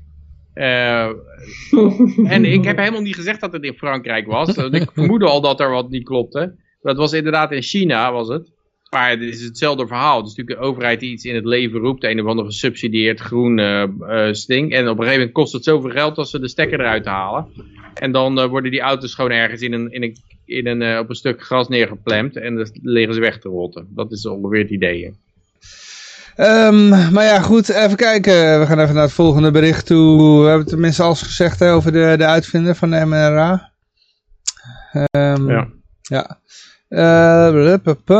Uh, en ik heb helemaal niet gezegd dat het in Frankrijk was. Ik vermoedde al dat er wat niet klopte. Dat was inderdaad in China, was het. Maar het is hetzelfde verhaal. Het is natuurlijk de overheid die iets in het leven roept. Een of ander gesubsidieerd groen uh, uh, sting. En op een gegeven moment kost het zoveel geld als ze de stekker eruit halen. En dan uh, worden die auto's gewoon ergens in een, in een, in een, uh, op een stuk gras neergeplemd. En dan liggen ze weg te rotten. Dat is ongeveer het idee. Um, maar ja, goed, even kijken. We gaan even naar het volgende bericht toe. We hebben tenminste alles gezegd hè, over de, de uitvinder van de M R A. Um, ja. ja. Uh,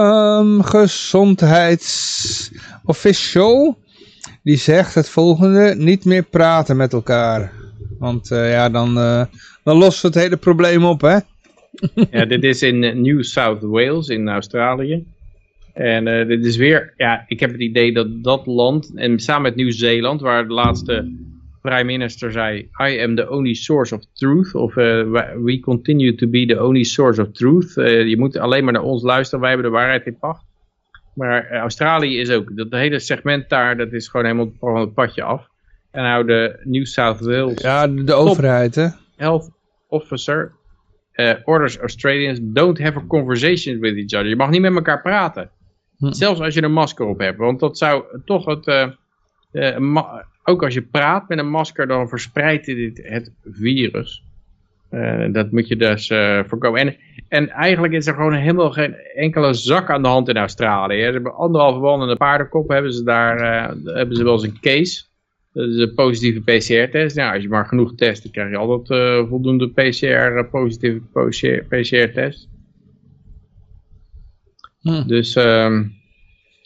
gezondheidsofficial die zegt het volgende: niet meer praten met elkaar. Want uh, ja, dan, uh, dan lost het hele probleem op, hè? Ja, dit is in New South Wales in Australië. En uh, dit is weer, ja, ik heb het idee dat dat land, en samen met Nieuw-Zeeland, waar de laatste prime minister zei, I am the only source of truth, of uh, we continue to be the only source of truth. Uh, je moet alleen maar naar ons luisteren, wij hebben de waarheid in pacht. Maar uh, Australië is ook, dat hele segment daar, dat is gewoon helemaal van het padje af. En nou de New South Wales. Ja, de, de overheid hè. Health officer uh, orders Australians don't have a conversation with each other. Je mag niet met elkaar praten. Hm. Zelfs als je een masker op hebt. Want dat zou toch het... Uh, uh, ma- ook als je praat met een masker, dan verspreidt dit het virus. Uh, dat moet je dus uh, voorkomen. En, en eigenlijk is er gewoon helemaal geen enkele zak aan de hand in Australië. Ze hebben anderhalve wandelende paardenkop. Hebben ze daar uh, hebben ze wel eens een case. Dat is een positieve P C R-test. Nou, als je maar genoeg test, dan krijg je altijd uh, voldoende P C R, positieve P C R-test. Hm. Dus um,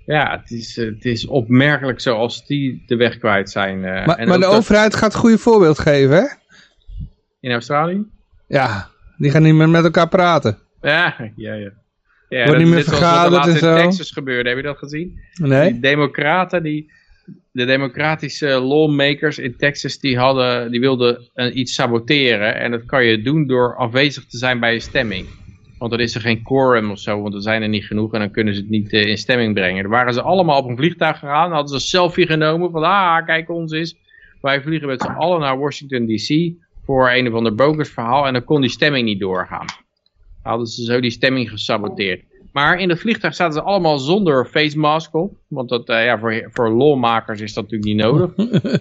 Ja, het is, het is opmerkelijk zoals die de weg kwijt zijn. Uh, maar en maar de dat... overheid gaat het goede voorbeeld geven, hè? In Australië? Ja, die gaan niet meer met elkaar praten. Ja, ja, ja. ja Wordt niet meer vergaderd en zo. in Texas gebeurde, heb je dat gezien? Nee. Die democraten, die, de democratische lawmakers in Texas, die, hadden, die wilden uh, iets saboteren. En dat kan je doen door afwezig te zijn bij je stemming. Want dan is er geen quorum of zo, want er zijn er niet genoeg en dan kunnen ze het niet uh, in stemming brengen. Dan waren ze allemaal op een vliegtuig gegaan, hadden ze een selfie genomen van, ah, kijk ons eens. Wij vliegen met z'n allen naar Washington D C voor een of ander bogus verhaal en dan kon die stemming niet doorgaan. Dan hadden ze zo die stemming gesaboteerd. Maar in het vliegtuig zaten ze allemaal zonder face mask op, want dat, uh, ja, voor, voor lawmakers is dat natuurlijk niet nodig.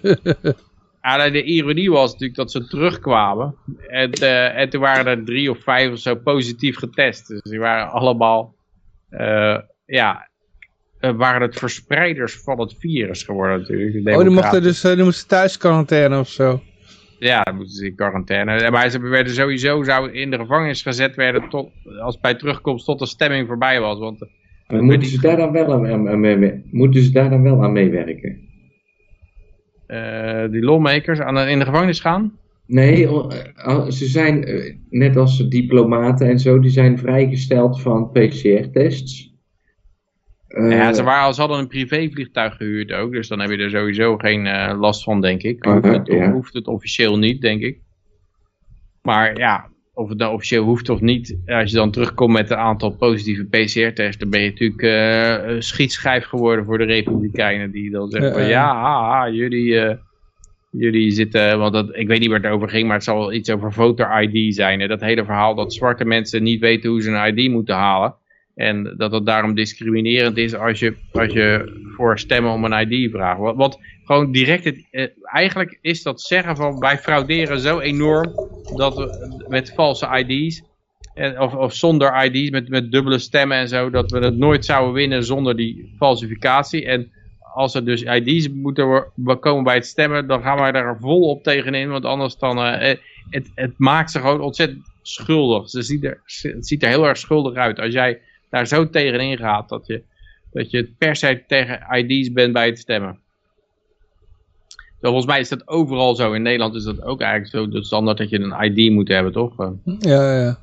Ja, de ironie was natuurlijk dat ze terugkwamen en, uh, en toen waren er drie of vijf of zo positief getest. Dus die waren allemaal, uh, ja, uh, waren het verspreiders van het virus geworden natuurlijk. Oh, die mochten dus uh, die moesten thuis quarantaine of zo. Ja, dan moesten ze in quarantaine. Maar ze werden sowieso zou in de gevangenis gezet werden tot, als bij terugkomst tot de stemming voorbij was. Want, uh, moeten, ze daar dan wel aan, aan, aan, moeten ze daar dan wel aan meewerken? Uh, die lawmakers aan de, in de gevangenis gaan? Nee, ze zijn, net als diplomaten en zo, die zijn vrijgesteld van P C R-tests. Uh, ja, ze, waren, ze hadden een privévliegtuig gehuurd ook, dus dan heb je er sowieso geen uh, last van, denk ik. Hoeft het, ja. hoeft het officieel niet, denk ik. Maar ja, of het nou officieel hoeft of niet, als je dan terugkomt met een aantal positieve P C R-tests, dan ben je natuurlijk uh, schietschijf geworden voor de Republikeinen, die dan zeggen van, ja, haha, jullie, uh, jullie zitten, want dat, ik weet niet waar het over ging, maar het zal wel iets over voter I D zijn. Hè? Dat hele verhaal dat zwarte mensen niet weten hoe ze een I D moeten halen. En dat het daarom discriminerend is als je, als je voor stemmen om een I D vraagt. Wat, wat gewoon direct, het, eh, eigenlijk is dat zeggen van wij frauderen zo enorm dat we met valse I D's, en, of, of zonder I D's, met, met dubbele stemmen en zo, dat we het nooit zouden winnen zonder die falsificatie. En als er dus I D's moeten komen bij het stemmen, dan gaan wij daar volop tegenin, want anders dan, uh, het, het maakt ze gewoon ontzettend schuldig. Ze ziet er, het ziet er heel erg schuldig uit als jij daar zo tegenin gaat, dat je, dat je per se tegen I D's bent bij het stemmen. Zo, volgens mij is dat overal zo. In Nederland is dat ook eigenlijk zo de standaard dat je een I D moet hebben, toch? Ja, ja.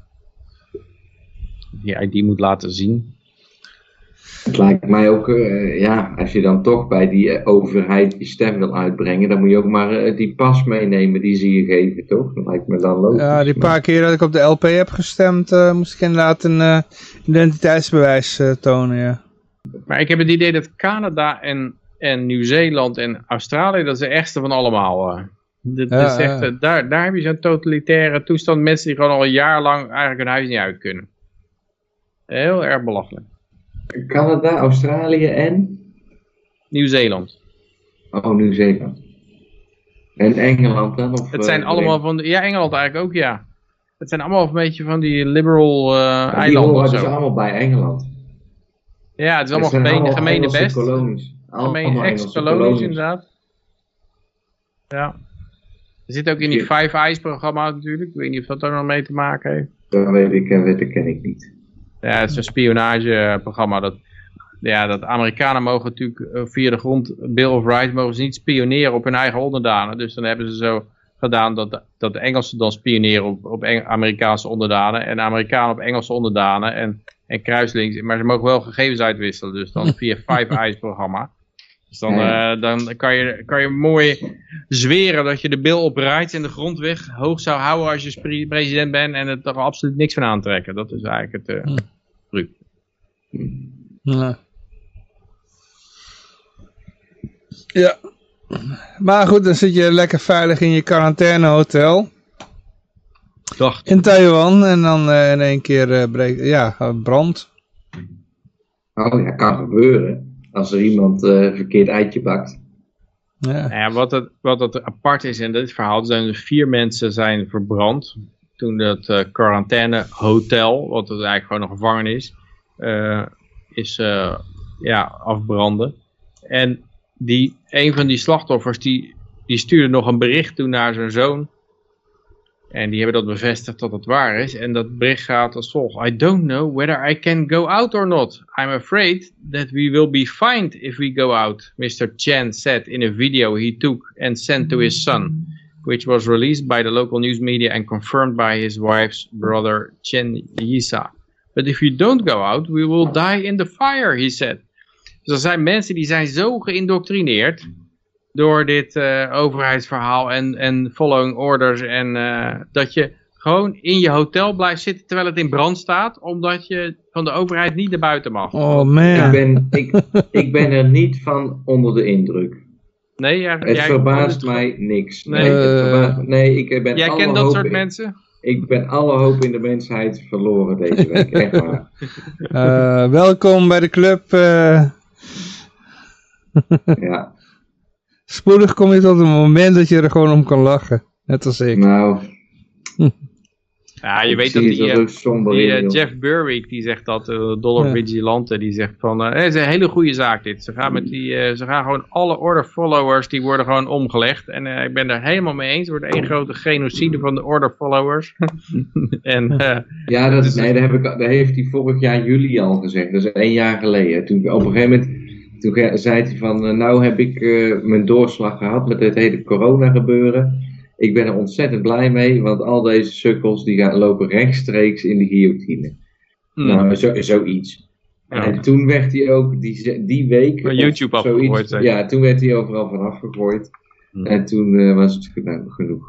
Je I D moet laten zien. Het lijkt mij ook, uh, ja, als je dan toch bij die uh, overheid je stem wil uitbrengen, dan moet je ook maar uh, die pas meenemen die ze je geven, toch? Dat lijkt me dan logisch. Ja, die paar keer dat ik op de L P heb gestemd, uh, moest ik inderdaad een uh, identiteitsbewijs uh, tonen, ja. Maar ik heb het idee dat Canada en, en Nieuw-Zeeland en Australië, dat is de ergste van allemaal. Uh. Dat, ja, is echt, ja. uh, daar, daar heb je zo'n totalitaire toestand, mensen die gewoon al een jaar lang eigenlijk hun huis niet uit kunnen. Heel erg belachelijk. Canada, Australië en? Nieuw-Zeeland. Oh, Nieuw-Zeeland. En Engeland dan? Of, het zijn uh, allemaal van, de, ja, Engeland eigenlijk ook, ja. Het zijn allemaal een beetje van die liberal uh, ja, die eilanden of zo. Die horen dus allemaal bij Engeland. Ja, het is allemaal gemene, allemaal gemene best. Kolonies. Gemene ex-kolonies inderdaad. Ja. Er zit ook in die Five Eyes programma natuurlijk. Ik weet niet of dat daar nog mee te maken heeft. Dat weet ik, dat ken ik niet. Ja, het is een spionageprogramma. Dat, ja, dat Amerikanen mogen natuurlijk via de grond Bill of Rights mogen ze niet spioneren op hun eigen onderdanen. Dus dan hebben ze zo gedaan dat, dat de Engelsen dan spioneren op, op Amerikaanse onderdanen. En de Amerikanen op Engelse onderdanen. En, en kruislinks. Maar ze mogen wel gegevens uitwisselen. Dus dan via Five Eyes programma. Dus dan, uh, dan kan, je, kan je mooi zweren dat je de Bill of Rights in de grondweg hoog zou houden als je president bent. En het er absoluut niks van aantrekken. Dat is eigenlijk het... Uh, truc. Ja. Ja. Maar goed, dan zit je lekker veilig in je quarantainehotel. Dacht. In Taiwan. En dan uh, in één keer uh, breekt, ja, brand. Oh ja, kan gebeuren. Als er iemand uh, verkeerd eitje bakt. Ja. Nou ja, wat, het, wat het apart is in dit verhaal, er zijn dus vier mensen zijn verbrand. Toen dat uh, quarantainehotel, wat het eigenlijk gewoon een gevangenis, uh, is uh, ja, afbranden. En die, een van die slachtoffers, die, die stuurde nog een bericht toen naar zijn zoon. En die hebben dat bevestigd dat het waar is. En dat bericht gaat als volgt. I don't know whether I can go out or not. I'm afraid that we will be fined if we go out. mister Chen said in a video he took and sent to his son. Which was released by the local news media and confirmed by his wife's brother Chen Yisa. But if you don't go out, we will die in the fire, he said. Dus er zijn mensen die zijn zo geïndoctrineerd door dit uh, overheidsverhaal en, en following orders. En uh, dat je gewoon in je hotel blijft zitten terwijl het in brand staat. Omdat je van de overheid niet naar buiten mag. Oh man. Ik ben, ik, ik ben er niet van onder de indruk. Nee, ja, het jij, verbaast het... mij niks. Nee, nee, uh, het verbaast, nee ik ben jij alle kent dat hoop soort in, mensen? Ik ben alle hoop in de mensheid verloren deze week. Echt waar. Uh, welkom bij de club. Uh... ja. Spoedig kom je tot een moment dat je er gewoon om kan lachen. Net als ik. Nou... Ja, je ik weet dat die, uh, somber die in, uh, Jeff Berwick, die zegt dat, uh, Dollar Ja. Vigilante, die zegt van, uh, het is een hele goede zaak dit. Ze gaan met die, uh, ze gaan gewoon alle order followers, die worden gewoon omgelegd. En uh, ik ben daar helemaal mee eens. Het wordt één grote genocide van de order followers. en, uh, ja, dat, is, nee, dat, heb ik, dat heeft hij vorig jaar juli al gezegd. Dat is één jaar geleden. Toen op een gegeven moment, toen zei hij van, uh, nou heb ik uh, mijn doorslag gehad met het hele corona gebeuren. Ik ben er ontzettend blij mee, want al deze sukkels die gaan lopen rechtstreeks in de guillotine. Mm. Nou, zo, zoiets. Ja. En toen werd hij ook die, die week... Van YouTube afgegooid. Zoiets, ja, toen werd hij overal van afgegooid. Mm. En toen uh, was het genoeg.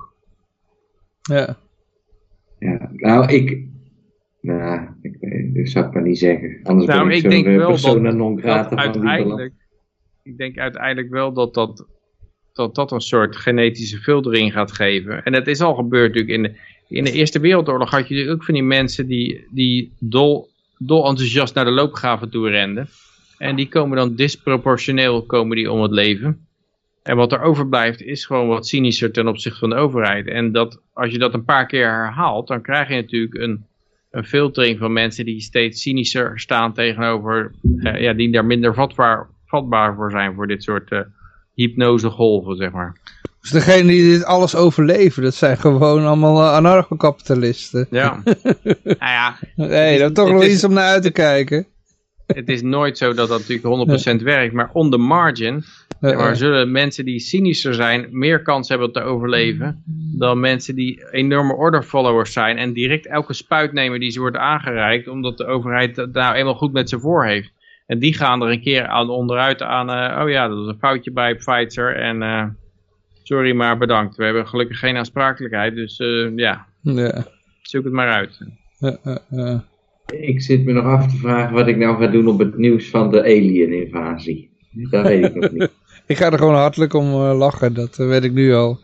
Ja. Ja, nou, ik... Nou, ik, ik zou het maar niet zeggen. Anders nou, ben ik, ik zo'n denk wel persona dat, non grata dat van uiteindelijk... Ik denk uiteindelijk wel dat dat... dat dat een soort genetische filtering gaat geven. En dat is al gebeurd natuurlijk. In de, in de Eerste Wereldoorlog had je natuurlijk ook van die mensen die, die dol, dol enthousiast naar de loopgraven toe renden. En die komen dan disproportioneel komen die om het leven. En wat er overblijft is gewoon wat cynischer ten opzichte van de overheid. En dat, als je dat een paar keer herhaalt, dan krijg je natuurlijk een, een filtering van mensen die steeds cynischer staan tegenover, uh, ja, die daar minder vatbaar, vatbaar voor zijn voor dit soort... Uh, hypnosegolven, zeg maar. Dus degene die dit alles overleven, dat zijn gewoon allemaal uh, anarcho-kapitalisten. Ja. nou ja. Hé, hey, dat is toch nog is, iets om naar uit te kijken. Het is nooit zo dat dat natuurlijk honderd procent werkt, maar on the margin, uh, uh. maar zullen mensen die cynischer zijn meer kans hebben te overleven dan mensen die enorme order-followers zijn en direct elke spuit nemen die ze wordt aangereikt, omdat de overheid het nou eenmaal goed met ze voor heeft. En die gaan er een keer aan onderuit aan, uh, oh ja, dat is een foutje bij Pfizer en uh, sorry maar bedankt. We hebben gelukkig geen aansprakelijkheid, dus uh, ja, ja, zoek het maar uit. Uh, uh, uh. Ik zit me nog af te vragen wat ik nou ga doen op het nieuws van de alien-invasie. Dat weet ik nog niet. Ik ga er gewoon hartelijk om uh, lachen, dat uh, weet ik nu al.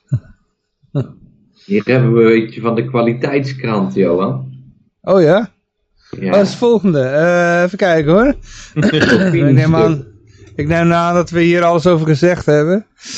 Hier hebben we een beetje van de kwaliteitskrant, Johan. Oh ja? Ja. Wat is het volgende? Uh, even kijken hoor. ik, neem aan, ik neem aan dat we hier alles over gezegd hebben.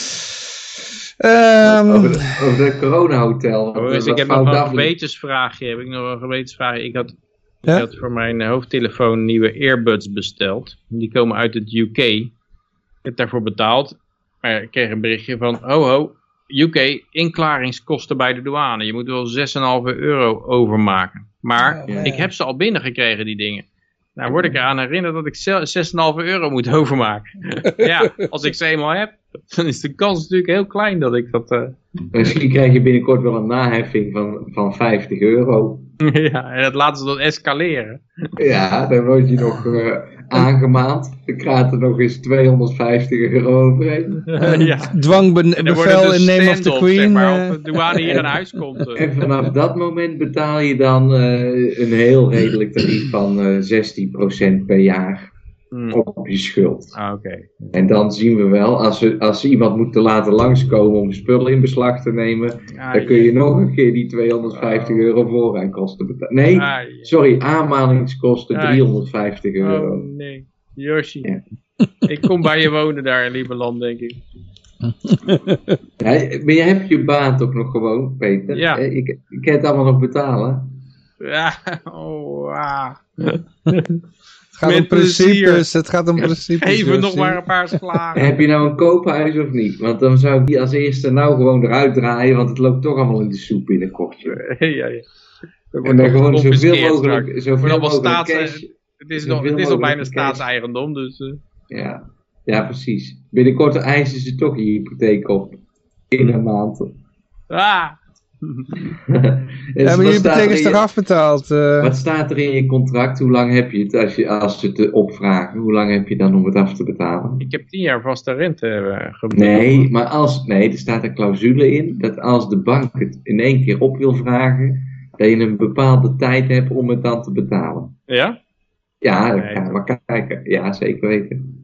Um, over, de, over de corona-hotel. Oh, dus ik heb nog een gewetensvraagje. Heb ik nog een gewetensvraagje. Ik had, ja? ik had voor mijn hoofdtelefoon nieuwe earbuds besteld. Die komen uit het U K. Ik heb daarvoor betaald. Maar ik kreeg een berichtje van, ho ho, U K, inklaringskosten bij de douane. Je moet wel zes komma vijf euro overmaken. Maar ja, ja. ik heb ze al binnengekregen, die dingen. Nou word ik eraan herinnerd dat ik zes komma vijf euro moet overmaken. ja, als ik ze eenmaal heb, dan is de kans natuurlijk heel klein dat ik dat... Uh... Misschien krijg je binnenkort wel een naheffing van, van vijftig euro. ja, en dat laten ze dan escaleren. ja, dan word je nog uh, aangemaand. Dan gaat er nog eens tweehonderdvijftig euro overheen. Uh, ja. Dwangbevel in name of the queen. Zeg maar, of de douane hier in huis komt. Uh. En vanaf dat moment betaal je dan uh, een heel redelijk tarief van uh, zestien procent per jaar. Hmm. Op je schuld. Ah, okay. En dan zien we wel, als we, als we iemand moeten laten langskomen om spullen in beslag te nemen, ah, dan kun je yeah. nog een keer die tweehonderdvijftig oh. euro voorrijkosten betalen. Nee, ah, yeah. sorry, aanmaningskosten ah, driehonderdvijftig euro. Oh nee, Yoshi. Ja. Ik kom bij je wonen daar in Lieberland, denk ik. ja, maar je hebt je baan toch nog gewoon, Peter? Ja. Ik, ik kan het allemaal nog betalen. Ja, oh, ah. Het gaat Met om principes, het gaat om principes. Even nog Justin. maar een paar slagen. Heb je nou een koophuis of niet? Want dan zou ik die als eerste nou gewoon eruit draaien, want het loopt toch allemaal in de soep binnenkort. ja, ja, ja. En dan gewoon zoveel mogelijk, Wordt zoveel allemaal mogelijk staats, cash. het is Zoveel nog, het is nog mogelijk bijna cash. staatseigendom, dus... Uh, Ja. ja, precies. Binnenkort eisen ze toch je hypotheek op. In een maand. ah! Dus Ja, maar wat je staat hypotheek er is in toch je- afbetaald? eh? Wat staat er in je contract? Hoe lang heb je het als, je, als ze het eh, opvragen? Hoe lang heb je dan om het af te betalen? Ik heb tien jaar vaste rente uh, geboden. Nee, maar als, nee, er staat een clausule in dat als de bank het in één keer op wil vragen, dat je een bepaalde tijd hebt om het dan te betalen. Ja? Ja, dan Nee, gaan we maar kijken. Ja, zeker weten.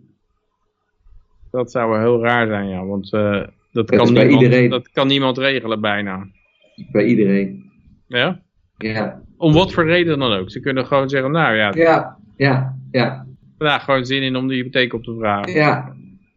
Dat zou wel heel raar zijn, ja. Want uh, dat, Dat kan is bij niemand, iedereen. dat kan niemand regelen bijna. Bij iedereen. Ja? Ja, Om wat voor reden dan ook. Ze kunnen gewoon zeggen, nou ja, ja, ja, ja, daar gewoon zin in om de hypotheek op te vragen. ja.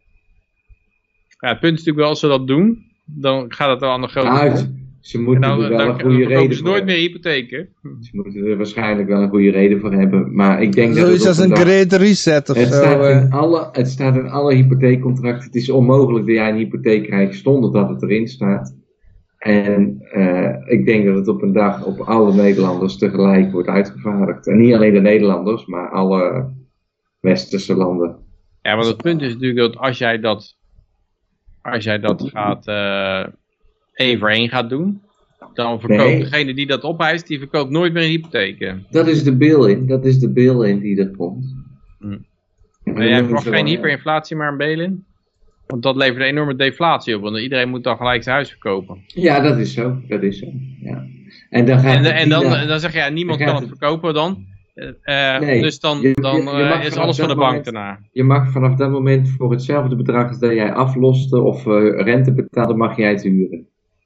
Ja, het punt is natuurlijk wel, als ze dat doen, dan gaat het wel aan de grote Nou, kop. ze- ze En moeten dan, er wel dan, een dan goede verkopen reden ze voor nooit hebben. meer hypotheken. Ze moeten er waarschijnlijk wel een goede reden voor hebben. Maar ik denk dat Zoiets het als op een dag- great reset of Het zo. staat, eh. in alle, het staat in alle hypotheekcontracten. Het is onmogelijk dat jij een hypotheek krijgt zonder dat het erin staat. En uh, ik denk dat het op een dag op alle Nederlanders tegelijk wordt uitgevaardigd. En niet alleen de Nederlanders, maar alle westerse landen. Ja, want het punt is natuurlijk dat als jij dat, als jij dat gaat, uh, één voor één gaat doen, dan verkoopt Nee. degene die dat opeist, die verkoopt nooit meer hypotheken. Dat is de bail-in. Dat is de bail-in die er komt. Hm. En Maar dan jij noemen verwacht ze geen wel, hyperinflatie, maar een bail-in? Want dat levert een enorme deflatie op, want iedereen moet dan gelijk zijn huis verkopen. Ja, dat is zo. Dat is zo. Ja. En dan gaat En, het en dan, die- dan zeg je, ja, niemand dan kan gaat het verkopen dan. Uh, Nee, dus dan, je- dan je- je uh, mag is vanaf alles van de dat bank moment- daarna. Je mag vanaf dat moment voor hetzelfde bedrag als dat jij afloste of uh, rente betaalde, mag jij het huren.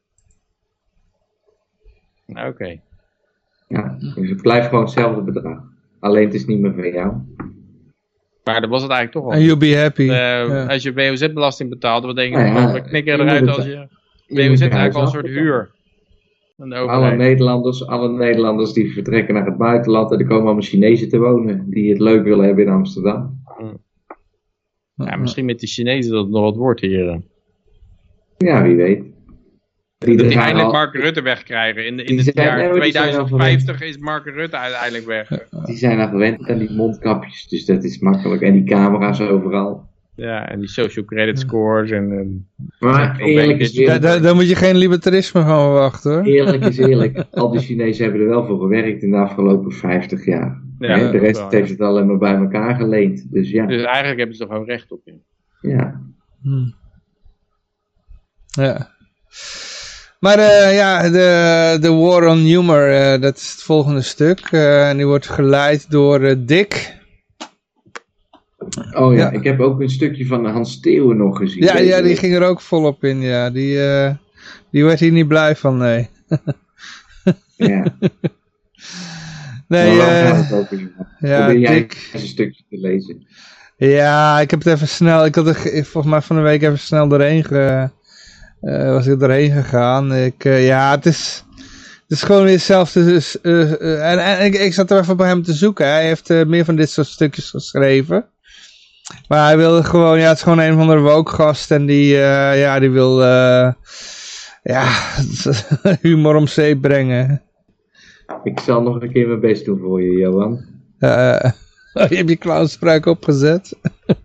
Oké. Okay. Ja, dus het blijft gewoon hetzelfde bedrag. Alleen het is niet meer van jou. Maar dat was het eigenlijk toch al. And you'll be happy. Uh, ja. Als je W O Z-belasting betaalt, wat denk je, Nou ja, we knikken je eruit moet het- als je... Je W O Z moet is je huis eigenlijk al een soort afbetalen. huur. Van de Alle overheid. Nederlanders, alle Nederlanders die vertrekken naar het buitenland en er komen allemaal Chinezen te wonen die het leuk willen hebben in Amsterdam. Ja, misschien met die Chinezen dat het nog wat wordt hier. Ja, wie weet. Die, Dat die zijn eindelijk al- Mark Rutte wegkrijgen. In, in Die het zijn- jaar nee, maar die zijn al tweeduizend vijftig is Mark Rutte uiteindelijk weg. die zijn al gewend aan die mondkapjes, dus dat is makkelijk. En die camera's overal. Ja, en die social credit scores en... en Maar Veel eerlijk benefits. is Daar, eerlijk. daar, daar moet je geen libertarisme van verwachten hoor. Eerlijk is eerlijk. Al die Chinezen hebben er wel voor gewerkt in de afgelopen vijftig jaar. Ja, Hè, dat de rest wel, ja. heeft het alleen maar bij elkaar geleend. Dus ja. Dus eigenlijk hebben ze er gewoon recht op. Ja. ja. Hm. Ja. Maar uh, ja, de, de War on Humor, uh, dat is het volgende stuk. Uh, en die wordt geleid door uh, Dick. Oh ja, Ja. ik heb ook een stukje van Hans Steeuwen nog gezien. Ja, deze ja, die week. ging er ook volop in. Ja. Die, uh, die werd hier niet blij van, nee. Ja. Nee, maar waar uh, gaat het over? Johan? ja, Probeer jij Dick. eens een stukje te lezen. Ja, ik heb het even snel, ik had er ge- volgens mij van de week even snel doorheen ge, uh, was ik doorheen gegaan. Ik, uh, ja, het is, het is gewoon weer hetzelfde. Dus, uh, uh, en en ik, ik zat er even bij hem te zoeken. Hij heeft uh, meer van dit soort stukjes geschreven. Maar hij wilde gewoon, ja, het is gewoon een van de woke-gast en die, uh, ja, die wil, uh, ja, humor om zeep brengen. Ik zal nog een keer mijn best doen voor je, Johan. Uh, je hebt je clownspraak opgezet.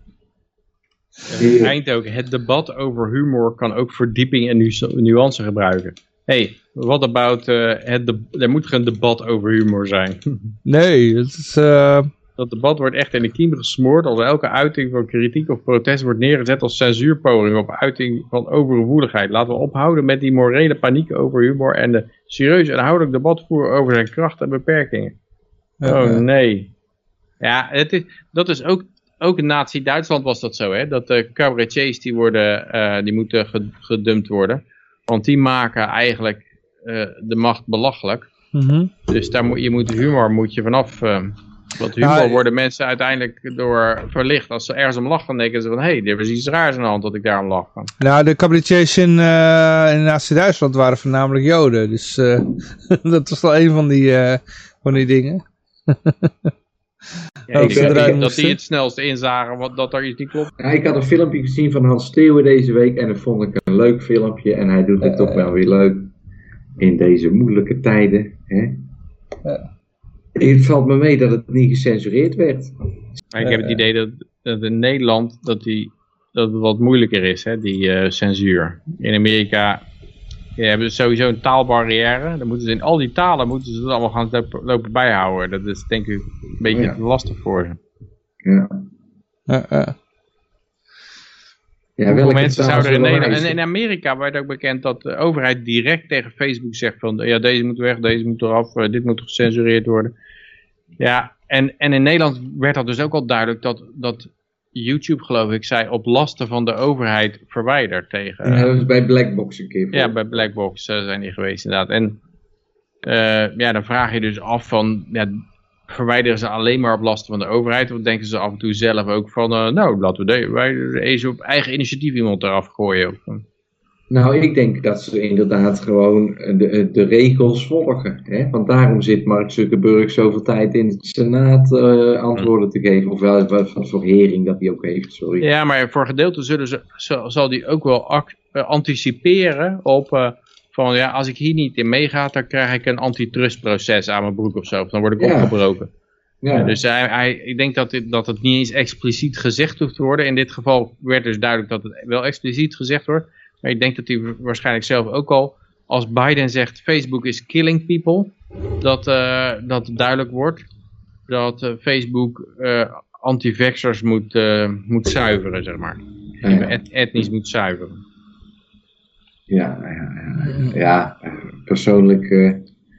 Hier. Eind ook, het debat over humor kan ook verdieping en nu- nuance gebruiken. Hey, what about uh, het de- er moet geen debat over humor zijn. Nee, het is... Uh, Dat debat wordt echt in de kiem gesmoord als elke uiting van kritiek of protest wordt neergezet als censuurpoging op uiting van overgevoeligheid. Laten we ophouden met die morele paniek over humor en de serieus en inhoudelijk debat voeren over zijn krachten en beperkingen. Ja, Oh ja. nee. Ja, het is, dat is ook, ook in Nazi-Duitsland was dat zo, hè. Dat de cabaretiers die worden, uh, die moeten ge- gedumpt worden. Want die maken eigenlijk uh, de macht belachelijk. Mm-hmm. Dus daar moet, je moet de humor moet je vanaf... Uh, want humor Ja, worden mensen uiteindelijk door verlicht. Als ze ergens om lachen, dan denken ze van... Hé, hey, er is iets raars aan de hand dat ik daarom lach. Nou, de cabaretiers in, uh, in Nazi-Duitsland waren voornamelijk Joden. Dus uh, dat was wel een van die, uh, van die dingen. Ja, Oh, ik ze denk eruit dat moesten. die het snelst inzagen wat, dat er iets niet klopt. Ja, ik had een filmpje gezien van Hans Steeuwen deze week en dat vond ik een leuk filmpje. En hij doet het toch wel weer leuk in deze moeilijke tijden. Hè? Ja. Het valt me mee dat het niet gecensureerd werd. Maar ik heb het idee dat, dat in Nederland dat, die, dat het wat moeilijker is, hè, die uh, censuur. In Amerika ja, hebben ze sowieso een taalbarrière. Dan moeten ze in al die talen moeten ze het allemaal gaan lopen, lopen bijhouden. Dat is denk ik een beetje Ja. te lastig voor ze. Ja. Ja, ja. Ja, Hoeveel welke mensen taal zouden er in zullen Nederland... wij- En in Amerika werd ook bekend dat de overheid direct tegen Facebook zegt van... Ja, deze moet weg, deze moet eraf, uh, dit moet gecensureerd worden. Ja, en, en in Nederland werd dat dus ook al duidelijk dat, dat YouTube, geloof ik, zei op lasten van de overheid verwijderd tegen... Ja, dat was bij Blackbox een keer. Ja, bij Blackbox uh, zijn die geweest inderdaad. En uh, ja, dan vraag je dus af van... Ja, verwijderen ze alleen maar op lasten van de overheid? Of denken ze af en toe zelf ook van... Uh, nou, laten we de, wij eens op eigen initiatief iemand eraf gooien. Of, Nou, ik denk dat ze inderdaad gewoon de, de regels volgen. Hè? Want daarom zit Mark Zuckerberg zoveel tijd in het Senaat uh, antwoorden te geven. Of wel wat voor hering dat hij ook heeft, sorry. Ja, maar voor gedeelte zullen ze, zal die ook wel act, uh, anticiperen op... Uh, van ja, als ik hier niet in meega, dan krijg ik een antitrustproces aan mijn broek of zo. Of dan word ik Ja. opgebroken. Ja. Ja, dus hij, hij, ik denk dat, dit, dat het niet eens expliciet gezegd hoeft te worden. In dit geval werd dus duidelijk dat het wel expliciet gezegd wordt. Maar ik denk dat hij waarschijnlijk zelf ook al, als Biden zegt Facebook is killing people, dat, uh, dat het duidelijk wordt dat uh, Facebook uh, anti-vaxxers moet, uh, moet zuiveren, zeg maar. Ja, ja. Et, etnisch moet zuiveren. Ja, ja, ja. ja persoonlijk, uh,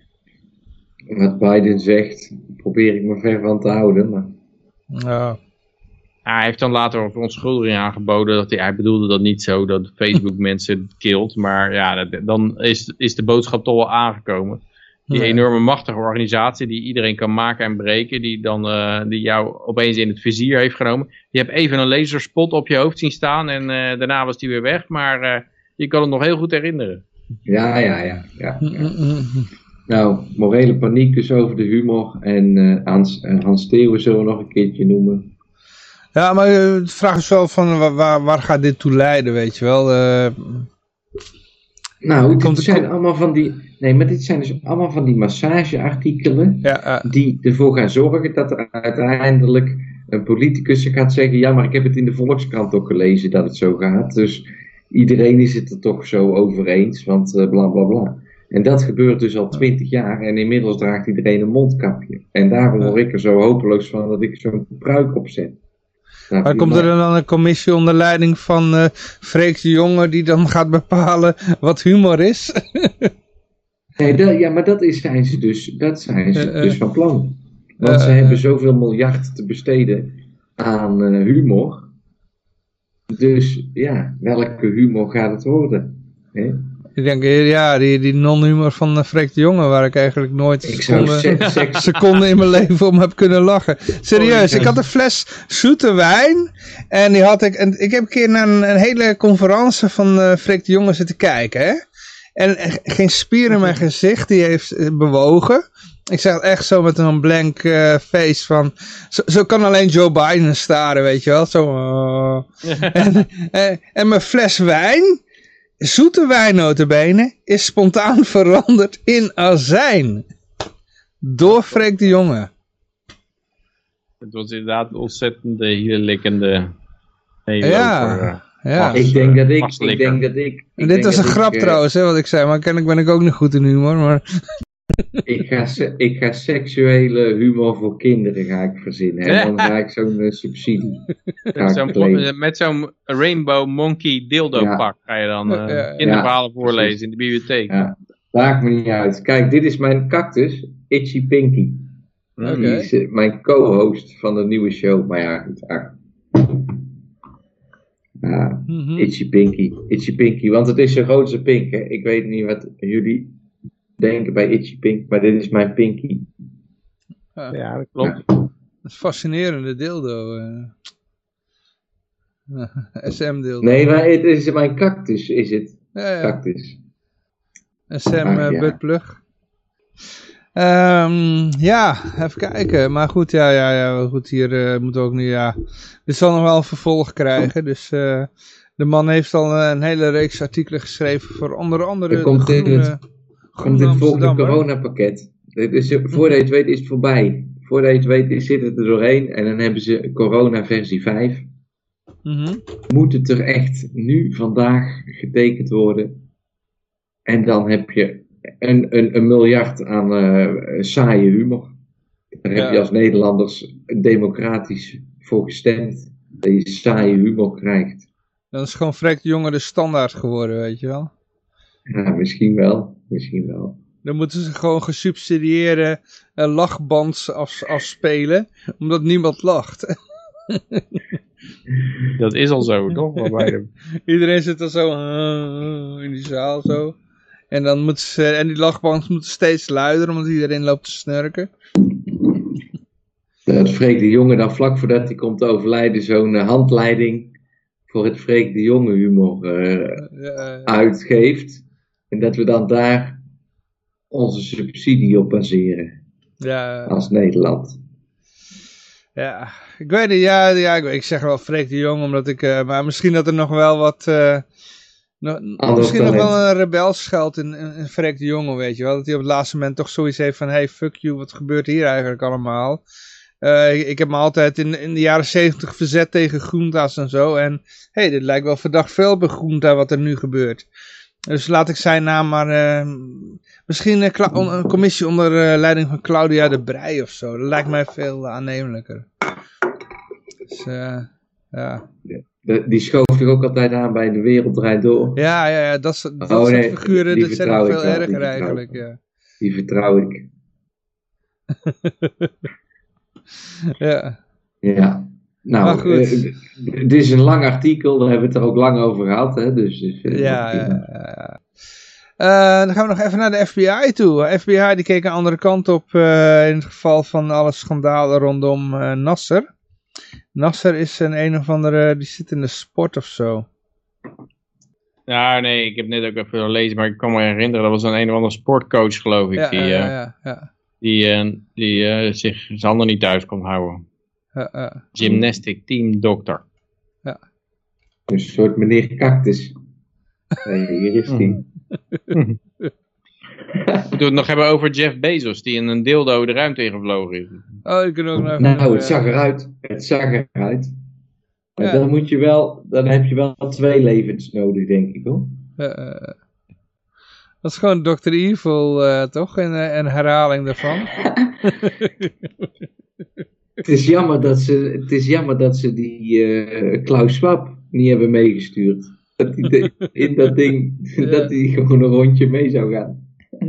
wat Biden zegt, probeer ik me ver van te houden. Maar... Ja. Ja, hij heeft dan later ook verontschuldiging aangeboden. Dat hij, hij bedoelde dat niet zo, dat Facebook mensen killt. Maar ja, dat, dan is, is de boodschap toch wel aangekomen. Die Ja. enorme machtige organisatie die iedereen kan maken en breken. Die, dan, uh, die jou opeens in het vizier heeft genomen. Je hebt even een laserspot op je hoofd zien staan. En uh, daarna was die weer weg. Maar uh, je kan het nog heel goed herinneren. Ja, ja, ja. ja, ja. Nou, morele paniek dus over de humor. En uh, Hans, uh, Hans Steeuwen zullen we nog een keertje noemen. Ja, maar uh, de vraag is wel van waar, waar, waar gaat dit toe leiden, weet je wel? Uh, Nou, dit Komt- zijn komt- allemaal van die... Nee, maar dit zijn dus allemaal van die massageartikelen... ja, uh, die ervoor gaan zorgen dat er uiteindelijk een politicus gaat zeggen... ja, maar ik heb het in de Volkskrant ook gelezen dat het zo gaat. Dus iedereen is het er toch zo over eens, want uh, bla bla bla. En dat gebeurt dus al twintig jaar en inmiddels draagt iedereen een mondkapje. En daarom word ik er zo hopeloos van dat ik zo'n pruik opzet. Nou, maar komt er dan een commissie onder leiding van uh, Freek de Jonge die dan gaat bepalen wat humor is? Nee, dat, ja, maar dat is, zijn ze dus, dat zijn ze Uh, uh, dus van plan. Want ze uh, hebben zoveel miljard te besteden aan uh, humor. Dus ja, welke humor gaat het worden? Hè? Ik denk, ja, die, die non-humor van uh, Freek de Jonge, waar ik eigenlijk nooit Ik zou seconde, se- seks... seconde in mijn leven om heb kunnen lachen. Serieus, ik had een fles zoete wijn en die had ik, en ik heb een keer naar een, een hele conferentie van uh, Freek de Jonge zitten kijken, hè. En uh, geen spier in mijn gezicht, die heeft uh, bewogen. Ik zeg het echt zo met een blank uh, face van, zo, zo kan alleen Joe Biden staren, weet je wel. Zo, uh. en, en, en mijn fles wijn, zoete wijn notabene, is spontaan veranderd in azijn. Door Freek de Jonge. Het was inderdaad een ontzettende hielenlikkende... Ja, over, uh, ja. Ik denk dat ik, ik vastlikker. denk dat ik... ik En dit denk was dat een ik, grap uh, trouwens, hè, wat ik zei. Maar kennelijk ben ik ook niet goed in humor. Maar... Ik ga, se- ik ga seksuele humor voor kinderen ga ik verzinnen. En dan ga ik zo'n uh, subsidie. Ga ik Zo'n- claimen. met zo'n Rainbow Monkey dildo Ja. pak ga je dan uh, Ja, ja, kinderverhalen ja, voorlezen precies. in de bibliotheek. Ja, maakt me niet uit. Kijk, dit is mijn cactus, Itchy Pinky. Oké. Die is uh, mijn co-host van de nieuwe show. Maar ja, goed. Ah. Ah, Mhm. Itchy Pinky, Itchy Pinky. Want het is een grootste pink, hè. Ik weet niet wat jullie denken bij Itchy Pink, maar dit is mijn Pinky. Ja, dat klopt. Een fascinerende dildo. Uh. S M dildo. Nee, maar het is mijn cactus, is het. Ja, ja. Cactus. S M Ah, uh, ja. buttplug. Um, ja, even kijken. Maar goed, ja, ja, ja goed, hier uh, moeten we ook nu, ja. Dit zal nog wel een vervolg krijgen. Dus uh, de man heeft al een hele reeks artikelen geschreven voor onder andere er komt de groene, het, komt het volgende coronapakket. Is, voordat je het weet is het voorbij. Voordat je het weet zit het er doorheen en dan hebben ze corona versie vijf. Mm-hmm. Moet het er echt nu, vandaag getekend worden. En dan heb je een, een, een miljard aan uh, saaie humor. Daar ja. heb je als Nederlanders democratisch voor gestemd. Dat je saaie humor krijgt. Dan is gewoon Freek de Jonge de standaard geworden, weet je wel. Ja, misschien wel. Misschien wel. Dan moeten ze gewoon gesubsidieerde uh, lachbands af, afspelen, omdat niemand lacht. Dat is al zo, toch? Iedereen zit er zo uh, in die zaal zo. En, dan moeten ze, en die lachbands moeten steeds luider, omdat iedereen loopt te snurken. Dat Freek de Jonge dan vlak voordat hij komt te overlijden zo'n uh, handleiding voor het Freek de Jonge humor uh, ja, ja. uitgeeft. En dat we dan daar onze subsidie op baseren. Ja. Als Nederland. Ja, ik weet niet, ja, ja ik, ik zeg wel Freek de Jong, omdat ik, uh, maar misschien dat er nog wel wat, uh, no, misschien talent. nog wel een rebelsscheld in, in, in Freek de Jong, weet je wel, dat hij op het laatste moment toch zoiets heeft van, hey, fuck you, wat gebeurt hier eigenlijk allemaal? Uh, ik, ik heb me altijd in, in de jaren zeventig verzet tegen groenta's en zo, en hey, dit lijkt wel verdacht veel bij groenta wat er nu gebeurt. Dus laat ik zijn naam maar, uh, misschien een, een commissie onder uh, leiding van Claudia de Breij of zo. Dat lijkt mij veel aannemelijker. Dus, uh, ja. De, die schoof je ook altijd aan bij De Wereld Draait Door. Ja, ja, ja, dat, dat oh, soort nee, figuren, die dat zijn nog veel wel, erger eigenlijk. Ja. Die vertrouw ik. ja. Ja. Nou, uh, dit is een lang artikel, daar hebben we het er ook lang over gehad. Hè? Dus, dus, ja, ja, ja, ja. Uh, dan gaan we nog even naar de F B I toe. De F B I die keek een andere kant op uh, in het geval van alle schandalen rondom uh, Nasser. Nasser is een een of andere, die zit in de sport of zo. Ja, nee, ik heb net ook even gelezen, maar ik kan me herinneren, dat was een een of andere sportcoach, geloof ik, ja, die, uh, ja, ja, ja. die, uh, die uh, zich zijn handen niet thuis kon houden. Uh, uh. Gymnastic team dokter. Ja. Een soort meneer Cactus. Hey, hier is die. Moeten we het nog hebben over Jeff Bezos, die in een dildo de ruimte ingevlogen is. Oh, ik kan ook nog Nou, nou het zag eruit. Het zag eruit. Maar ja. dan moet je wel, dan heb je wel twee levens nodig, denk ik hoor. Uh, uh. Dat is gewoon dokter Evil, uh, toch? En uh, een herhaling daarvan. Het is jammer dat ze, het is jammer dat ze die uh, Klaus Schwab niet hebben meegestuurd. Dat die de, in dat ding, ja. dat hij gewoon een rondje mee zou gaan.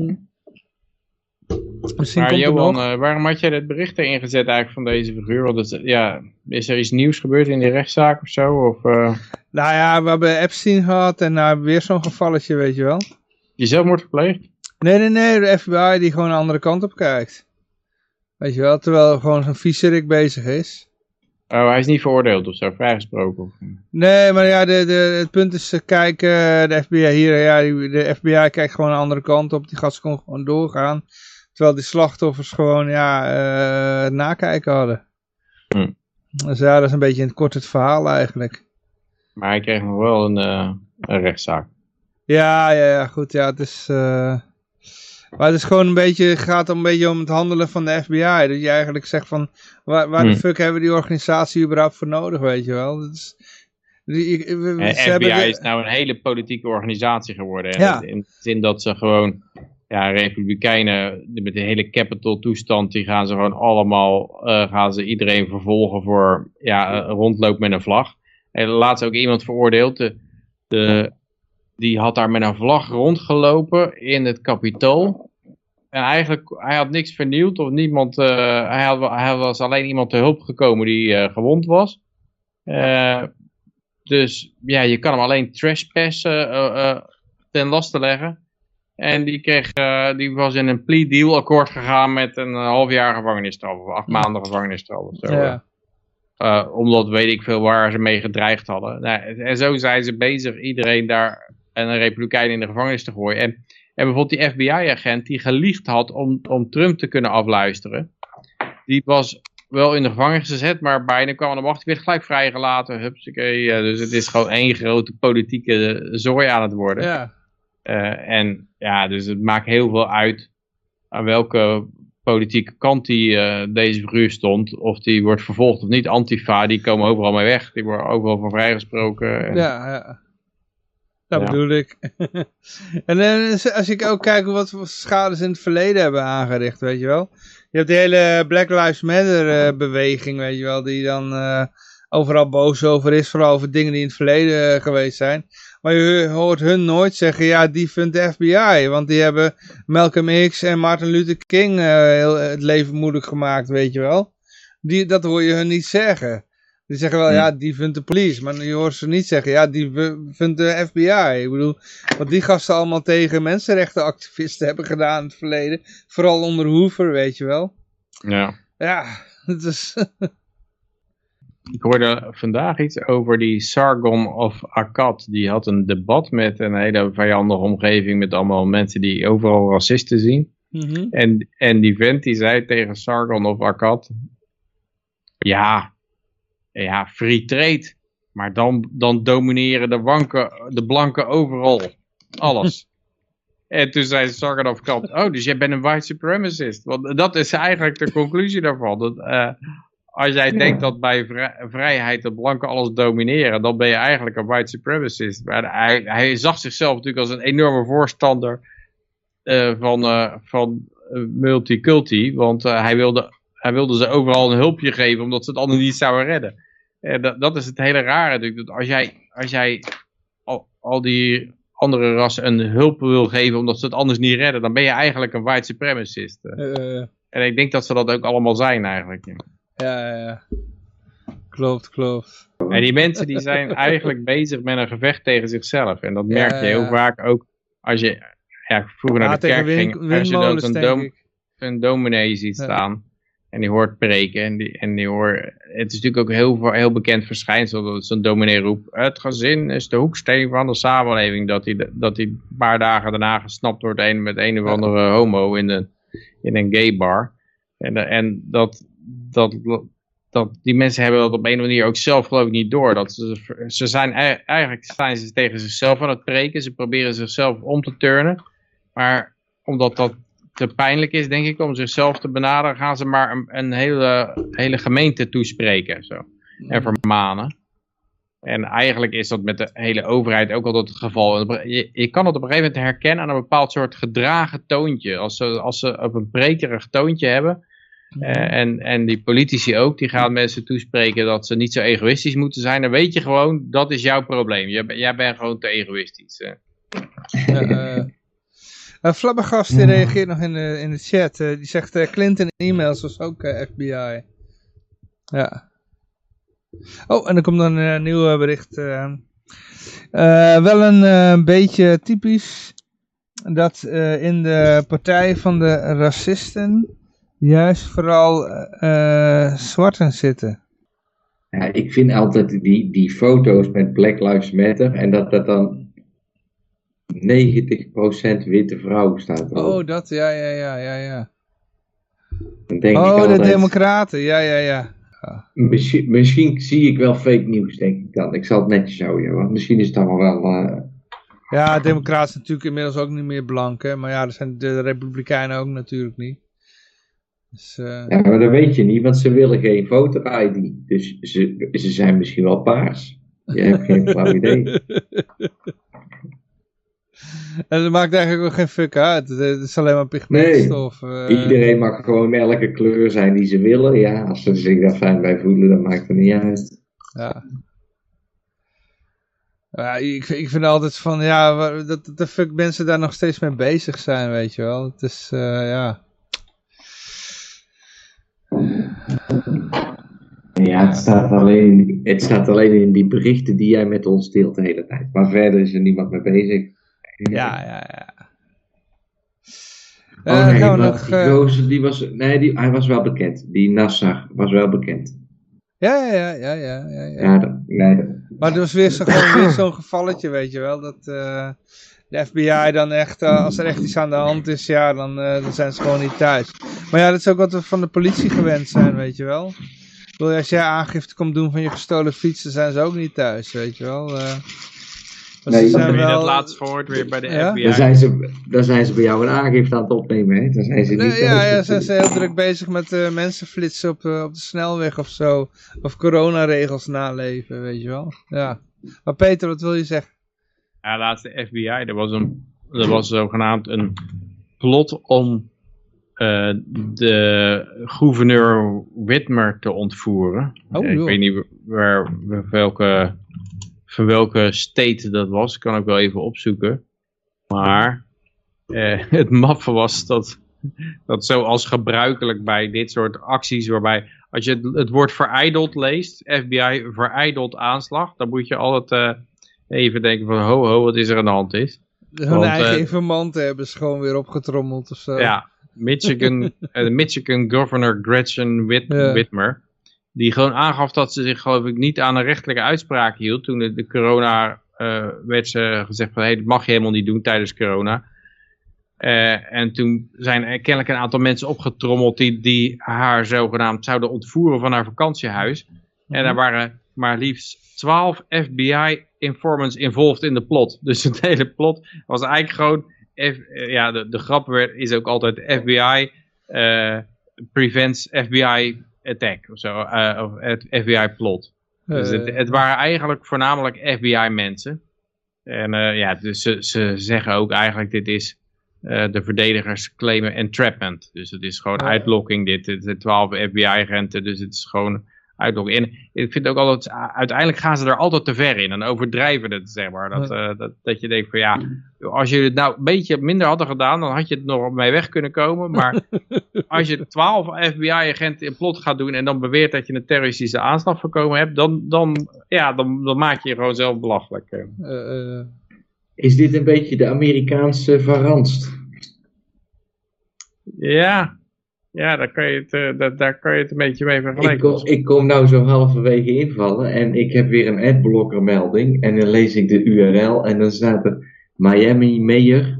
Misschien maar komt Johan, nog... uh, waarom had jij het bericht erin gezet eigenlijk van deze figuur? Want het, ja, is er iets nieuws gebeurd in die rechtszaak of zo? Of, uh... Nou ja, we hebben Epstein gehad en nou weer zo'n gevalletje, weet je wel. Die zelfmoord gepleegd? Nee, nee, nee, de F B I die gewoon een andere kant op kijkt. Weet je wel, terwijl gewoon zo'n viezerik bezig is. Oh, hij is niet veroordeeld of zo, vrijgesproken? Of... Nee, maar ja, de, de, het punt is, kijk, de F B I hier, ja, de F B I kijkt gewoon een andere kant op. Die gasten kon gewoon doorgaan. Terwijl die slachtoffers gewoon, ja, uh, het nakijken hadden. Hm. Dus ja, dat is een beetje in het kort het verhaal eigenlijk. Maar hij kreeg nog wel een, uh, een rechtszaak. Ja, ja, ja, goed, ja, het is... Uh... Maar het is gewoon een beetje, het gaat een beetje om het handelen van de F B I. Dat je eigenlijk zegt van, waar, waar hmm. de fuck hebben we die organisatie überhaupt voor nodig, weet je wel. Dat is, die, we, we, de F B I de... is nou een hele politieke organisatie geworden. Ja. In de zin dat ze gewoon, ja, republikeinen met de hele Capitol toestand, die gaan ze gewoon allemaal, uh, gaan ze iedereen vervolgen voor, ja, uh, rondloop met een vlag. En laatst ook iemand veroordeeld, de... de die had daar met een vlag rondgelopen in het Capitool. En eigenlijk, hij had niks vernieuwd. Of niemand, uh, hij, had, hij was alleen iemand te hulp gekomen die uh, gewond was. Uh, dus ja, je kan hem alleen trashpassen uh, uh, ten laste leggen. En die, kreeg, uh, die was in een plea deal akkoord gegaan met een half jaar gevangenisstraf. Of acht maanden gevangenisstraf of zo. Ja. Uh, omdat weet ik veel waar ze mee gedreigd hadden. Nou, en zo zijn ze bezig iedereen daar en een republikein in de gevangenis te gooien. En En bijvoorbeeld die F B I-agent die geliegd had om, om Trump te kunnen afluisteren. Die was wel in de gevangenis gezet, maar bijna kwam aan de macht. Die werd gelijk vrijgelaten. Hupsakee. Uh, dus het is gewoon één grote politieke zooi aan het worden. Ja. Uh, en ja, dus het maakt heel veel uit aan welke politieke kant die uh, deze figuur stond. Of die wordt vervolgd of niet. Antifa, die komen overal mee weg. Die worden overal van vrijgesproken. En... Ja, ja. Dat ja. bedoel ik. En uh, als ik ook kijk wat voor schades in het verleden hebben aangericht, weet je wel. Je hebt de hele Black Lives Matter uh, beweging, weet je wel, die dan uh, overal boos over is, vooral over dingen die in het verleden uh, geweest zijn. Maar je hoort hun nooit zeggen, ja, die vindt de F B I, want die hebben Malcolm X en Martin Luther King uh, heel, het leven moeilijk gemaakt, weet je wel. Die, dat hoor je hun niet zeggen. Die zeggen wel, ja, die vindt de police, maar je hoort ze niet zeggen, ja, die vindt de F B I. Ik bedoel, wat die gasten allemaal tegen mensenrechtenactivisten hebben gedaan in het verleden, vooral onder Hoover, weet je wel. Ja. Ja, het is... Ik hoorde vandaag iets over die Sargon of Akkad. Die had een debat met een hele vijandige omgeving met allemaal mensen die overal racisten zien. Mm-hmm. En, en die vent die zei tegen Sargon of Akkad, ja, ja, free trade. Maar dan, dan domineren de, wanken, de blanken overal. Alles. En toen zei Sargon of Akkad, oh, dus jij bent een white supremacist. Want dat is eigenlijk de conclusie daarvan. Dat... Uh, Als jij ja. denkt dat bij vrij, vrijheid de blanken alles domineren, dan ben je eigenlijk een white supremacist. Maar hij, hij zag zichzelf natuurlijk als een enorme voorstander uh, van, uh, van uh, multiculti. Want uh, hij, wilde, hij wilde ze overal een hulpje geven, omdat ze het anders niet zouden redden. En dat, dat is het hele rare natuurlijk. Dat als jij, als jij al, al die andere rassen een hulp wil geven, omdat ze het anders niet redden, dan ben je eigenlijk een white supremacist. Uh. En ik denk dat ze dat ook allemaal zijn eigenlijk. Ja. Ja, ja, ja. Klopt, klopt. En die mensen die zijn eigenlijk bezig met een gevecht tegen zichzelf. En dat merk je heel ja. vaak ook als je ja, vroeger naar ah, de kerk ging. Win, als je dan zo'n dom, een dominee ziet ja. staan en die hoort preken. En die, en die hoort, het is natuurlijk ook een heel, heel bekend verschijnsel dat zo'n dominee roept. Het gezin is de hoeksteen van de samenleving. Dat hij dat die een paar dagen daarna gesnapt wordt een, met een of andere ja. homo in, de, in een gay bar. En, en dat... Dat, dat die mensen hebben dat op een of andere manier ook zelf geloof ik niet door. Dat ze, ze zijn, eigenlijk zijn ze tegen zichzelf aan het preken. Ze proberen zichzelf om te turnen. Maar omdat dat te pijnlijk is, denk ik, om zichzelf te benaderen, gaan ze maar een, een hele, hele gemeente toespreken. Zo, en vermanen. En eigenlijk is dat met de hele overheid ook altijd het geval. Je, je kan het op een gegeven moment herkennen aan een bepaald soort gedragen toontje. Als ze, als ze op een prekerig toontje hebben... Uh, en, en die politici ook, die gaan mensen toespreken dat ze niet zo egoïstisch moeten zijn. Dan weet je gewoon, dat is jouw probleem. Jij, jij bent gewoon te egoïstisch. Uh. Uh, uh, Flabbergast die reageert nog in de, in de chat. Uh, die zegt uh, Clinton e-mails was ook uh, F B I. Ja. Oh, en er komt dan een uh, nieuw bericht. Uh, uh, wel een uh, beetje typisch dat uh, in de partij van de racisten... juist vooral uh, zwarten zitten. Ja, ik vind altijd die, die foto's met Black Lives Matter en dat dat dan negentig procent witte vrouwen staat. Oh, ook. dat, ja, ja, ja, ja, ja. Dan denk oh, ik altijd, de democraten, ja, ja, ja. Oh. Misschien, misschien zie ik wel fake nieuws, denk ik dan. Ik zal het netjes houden, want misschien is het allemaal wel... Uh... Ja, democraten zijn natuurlijk inmiddels ook niet meer blank, hè? Maar ja, dat zijn de republikeinen ook natuurlijk niet. Dus, uh... ja, maar dat weet je niet, want ze willen geen voter-I D. Dus ze, ze zijn misschien wel paars. Je hebt geen flauw idee. En dat maakt eigenlijk ook geen fuck uit. Het is alleen maar pigmentstof. Nee, uh... iedereen mag gewoon elke kleur zijn die ze willen. Ja, als ze zich daar fijn bij voelen, dan maakt het niet uit. Ja. Ja, ik, ik vind altijd van, ja, dat de fuck mensen daar nog steeds mee bezig zijn, weet je wel. Het is, uh, ja... Ja, het staat, alleen in die, het staat alleen in die berichten die jij met ons deelt de hele tijd. Maar verder is er niemand mee bezig. Ja, ja, ja. Oh uh, nee, gaan we nog, die uh... gozer, die was, nee, die, hij was wel bekend. Die Nassar was wel bekend. Ja, ja, ja, ja, ja. ja. ja dat, nee, dat... Maar er was weer zo'n zo weer zo'n gevalletje, weet je wel. Dat uh, de F B I dan echt, uh, als er echt iets aan de hand is, ja, dan, uh, dan zijn ze gewoon niet thuis. Maar ja, dat is ook wat we van de politie gewend zijn, weet je wel. Ik bedoel, als jij aangifte komt doen van je gestolen fiets, dan zijn ze ook niet thuis, weet je wel. Uh, nee, dan heb je dat laatst gehoord weer bij de ja? F B I. Dan zijn, ze, dan zijn ze bij jou een aangifte aan het opnemen, hè? Dan zijn ze nee, niet ja, ja, zijn ze heel druk bezig met uh, mensen flitsen op, uh, op de snelweg of zo. Of coronaregels naleven, weet je wel. Ja. Maar Peter, wat wil je zeggen? Ja, laatst de F B I, er was, een, er was zogenaamd een plot om uh, de gouverneur Whitmer te ontvoeren. Oh, ik weet niet waar, welke, van welke state dat was, ik kan ook wel even opzoeken. Maar uh, het maffe was dat, dat zoals gebruikelijk bij dit soort acties, waarbij als je het, het woord verijdeld leest, F B I verijdeld aanslag, dan moet je altijd... Uh, even denken van ho ho, wat is er aan de hand is. Hun Want, eigen uh, informanten hebben ze gewoon weer opgetrommeld of zo. Ja, Michigan, uh, Michigan Governor Gretchen Whit ja. Whitmer. Die gewoon aangaf dat ze zich geloof ik niet aan een rechtelijke uitspraak hield. Toen de, de corona uh, werd ze gezegd van hey, dat mag je helemaal niet doen tijdens corona. Uh, en toen zijn er kennelijk een aantal mensen opgetrommeld die, die haar zogenaamd zouden ontvoeren van haar vakantiehuis. Mm-hmm. En daar waren maar liefst twaalf F B I informants involved in de plot. Dus het hele plot was eigenlijk gewoon... F, ja, de, de grap werd, is ook altijd F B I uh, prevents F B I attack. Of zo. Uh, of het F B I plot. Uh, dus het, het waren eigenlijk voornamelijk F B I mensen. En uh, ja, dus ze, ze zeggen ook eigenlijk dit is... Uh, de verdedigers claimen entrapment. Dus het is gewoon uh, uitlokking dit. Het zijn twaalf F B I-agenten. Dus het is gewoon... uitloggen. En ik vind ook altijd, uiteindelijk gaan ze er altijd te ver in en overdrijven het, zeg maar. Dat, uh, dat, dat je denkt van ja, als je het nou een beetje minder hadden gedaan, dan had je het nog mee weg kunnen komen. Maar als je twaalf F B I-agenten in plot gaat doen en dan beweert dat je een terroristische aanslag voorkomen hebt, dan, dan, ja, dan, dan maak je je gewoon zelf belachelijk. Uh, uh. Is dit een beetje de Amerikaanse variant? Ja. Ja, daar kan, je het, uh, daar, daar kan je het een beetje mee vergelijken. Ik kom, ik kom nou zo halverwege invallen en ik heb weer een adblocker melding. En dan lees ik de U R L en dan staat er Miami Mayor.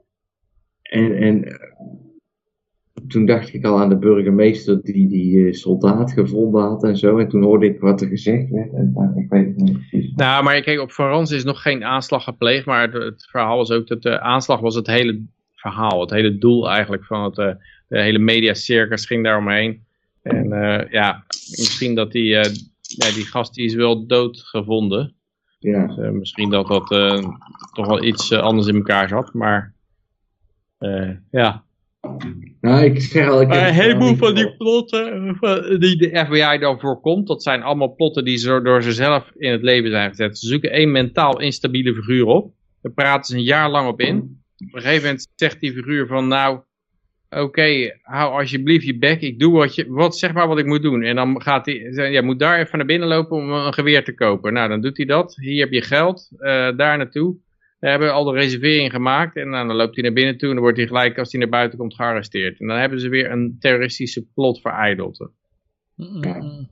En, en uh, toen dacht ik al aan de burgemeester die die uh, soldaat gevonden had en zo. En toen hoorde ik wat er gezegd werd. En uh, ik weet het niet precies. Nou, maar kijk, op Florence is nog geen aanslag gepleegd. Maar het, het verhaal was ook dat de aanslag was het hele verhaal. Het hele doel eigenlijk van het... Uh, De hele mediacircus ging daaromheen. En uh, ja, misschien dat die, uh, ja, die gast die is wel dood gevonden. Ja. Dus, uh, misschien dat dat uh, toch wel iets uh, anders in elkaar zat. Maar uh, ja. Nou, ik zeg al... Ik uh, een heleboel van die plotten uh, die de F B I dan voorkomt. Dat zijn allemaal plotten die zo door zichzelf in het leven zijn gezet. Ze zoeken één mentaal instabiele figuur op. Daar praten ze een jaar lang op in. Op een gegeven moment zegt die figuur van nou... Oké, okay, hou alsjeblieft je bek, ik doe wat je, wat, zeg maar wat ik moet doen. En dan gaat hij, ja, moet daar even naar binnen lopen om een geweer te kopen. Nou, dan doet hij dat. Hier heb je geld, uh, daar naartoe. Daar hebben we al de reservering gemaakt. En nou, dan loopt hij naar binnen toe en dan wordt hij gelijk, als hij naar buiten komt, gearresteerd. En dan hebben ze weer een terroristische plot verijdeld. Mm-hmm.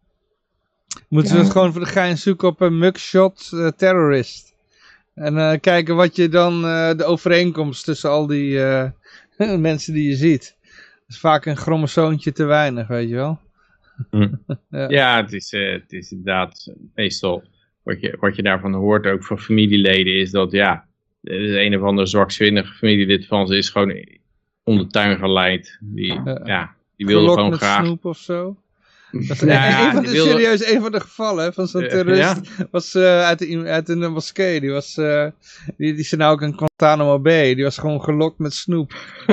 Moeten we het gewoon voor de gein zoeken op een mugshot uh, terrorist. En uh, kijken wat je dan, uh, de overeenkomst tussen al die... Uh, mensen die je ziet. Dat is vaak een chromosoontje te weinig, weet je wel. Mm. ja. ja, het is, uh, het is inderdaad meestal wat je, wat je daarvan hoort ook van familieleden is dat ja, de een of andere zwakzinnige familielid van ze is gewoon om de tuin geleid. Die, uh, ja, die wilde gewoon met graag. Snoep of zo. Dat is ja, een, een van de, wilde... serieus een van de gevallen van zo'n terrorist ja? was uh, uit, de, uit een moskee. Die was, uh, die, die is nou ook in Guantanamo Bay. Die was gewoon gelokt met snoep.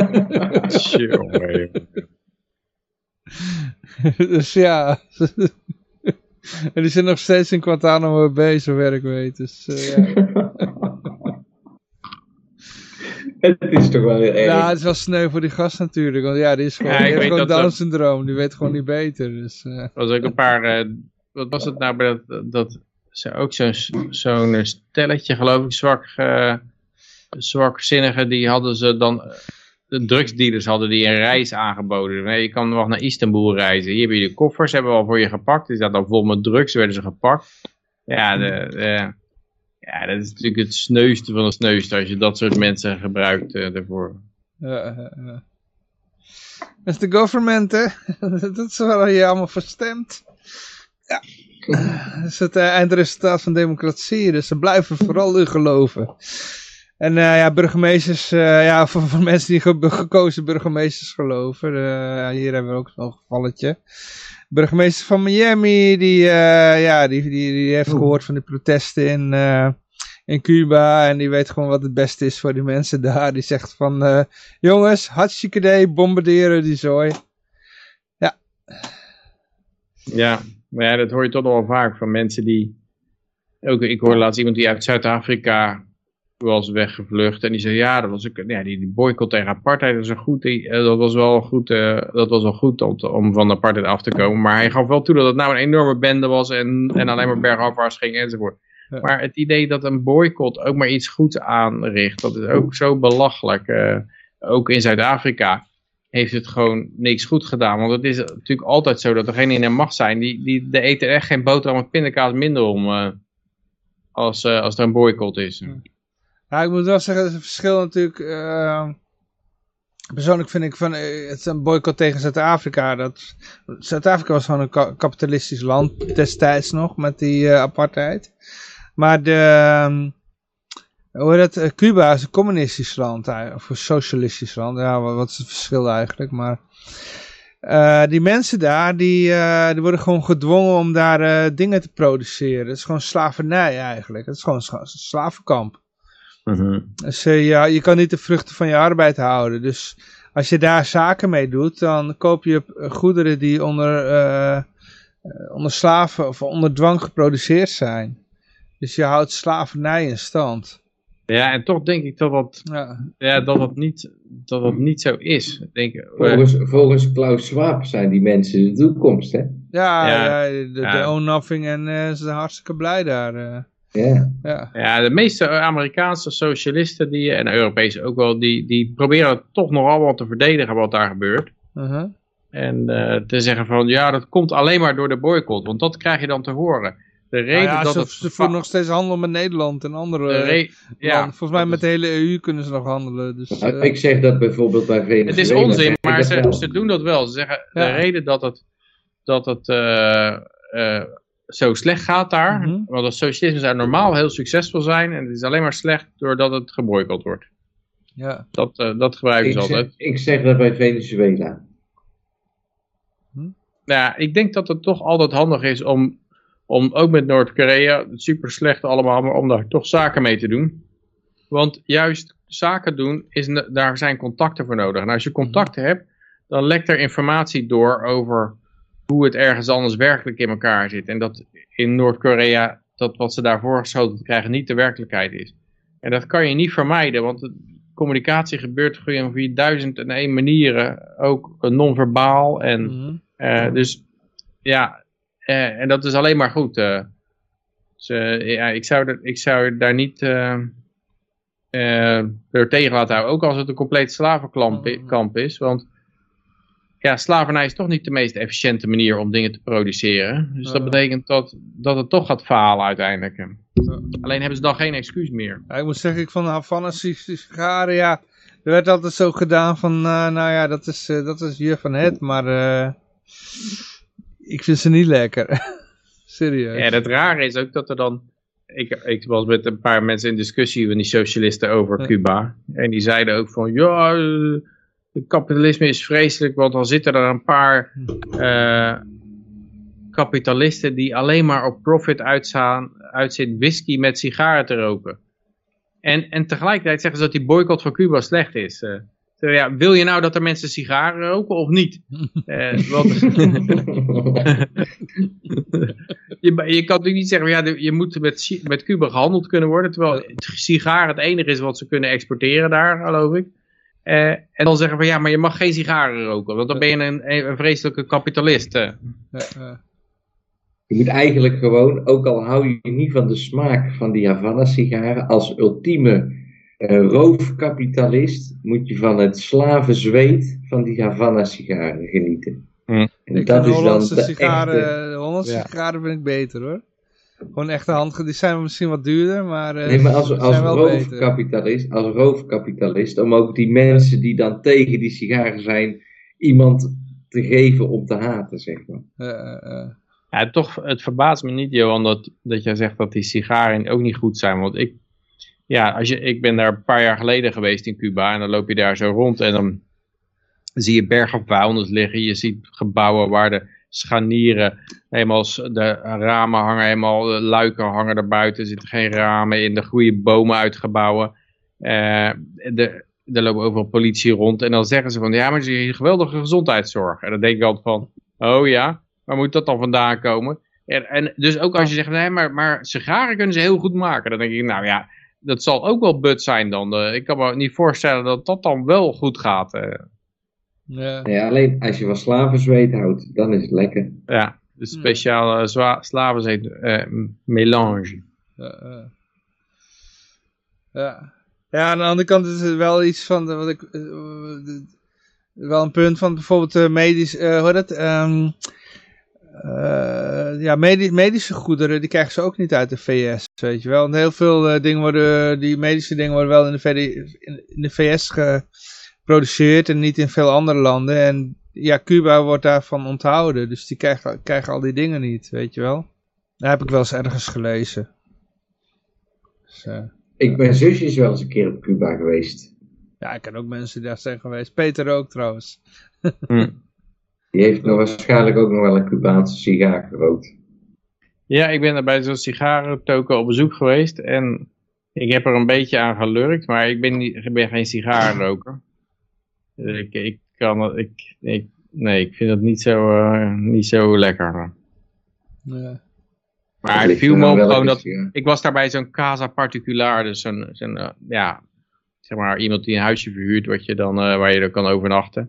Dus ja. En die zit nog steeds in Guantanamo Bay, zover ik weet. Dus uh, ja. Het is toch wel heel erg. Ja, het is wel sneu voor die gast natuurlijk. Want ja, die is gewoon, ja, die heeft gewoon Down-syndroom. Die weet gewoon niet beter. Dus, uh. Er was ook een paar... Uh, wat was het nou bij dat... dat ze ook zo'n zo'n stelletje, geloof ik, zwak, uh, zwakzinnigen, die hadden ze dan... Uh, de drugsdealers hadden die een reis aangeboden. Nee, je kan nog naar Istanbul reizen. Hier heb je de koffers, hebben we al voor je gepakt. Die zaten al vol met drugs, werden ze gepakt. Ja, de... de Ja, dat is natuurlijk het sneuste van het sneuste als je dat soort mensen gebruikt uh, daarvoor. Ja, uh, uh. Dat is de government, hè? Dat is waar je allemaal voor stemt. Ja. Dat is het uh, eindresultaat van democratie, dus ze blijven vooral in geloven. En uh, ja, burgemeesters, uh, ja, voor, voor mensen die ge gekozen burgemeesters geloven, uh, hier hebben we ook zo'n gevalletje. Burgemeester van Miami, die, uh, ja, die, die, die heeft gehoord van die protesten in, uh, in Cuba en die weet gewoon wat het beste is voor die mensen daar. Die zegt van, uh, jongens, hartstikke idee, bombarderen die zooi. Ja. Ja, maar ja, dat hoor je toch wel vaak van mensen die, ook ik hoorde laatst iemand die uit Zuid-Afrika was weggevlucht en die zei, ja, dat was ook, ja, die, die boycott tegen apartheid, dat was een goed, die, dat was wel goed, uh, dat was wel goed om, te, om van apartheid af te komen, maar hij gaf wel toe dat het nou een enorme bende was en, en alleen maar bergafwaarts ging enzovoort. Ja. Maar het idee dat een boycott ook maar iets goeds aanricht, dat is ook zo belachelijk. Uh, ook in Zuid-Afrika heeft het gewoon niks goed gedaan, want het is natuurlijk altijd zo dat er geen in de macht zijn, die, die, die eten echt geen boterham met pindakaas minder om, uh, als, uh, als er een boycott is. Ja. Ja, ik moet wel zeggen, het verschil natuurlijk, uh, persoonlijk vind ik van, uh, het is een boycott tegen Zuid-Afrika, dat, Zuid-Afrika was gewoon een ka kapitalistisch land, destijds nog, met die uh, apartheid, maar de, um, hoe heet het, uh, Cuba is een communistisch land, of een socialistisch land, ja, wat, wat is het verschil eigenlijk, maar, uh, die mensen daar, die, uh, die worden gewoon gedwongen om daar uh, dingen te produceren, het is gewoon slavernij eigenlijk, het is gewoon een slavenkamp. Mm-hmm. Dus uh, ja, je kan niet de vruchten van je arbeid houden. Dus als je daar zaken mee doet, dan koop je goederen die onder, uh, onder slaven of onder dwang geproduceerd zijn. Dus je houdt slavernij in stand. Ja, en toch denk ik dat dat, ja. Ja, dat, dat, niet, dat dat niet zo is. Denk ik, volgens, volgens Klaus Schwab zijn die mensen de toekomst, hè? Ja, ja, ja de, ja. de own nothing en uh, ze zijn hartstikke blij daar. Uh. Yeah. Ja. Ja, de meeste Amerikaanse socialisten die, en Europese ook wel, die, die proberen toch nog allemaal te verdedigen wat daar gebeurt. Uh-huh. En uh, te zeggen van, ja, dat komt alleen maar door de boycott, want dat krijg je dan te horen. De reden nou ja, dat ze, het... ze voeren nog steeds handel met Nederland en andere re... ja, Volgens mij met de hele E U kunnen ze nog handelen. Dus, uh... Ik zeg dat bijvoorbeeld bij Venezuela. Het is onzin, maar ze, ze doen dat wel. Ze zeggen, ja. De reden dat het, dat het uh, uh, zo slecht gaat daar, mm-hmm. want het socialisme zou normaal heel succesvol zijn en het is alleen maar slecht doordat het geboycott wordt. Ja. Dat, uh, dat gebruiken ze altijd. Ik zeg dat bij Venezuela. Hm? Nou, ik denk dat het toch altijd handig is om, om ook met Noord-Korea, het super slecht allemaal, maar om daar toch zaken mee te doen. Want juist zaken doen, is, daar zijn contacten voor nodig. En als je contacten hebt, dan lekt er informatie door over hoe het ergens anders werkelijk in elkaar zit. En dat in Noord-Korea, dat wat ze daarvoor geschoten krijgen, niet de werkelijkheid is. En dat kan je niet vermijden, want de communicatie gebeurt gewoon via duizend en één manieren, ook non-verbaal. En mm-hmm. uh, dus ja, uh, en dat is alleen maar goed. Uh, dus, uh, ja, ik, zou dat, ik zou daar niet uh, uh, er tegen laten houden, ook als het een compleet slavenkamp is, want ja, slavernij is toch niet de meest efficiënte manier om dingen te produceren. Dus dat betekent dat, dat het toch gaat falen uiteindelijk. Ja. Alleen hebben ze dan geen excuus meer. Ja, ik moet zeggen, ik vond Havana sigaren, ja, er werd altijd zo gedaan van, uh, nou ja, dat is, uh, dat is je van het, maar uh, ik vind ze niet lekker. Serieus. Ja, het rare is ook dat er dan, ik, ik was met een paar mensen in discussie van die socialisten over ja. Cuba. En die zeiden ook van, ja, uh, het kapitalisme is vreselijk, want dan zitten er een paar uh, kapitalisten die alleen maar op profit uitstaan, uitzien whisky met sigaren te roken. En, en tegelijkertijd zeggen ze dat die boycott van Cuba slecht is. Uh, so, ja, wil je nou dat er mensen sigaren roken of niet? Uh, want, je, je kan natuurlijk niet zeggen, ja, je moet met, met Cuba gehandeld kunnen worden, terwijl sigaren het enige is wat ze kunnen exporteren daar, geloof ik. Uh, en dan zeggen van ja, maar je mag geen sigaren roken, want dan ben je een, een vreselijke kapitalist. Uh. Ja, uh. Je moet eigenlijk gewoon, ook al hou je niet van de smaak van die Havana sigaren, als ultieme uh, roofkapitalist moet je van het slavenzweet van die Havana sigaren genieten. Hm. En ik dat is Hollandse dan de sigaren, echte... De Hollandse ja. sigaren vind ik beter hoor. Gewoon echte hand, die zijn misschien wat duurder, maar, uh, nee, maar als, ze als zijn wel roofkapitalist, als roofkapitalist, om ook die mensen die dan tegen die sigaren zijn, iemand te geven om te haten, zeg maar. Uh, uh. Ja, toch, het verbaast me niet, Johan, dat, dat jij zegt dat die sigaren ook niet goed zijn. Want ik, ja, als je, ik ben daar een paar jaar geleden geweest in Cuba en dan loop je daar zo rond en dan zie je bergen vuilnis liggen. Je ziet gebouwen waar de scharnieren, helemaal de ramen hangen, helemaal de luiken hangen er buiten. Er zitten geen ramen in, er groeien bomen uit gebouwen. Uh, de, er lopen overal politie rond en dan zeggen ze van, ja, maar ze hebben geweldige gezondheidszorg. En dan denk ik altijd van, oh ja, waar moet dat dan vandaan komen? En, en dus ook als je zegt, nee, maar, maar sigaren kunnen ze heel goed maken. Dan denk ik, nou ja, dat zal ook wel but zijn dan. Uh, ik kan me niet voorstellen dat dat dan wel goed gaat. Uh. Ja. Nee, alleen als je van slavenzweet houdt, dan is het lekker. Ja, de speciale uh, slavenzweet uh, melange. Uh, uh. Ja. Ja, aan de andere kant is het wel iets van, de, wat ik, uh, de, wel een punt van bijvoorbeeld uh, medisch, uh, hoe dat, um, uh, ja, medische, medische goederen, die krijgen ze ook niet uit de V S, weet je wel. En heel veel uh, dingen worden, die medische dingen worden wel in de, V D, in, in de V S geproduceerd en niet in veel andere landen. En ja, Cuba wordt daarvan onthouden, dus die krijgen, krijgen al die dingen niet, weet je wel. Daar heb ik wel eens ergens gelezen. Dus, uh, Ik ben zusjes wel eens een keer op Cuba geweest. Ja, ik ken ook mensen die daar zijn geweest. Peter ook trouwens. Hmm. Die heeft nog waarschijnlijk ook nog wel een Cubaanse sigaar gerookt. Ja, ik ben er bij zo'n sigarentoken op bezoek geweest en ik heb er een beetje aan gelurkt, maar ik ben, niet, ik ben geen sigarenroker. Ik, ik kan ik, ik, nee, ik vind het niet zo, uh, niet zo lekker. Ja. Maar het viel me op gewoon dat, ik was daar bij zo'n casa particular, dus zo'n, zo'n uh, ja, zeg maar iemand die een huisje verhuurt wat je dan, uh, waar je dan kan overnachten.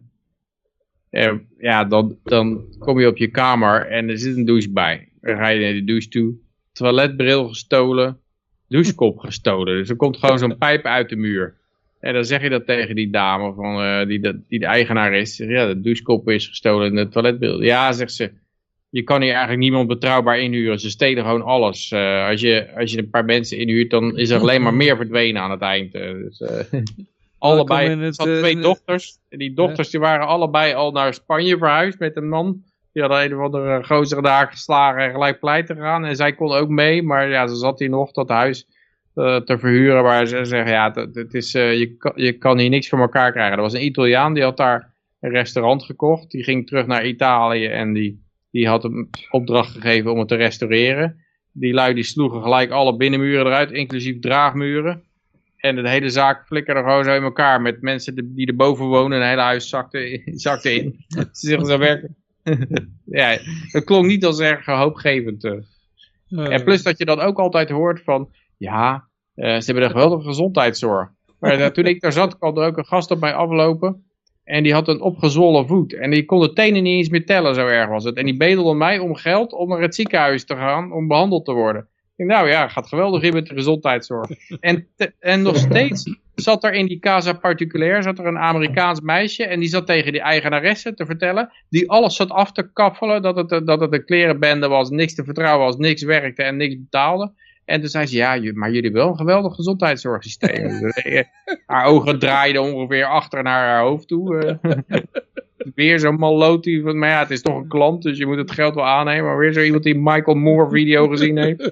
En ja, dan, dan kom je op je kamer en er zit een douche bij. Dan ga je naar de douche toe, toiletbril gestolen, douchekop gestolen. Dus er komt gewoon zo'n pijp uit de muur. En dan zeg je dat tegen die dame van, uh, die, de, die de eigenaar is. Zeg, ja, de douchekop is gestolen en de toiletbril. Ja, zegt ze. Je kan hier eigenlijk niemand betrouwbaar inhuren. Ze stelen gewoon alles. Uh, als, je, als je een paar mensen inhuurt, dan is er alleen maar meer verdwenen aan het eind. Uh, dus, uh, allebei. Er hadden twee dochters. En die dochters die waren allebei al naar Spanje verhuisd met een man. Die hadden een of andere gozer daar geslagen en gelijk pleiten gegaan. En zij kon ook mee. Maar ja, ze zat hier nog dat huis uh, te verhuren. Waar ze zeggen, ja, het, het is, uh, je, kan, je kan hier niks voor elkaar krijgen. Er was een Italiaan, die had daar een restaurant gekocht. Die ging terug naar Italië en die... Die had hem opdracht gegeven om het te restaureren. Die lui die sloegen gelijk alle binnenmuren eruit, inclusief draagmuren. En de hele zaak flikkerde gewoon zo in elkaar. Met mensen die erboven wonen. En het hele huis zakte, zakte in. Ze zeggen zo werken. Ja, het klonk niet als erg hoopgevend. Nee. En plus dat je dan ook altijd hoort van... Ja, uh, ze hebben een geweldige gezondheidszorg. Maar uh, toen ik daar zat, kwam er ook een gast op mij aflopen. En die had een opgezwollen voet. En die kon de tenen niet eens meer tellen, zo erg was het. En die bedelde mij om geld om naar het ziekenhuis te gaan, om behandeld te worden. Ik denk, nou ja, gaat geweldig in met de gezondheidszorg. En, te, en nog steeds zat er in die casa particulier, zat er een Amerikaans meisje. En die zat tegen die eigenaresse te vertellen, die alles zat af te kaffelen. Dat het, dat het een klerenbende was, niks te vertrouwen was, niks werkte en niks betaalde. En toen zei ze, ja, maar jullie hebben wel een geweldig gezondheidszorgsysteem. Dus, haar ogen draaiden ongeveer achter naar haar hoofd toe. Weer zo'n malloot die van, maar ja, het is toch een klant, dus je moet het geld wel aannemen. Maar weer zo iemand die Michael Moore video gezien heeft.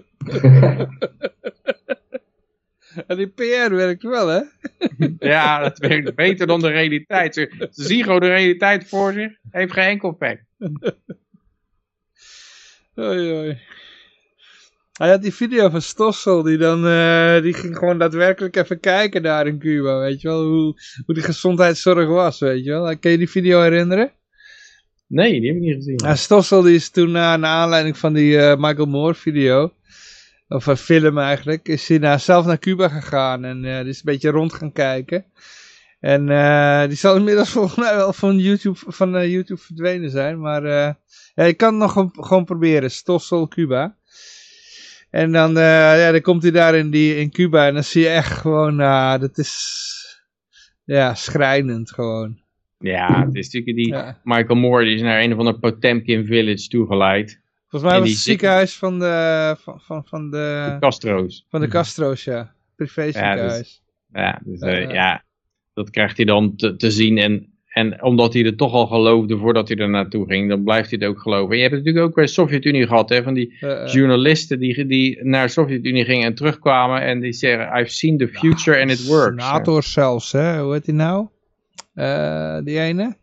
En die P R werkt wel, hè? Ja, dat werkt beter dan de realiteit. Ze, ze zien gewoon de realiteit voor zich, heeft geen enkel effect. Oei, oei. Hij had die video van Stossel, die dan, uh, die ging gewoon daadwerkelijk even kijken daar in Cuba, weet je wel, hoe, hoe die gezondheidszorg was, weet je wel. Kun je die video herinneren? Nee, die heb ik niet gezien. Ja, Stossel die is toen, uh, naar aanleiding van die uh, Michael Moore video, of een film eigenlijk, is hij naar, zelf naar Cuba gegaan en uh, die is een beetje rond gaan kijken. En uh, die zal inmiddels volgens mij wel van YouTube, van, uh, YouTube verdwenen zijn, maar uh, ja, je kan het nog gewoon proberen, Stossel Cuba. En dan, uh, ja, dan komt hij daar in, die, in Cuba en dan zie je echt gewoon, uh, dat is, ja, schrijnend gewoon. Ja, het is natuurlijk die, ja. Michael Moore, die is naar een of ander Potemkin Village toegeleid. Volgens mij was die het ziekenhuis van de, van, van, van de, De Castro's. van de Castro's, ja. Privé ziekenhuis. Ja, dus, uh, Uh, ja, dat krijgt hij dan te, te zien. En, en omdat hij er toch al geloofde voordat hij er naartoe ging, dan blijft hij het ook geloven. En je hebt het natuurlijk ook bij de Sovjet-Unie gehad, hè, van die uh, uh, journalisten die, die naar de Sovjet-Unie gingen en terugkwamen en die zeggen, I've seen the future and it works. Senator zelfs, hè. Hoe heet die nou? Uh, die ene?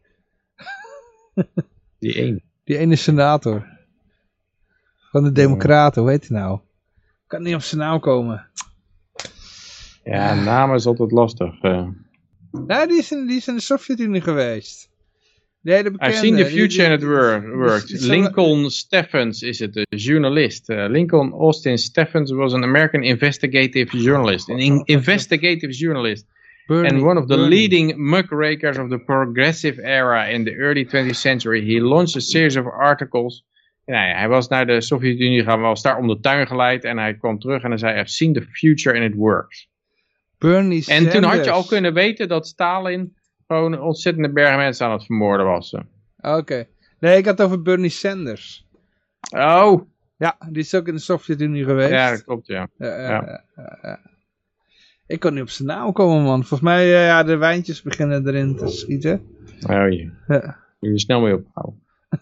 Die ene. Die ene senator. Van de Democraten, hoe heet die nou? Ik kan niet op zijn naam komen. Ja, naam is altijd lastig. Uh. Nee, die is, in, die is in de Sovjet-Unie geweest. Die hele bekende. I've seen the future die, die, and it works. die, die, Lincoln Steffens is het, de journalist. Uh, Lincoln Austin Steffens was an American investigative journalist. An in investigative journalist. Bernie, and one of the Bernie. leading muckrakers of the progressive era in the early twentieth century. He launched a series of articles. Nou ja, hij was naar de Sovjet-Unie gegaan, was daar om de tuin geleid. En hij kwam terug en hij zei, I've seen the future and it works. Bernie En Sanders. toen had je al kunnen weten dat Stalin gewoon een ontzettende berg mensen aan het vermoorden was. Oké. Okay. Nee, ik had het over Bernie Sanders. Oh. Ja, die is ook in de Sovjet-Unie geweest. Ja, dat klopt, ja. Ja, ja, ja. ja, ja. Ik kon niet op zijn naam komen, man. Volgens mij, uh, ja, de wijntjes beginnen erin te schieten. Oh ja. Ja. Moet je er snel mee ophouden.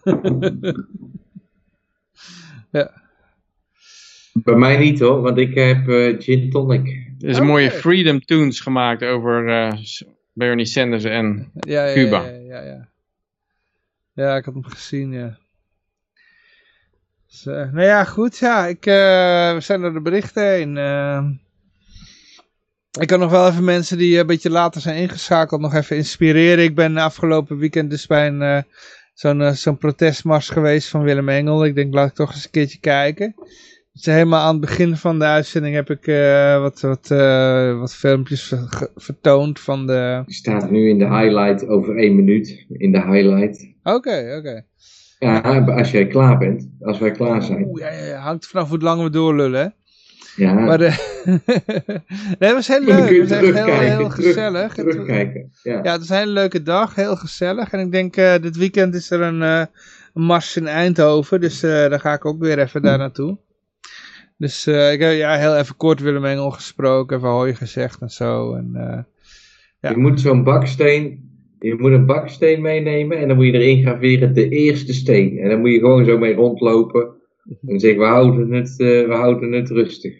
Ja. Bij mij niet hoor, want ik heb uh, gin tonic. Er is Okay. mooie Freedom Tunes gemaakt over uh, Bernie Sanders en ja, ja, Cuba. Ja, ja, ja. Ja, ik had hem gezien, ja. Dus, uh, nou ja, goed, ja. Ik, uh, we zijn door de berichten heen. Uh, ik kan nog wel even mensen die een beetje later zijn ingeschakeld nog even inspireren. Ik ben afgelopen weekend dus bij een, uh, zo'n, uh, zo'n protestmars geweest van Willem Engel. Ik denk, laat ik toch eens een keertje kijken. Dus helemaal aan het begin van de uitzending heb ik uh, wat, wat, uh, wat filmpjes ver, vertoond van de... Die staat nu in de highlight over één minuut. In de highlight. Oké, okay, oké. Okay. Ja, als jij klaar bent. Als wij klaar zijn. Oeh, ja, ja, hangt vanaf hoe lang we doorlullen, hè? Ja. Maar de... nee, het was heel leuk. Het was echt heel, heel gezellig. Terug, terugkijken. Ja. ja, het is een hele leuke dag. Heel gezellig. En ik denk, uh, dit weekend is er een, uh, een mars in Eindhoven. Dus uh, daar ga ik ook weer even daar naartoe. Dus uh, ik heb ja, heel even kort Willem Engel gesproken. Even hoi gezegd en zo. En, uh, ja. Je moet zo'n baksteen... Je moet een baksteen meenemen en dan moet je erin graveren de eerste steen. En dan moet je gewoon zo mee rondlopen. En zeggen, we houden het, uh, we houden het rustig.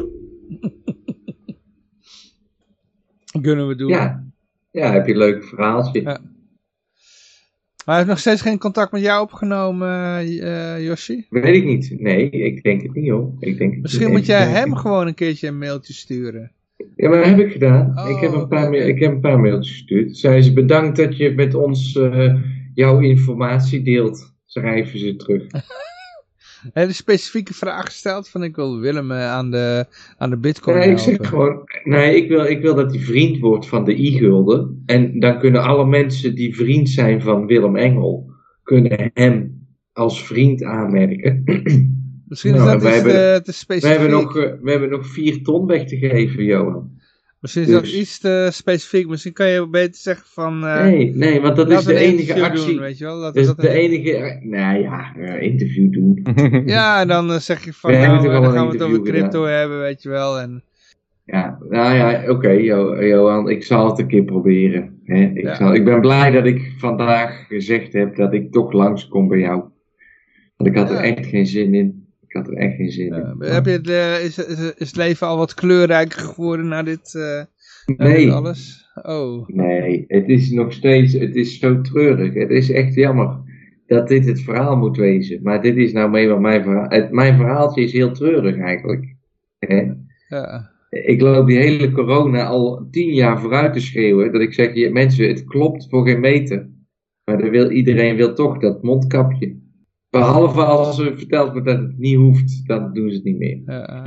Kunnen we doen. Ja, ja, heb je een leuk verhaaltje. Ja. Maar hij heeft nog steeds geen contact met jou opgenomen, uh, Yoshi? Weet ik niet. Nee, ik denk het niet hoor. Ik denk het Misschien niet. moet jij ik hem denk... gewoon een keertje een mailtje sturen. Ja, maar dat heb ik gedaan. Oh, ik, heb een paar okay. mail, ik heb een paar mailtjes gestuurd. Zei ze, bedankt dat je met ons uh, jouw informatie deelt. Schrijven ze terug. Hij heeft een specifieke vraag gesteld van ik wil Willem uh, aan de, aan de bitcoin Nee, ik helpen. zeg gewoon, nee, ik wil, ik wil dat hij vriend wordt van de i-gulden. En dan kunnen alle mensen die vriend zijn van Willem Engel, kunnen hem als vriend aanmerken. Misschien is nou, dat wij iets hebben, te, te specifiek. We hebben, nog, uh, we hebben nog vier ton weg te geven, Johan. Misschien is dus... dat iets te specifiek. Misschien kan je beter zeggen van... Uh, nee, nee, want dat is de enige actie. Doen, weet je wel? Dat, dat is dat de een... enige... Nou ja, uh, interview doen. Ja, en dan uh, zeg je van... We nou, uh, dan gaan we het over crypto gedaan. hebben, weet je wel. En... Ja, nou ja, oké, okay, Johan, ik zal het een keer proberen. Hè? Ik, ja. zal, ik ben blij dat ik vandaag gezegd heb dat ik toch langskom bij jou. Want ik had er ja. echt geen zin in. Ik had er echt geen zin ja, in. Heb je het, uh, is, is, is het leven al wat kleurrijker geworden na dit, uh, na nee. dit alles? Oh. Nee, het is nog steeds, het is zo treurig. Het is echt jammer dat dit het verhaal moet wezen. Maar dit is nou eenmaal mijn verhaal. Het, mijn verhaaltje is heel treurig eigenlijk. Hè? Ja. Ik loop die hele corona al tien jaar vooruit te schreeuwen. Dat ik zeg, je, mensen, het klopt voor geen meter. Maar dan wil, iedereen wil toch dat mondkapje. Behalve als ze verteld wordt dat het niet hoeft, dan doen ze het niet meer. Ja,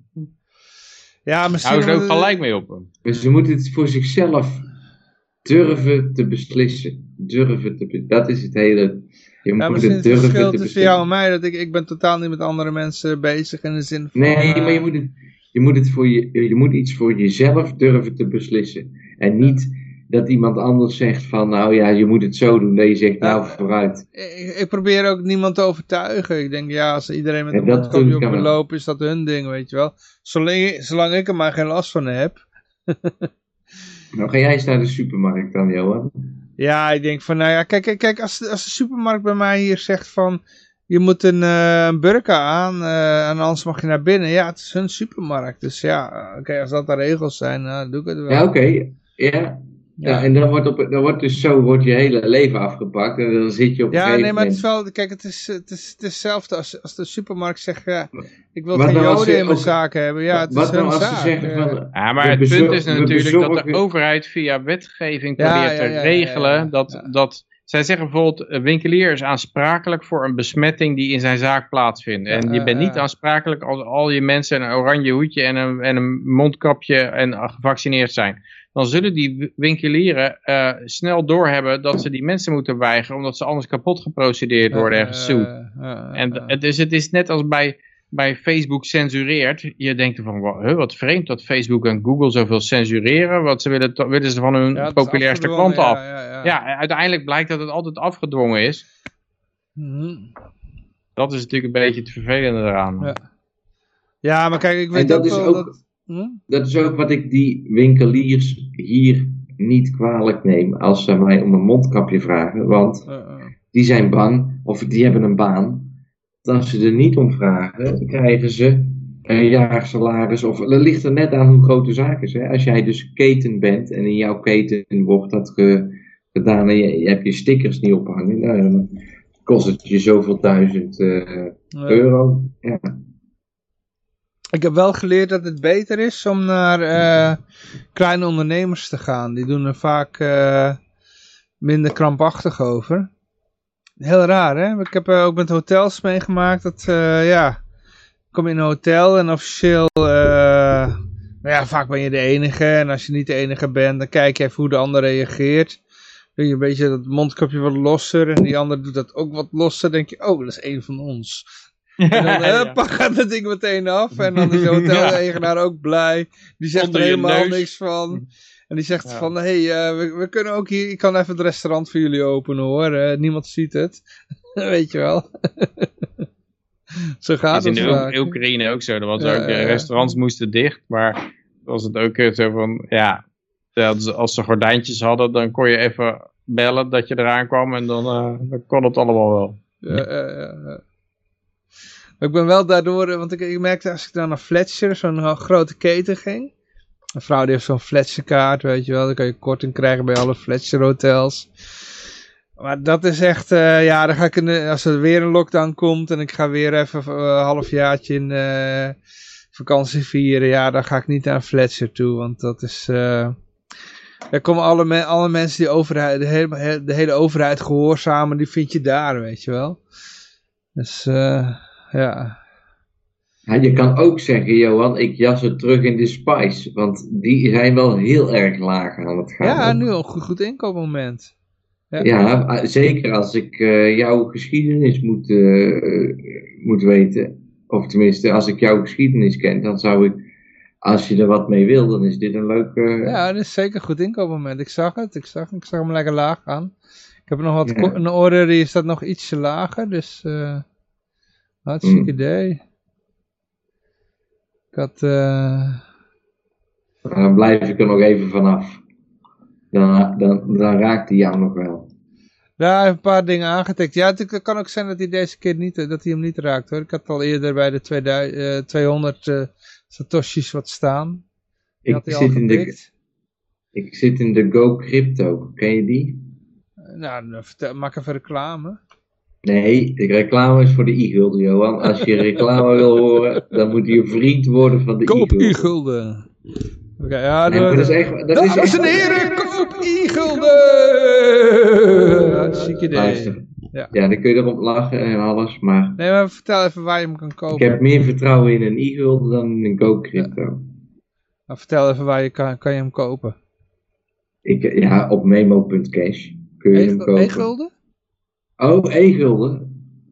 ja misschien... Hou ze ook gelijk mee op. Dus ze moeten het voor zichzelf durven te beslissen. Durven te be- dat is het hele... Je ja, moet misschien het is het durven verschil te tussen beslissen. jou en mij. Dat ik, ik ben totaal niet met andere mensen bezig in de zin van... Nee, uh, maar je moet, het, je, moet het voor je, je moet iets voor jezelf durven te beslissen. En niet dat iemand anders zegt van, nou ja, je moet het zo doen. Dat je zegt, nou, vooruit. Ik, ik probeer ook niemand te overtuigen. Ik denk, ja, als iedereen met Ja, een dat mondkapje kan op wil wel. lopen, is dat hun ding, weet je wel. Zolang, zolang ik er maar geen last van heb. Nou, ga jij eens naar de supermarkt dan, Johan? Ja, ik denk van, nou ja, kijk, kijk, kijk als, de, als de supermarkt bij mij hier zegt van, je moet een, uh, een burka aan uh, en anders mag je naar binnen. Ja, het is hun supermarkt. Dus ja, oké, okay, als dat de regels zijn, uh, doe ik het wel. Ja, oké. Okay. Ja. Ja, en dan wordt, op, dan wordt dus zo wordt je hele leven afgepakt en dan zit je op een ja, gegeven nee, maar het is moment... wel, kijk, het is, het is, het is hetzelfde als, als de supermarkt zegt, ja, ik wil Wat geen nou als joden ze in mijn ook- zaken hebben. Ja, het Wat is hun nou als ze zaak. zeggen eh. van... Ja, maar we het bezor- punt is we natuurlijk dat de bezorgen- overheid via wetgeving Ja, probeert ja, te ja, ja, regelen ja, ja. dat, Ja. dat... Zij zeggen bijvoorbeeld, een winkelier is aansprakelijk voor een besmetting die in zijn zaak plaatsvindt. En Ja, je bent ja, niet ja. aansprakelijk als al je mensen een oranje hoedje en een, en een mondkapje en gevaccineerd zijn. Dan zullen die winkelieren uh, snel doorhebben dat ze die mensen moeten weigeren, omdat ze anders kapot geprocedeerd worden en gesued. Uh, uh, uh, En het, dus het is net als bij, bij Facebook censureert. Je denkt van, wat, huh, wat vreemd dat Facebook en Google zoveel censureren. Want ze willen, to- willen ze van hun ja, het is populairste afgedwongen, klanten af. Ja, ja, ja. Ja, uiteindelijk blijkt dat het altijd afgedwongen is. Mhm. Dat is natuurlijk een beetje het vervelende eraan. Ja. Ja, maar kijk, ik weet En dat ook is wel ook- dat... Hm? Dat is ook wat ik die winkeliers hier niet kwalijk neem als ze mij om een mondkapje vragen. Want Uh, uh. die zijn bang, of die hebben een baan. Als ze er niet om vragen, krijgen ze een jaarsalaris. Of dat ligt er net aan hoe groot de zaak is. Hè? Als jij dus keten bent en in jouw keten wordt dat ge- gedaan en je, je hebt je stickers niet ophangen. Nou, dan kost het je zoveel duizend uh, Ja. euro. Ja. Ik heb wel geleerd dat het beter is om naar uh, kleine ondernemers te gaan. Die doen er vaak uh, minder krampachtig over. Heel raar, hè? Ik heb uh, ook met hotels meegemaakt dat, uh, ja, ik kom in een hotel en officieel, uh, nou ja, vaak ben je de enige. En als je niet de enige bent, dan kijk je even hoe de ander reageert. Doe je een beetje dat mondkapje wat losser en die ander doet dat ook wat losser. Dan denk je, oh, dat is een van ons. En dan huppa, gaat het ding meteen af. En dan is de hotel-eigenaar ook blij. Die zegt Onder er je helemaal neus. niks van. En die zegt Ja. van, hé, hey, uh, we, we kunnen ook hier, ik kan even het restaurant voor jullie openen hoor. Uh, niemand ziet het. Weet je wel. Zo gaat Dat is het in de vaak. Oek- Oekraïne ook zo. Er was Ja, ook, eh, ja. restaurants moesten dicht, maar was het ook eh, zo van, ja, dat als ze gordijntjes hadden, dan kon je even bellen dat je eraan kwam en dan, uh, dan kon het allemaal wel. Ja, ja, ja, ja. Maar ik ben wel daardoor, eh, want ik, ik merkte als ik dan naar Fletcher, zo'n uh, grote keten ging. Een vrouw die heeft zo'n Fletcher kaart, weet je wel. Dan kan je korting krijgen bij alle Fletcher hotels. Maar dat is echt, uh, ja, dan ga ik in de, als er weer een lockdown komt en ik ga weer even een uh, halfjaartje in uh, vakantie vieren. Ja, dan ga ik niet naar Fletcher toe, want dat is... Uh, daar komen alle, me alle mensen die overheid, de hele, de hele overheid gehoorzamen, die vind je daar, weet je wel. Dus, uh, ja. Ja, je kan ook zeggen, Johan, ik jas het terug in de Spice. Want die zijn wel heel erg laag aan het gaan. Ja, nu een goed, goed inkoopmoment. Ja. Ja, zeker als ik uh, jouw geschiedenis moet, uh, moet weten. Of tenminste, als ik jouw geschiedenis ken, dan zou ik, als je er wat mee wil, dan is dit een leuke... Uh... Ja, dit is zeker een goed inkoopmoment. Ik zag het, ik zag, ik zag hem lekker laag gaan. Ik heb nog wat, Ja. een order die staat nog ietsje lager, dus uh, hartstikke Mm. idee. Ik had... Uh... Dan blijf ik er nog even vanaf. Dan, dan, dan raakt hij jou nog wel. Ja, hij heeft een paar dingen aangetikt. Ja, het kan ook zijn dat hij deze keer niet, dat hij hem niet raakt hoor. Ik had al eerder bij de tweeduizend, uh, tweehonderd uh, Satoshis wat staan. Die Ik had hij al zit, in de, gepikt. ik zit in de Go Crypto. Ken je die? Uh, nou, dan vertel, maak even reclame. Nee, de reclame is voor de i-gulden, Johan. Als je reclame wil horen, dan moet je vriend worden van de Koop i-gulden. i-gulden. Oké, okay, ja, Nee, de, maar dat is echt... Dat is dames echt en heren, koop i-gulden! Hartstikke idee. Luister. Ja. Ja, dan kun je erop lachen en alles, maar... Nee, maar vertel even waar je hem kan Ik kopen. heb meer vertrouwen in een i-gulden dan in een Go Crypto. Ja. Maar vertel even waar je kan, kan je hem kopen. Ik, ja, op memo punt cash kun je E- hem kopen. E-gulden? Oh, e-gulden.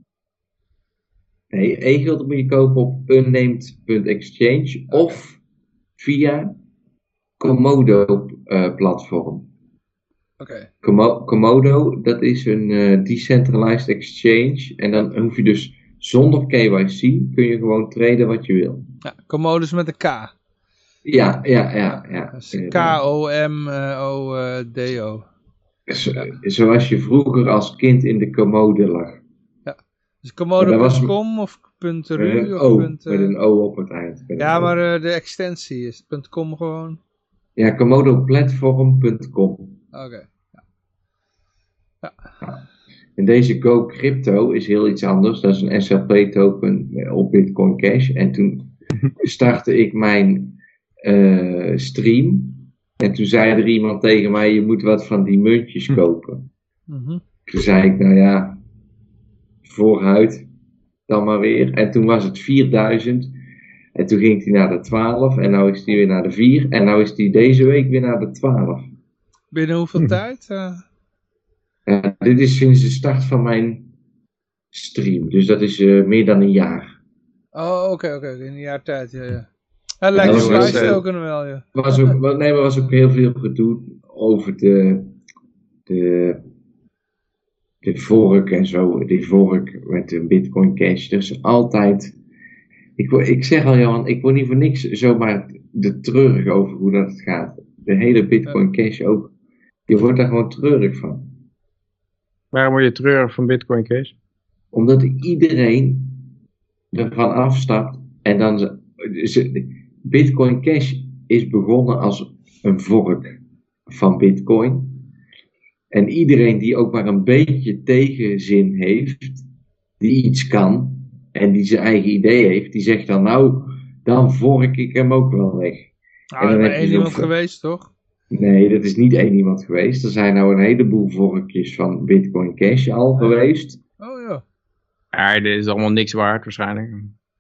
Nee, e-gulden moet je kopen op unnamed punt exchange of via Komodo uh, platform. Okay. Komo- Komodo, dat is een uh, decentralized exchange. En dan hoef je dus zonder K Y C, kun je gewoon traden wat je wil. Ja, Komodo is met een K. Ja, ja, ja. ja. K O M O D O. Zo, ja. Zoals je vroeger als kind in de commode lag. Ja, dus komodo punt com was... of .ru uh, of O, punt, uh... met een O op het eind. Ja, maar uh, de extensie is .com gewoon. Ja, komodo platform punt com. Oké. Okay. Ja. Ja. Ja. En deze Go Crypto is heel iets anders. Dat is een S L P token op Bitcoin Cash. En toen startte ik mijn uh, stream. En toen zei er iemand tegen mij, je moet wat van die muntjes kopen. Mm-hmm. Toen zei ik, nou ja, vooruit, dan maar weer. En toen was het vierduizend. En toen ging hij naar de twaalf. En nu is hij weer naar de vier. En nu is hij deze week weer naar de twaalf. Binnen hoeveel hm. tijd? Uh... Ja, dit is sinds de start van mijn stream. Dus dat is uh, meer dan een jaar. Oh, oké, okay, oké. Okay. In een jaar tijd, ja, ja. Het lijkt een slice token wel, ja. Was ook, nee, maar er was ook heel veel gedoe over de, de, de vork en zo. Die vork met de Bitcoin Cash. Dus altijd... Ik, ik zeg al, Johan, ik word niet voor niks zomaar de treurig over hoe dat gaat. De hele Bitcoin Cash ook. Je wordt daar gewoon treurig van. Waarom word je treurig van Bitcoin Cash? Omdat iedereen ervan afstapt en dan... Ze, Bitcoin Cash is begonnen als een vork van Bitcoin. En iedereen die ook maar een beetje tegenzin heeft, die iets kan en die zijn eigen idee heeft, die zegt dan nou, dan vork ik hem ook wel weg. Ah, er is maar één iemand geweest, toch? Nee, dat is niet één iemand geweest. Er zijn nou een heleboel vorkjes van Bitcoin Cash al ja. geweest. Oh ja. Ja, dit is allemaal niks waard waarschijnlijk.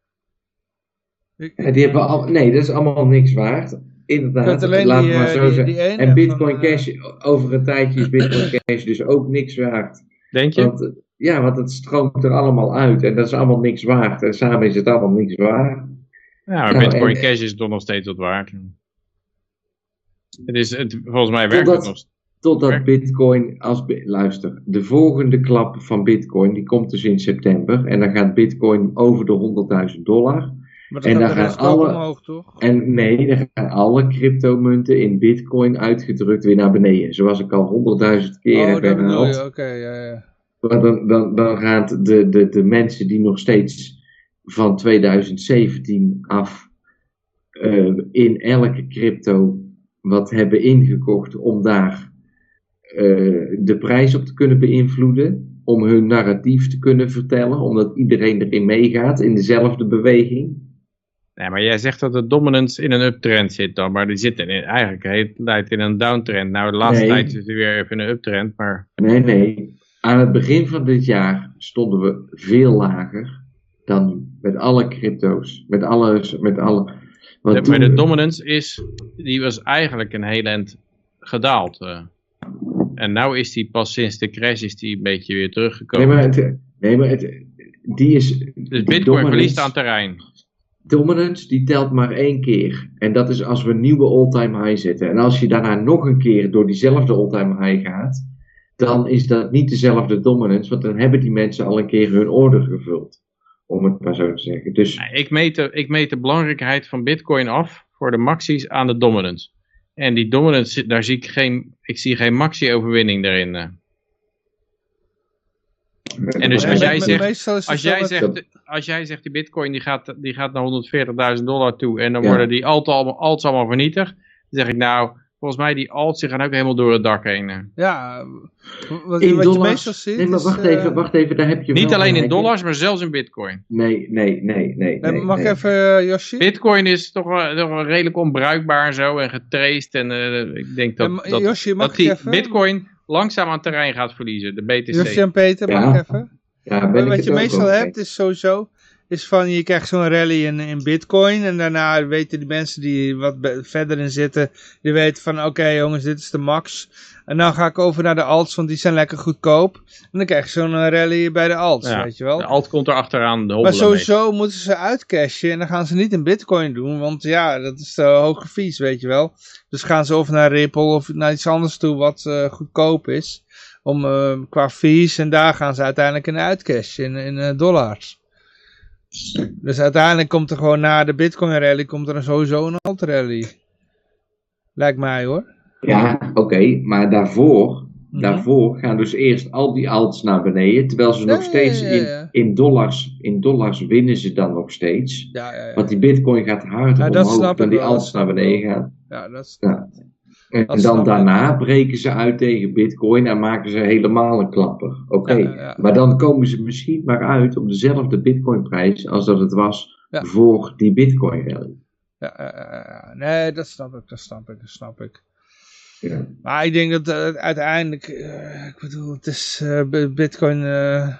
Ja, die hebben al, nee, dat is allemaal niks waard. Inderdaad, laat die, maar zo die, zeggen. die En Bitcoin van, Cash, uh... over een tijdje is Bitcoin Cash dus ook niks waard. Denk je? Want, ja, want het stroomt er allemaal uit en dat is allemaal niks waard. En samen is het allemaal niks waard. Ja, maar nou, Bitcoin en, Cash is toch nog steeds wat waard. Het is, het, volgens mij werkt totdat, het nog. Totdat werkt. Bitcoin, als, luister, de volgende klap van Bitcoin, die komt dus in september. En dan gaat Bitcoin over de honderdduizend dollar. Maar dan en dan gaan alle, omhoog, toch? En nee, dan gaan alle cryptomunten in Bitcoin uitgedrukt weer naar beneden. Zoals ik al honderdduizend keer oh, heb herhaald. Oké, okay, ja, ja. Dan, dan, dan gaan de, de, de mensen die nog steeds van tweeduizend zeventien af uh, in elke crypto wat hebben ingekocht om daar uh, de prijs op te kunnen beïnvloeden. Om hun narratief te kunnen vertellen. Omdat iedereen erin meegaat in dezelfde beweging. Nee, maar jij zegt dat de dominance in een uptrend zit dan. Maar die zit in, eigenlijk de hele tijd in een downtrend. Nou, de laatste nee. tijd zit hij weer even in een uptrend. Maar... Nee, nee. Aan het begin van dit jaar stonden we veel lager dan nu. Met alle crypto's. Met alles. Met alle... De, maar toen... de dominance is, die was eigenlijk een heel eind gedaald. Uh. En nou is die pas sinds de crash is die een beetje weer teruggekomen. Nee, maar het, nee, maar het, die is... Dus Bitcoin verliest aan terrein. Dominance, die telt maar één keer. En dat is als we een nieuwe all-time high zetten. En als je daarna nog een keer door diezelfde all-time high gaat, dan is dat niet dezelfde dominance, want dan hebben die mensen al een keer hun order gevuld. Om het maar zo te zeggen. Dus... Ik meet de, ik meet de belangrijkheid van Bitcoin af voor de maxies aan de dominance. En die dominance, daar zie ik geen, ik zie geen maxi-overwinning daarin. En dus als jij zegt, als jij zegt, als jij zegt die Bitcoin die gaat, die gaat naar honderdveertigduizend dollar toe en dan ja. worden die alts allemaal, alts allemaal vernietigd, dan zeg ik nou, volgens mij die alts die gaan ook helemaal door het dak heen. Ja, wat, wat je meestal ziet. Nee, maar wacht is, even, wacht even, daar heb je niet alleen in dollars, maar zelfs in Bitcoin. Nee, nee, nee, nee. nee mag nee. ik even, Yoshi? Bitcoin is toch wel, toch wel redelijk onbruikbaar en zo en getraced en uh, ik denk dat, ja, dat, Yoshi, mag dat die even? Bitcoin langzaam aan terrein gaat verliezen, de B T C. Yoshi en Peter, mag ja. ik even? Ja, ben wat ik je meestal hebt is sowieso, is van je krijgt zo'n rally in, in Bitcoin en daarna weten die mensen die wat be- verder in zitten, die weten van oké okay, jongens, dit is de max. En dan ga ik over naar de alts, want die zijn lekker goedkoop. En dan krijg je zo'n rally bij de alts, ja, weet je wel. De alt komt er achteraan. De maar sowieso mee. Moeten ze uitcashen en dan gaan ze niet in Bitcoin doen, want ja, dat is uh, hoge fees, weet je wel. Dus gaan ze of naar Ripple of naar iets anders toe wat uh, goedkoop is. Om, uh, qua fees en daar gaan ze uiteindelijk in uitcashen in, in uh, dollars. Dus uiteindelijk komt er gewoon na de Bitcoin rally komt er sowieso een alt rally. Lijkt mij hoor. Ja, oké, okay, maar daarvoor, mm-hmm. daarvoor gaan dus eerst al die alts naar beneden, terwijl ze ja, nog steeds ja, ja, ja. In, in, dollars, in dollars winnen ze dan nog steeds. Ja, ja, ja. Want die Bitcoin gaat harder ja, omhoog dan die alts naar beneden gaan. Ja, dat is ja. En, en dan daarna breken ze uit tegen Bitcoin en maken ze helemaal een klapper. Oké, okay. ja, ja, ja. Maar dan komen ze misschien maar uit op dezelfde Bitcoinprijs als dat het was ja. voor die Bitcoin rally. Ja, ja, ja, nee, dat snap ik, dat snap ik, dat snap ik. Ja. Maar ik denk dat uh, uiteindelijk, uh, ik bedoel, het is uh, Bitcoin, uh,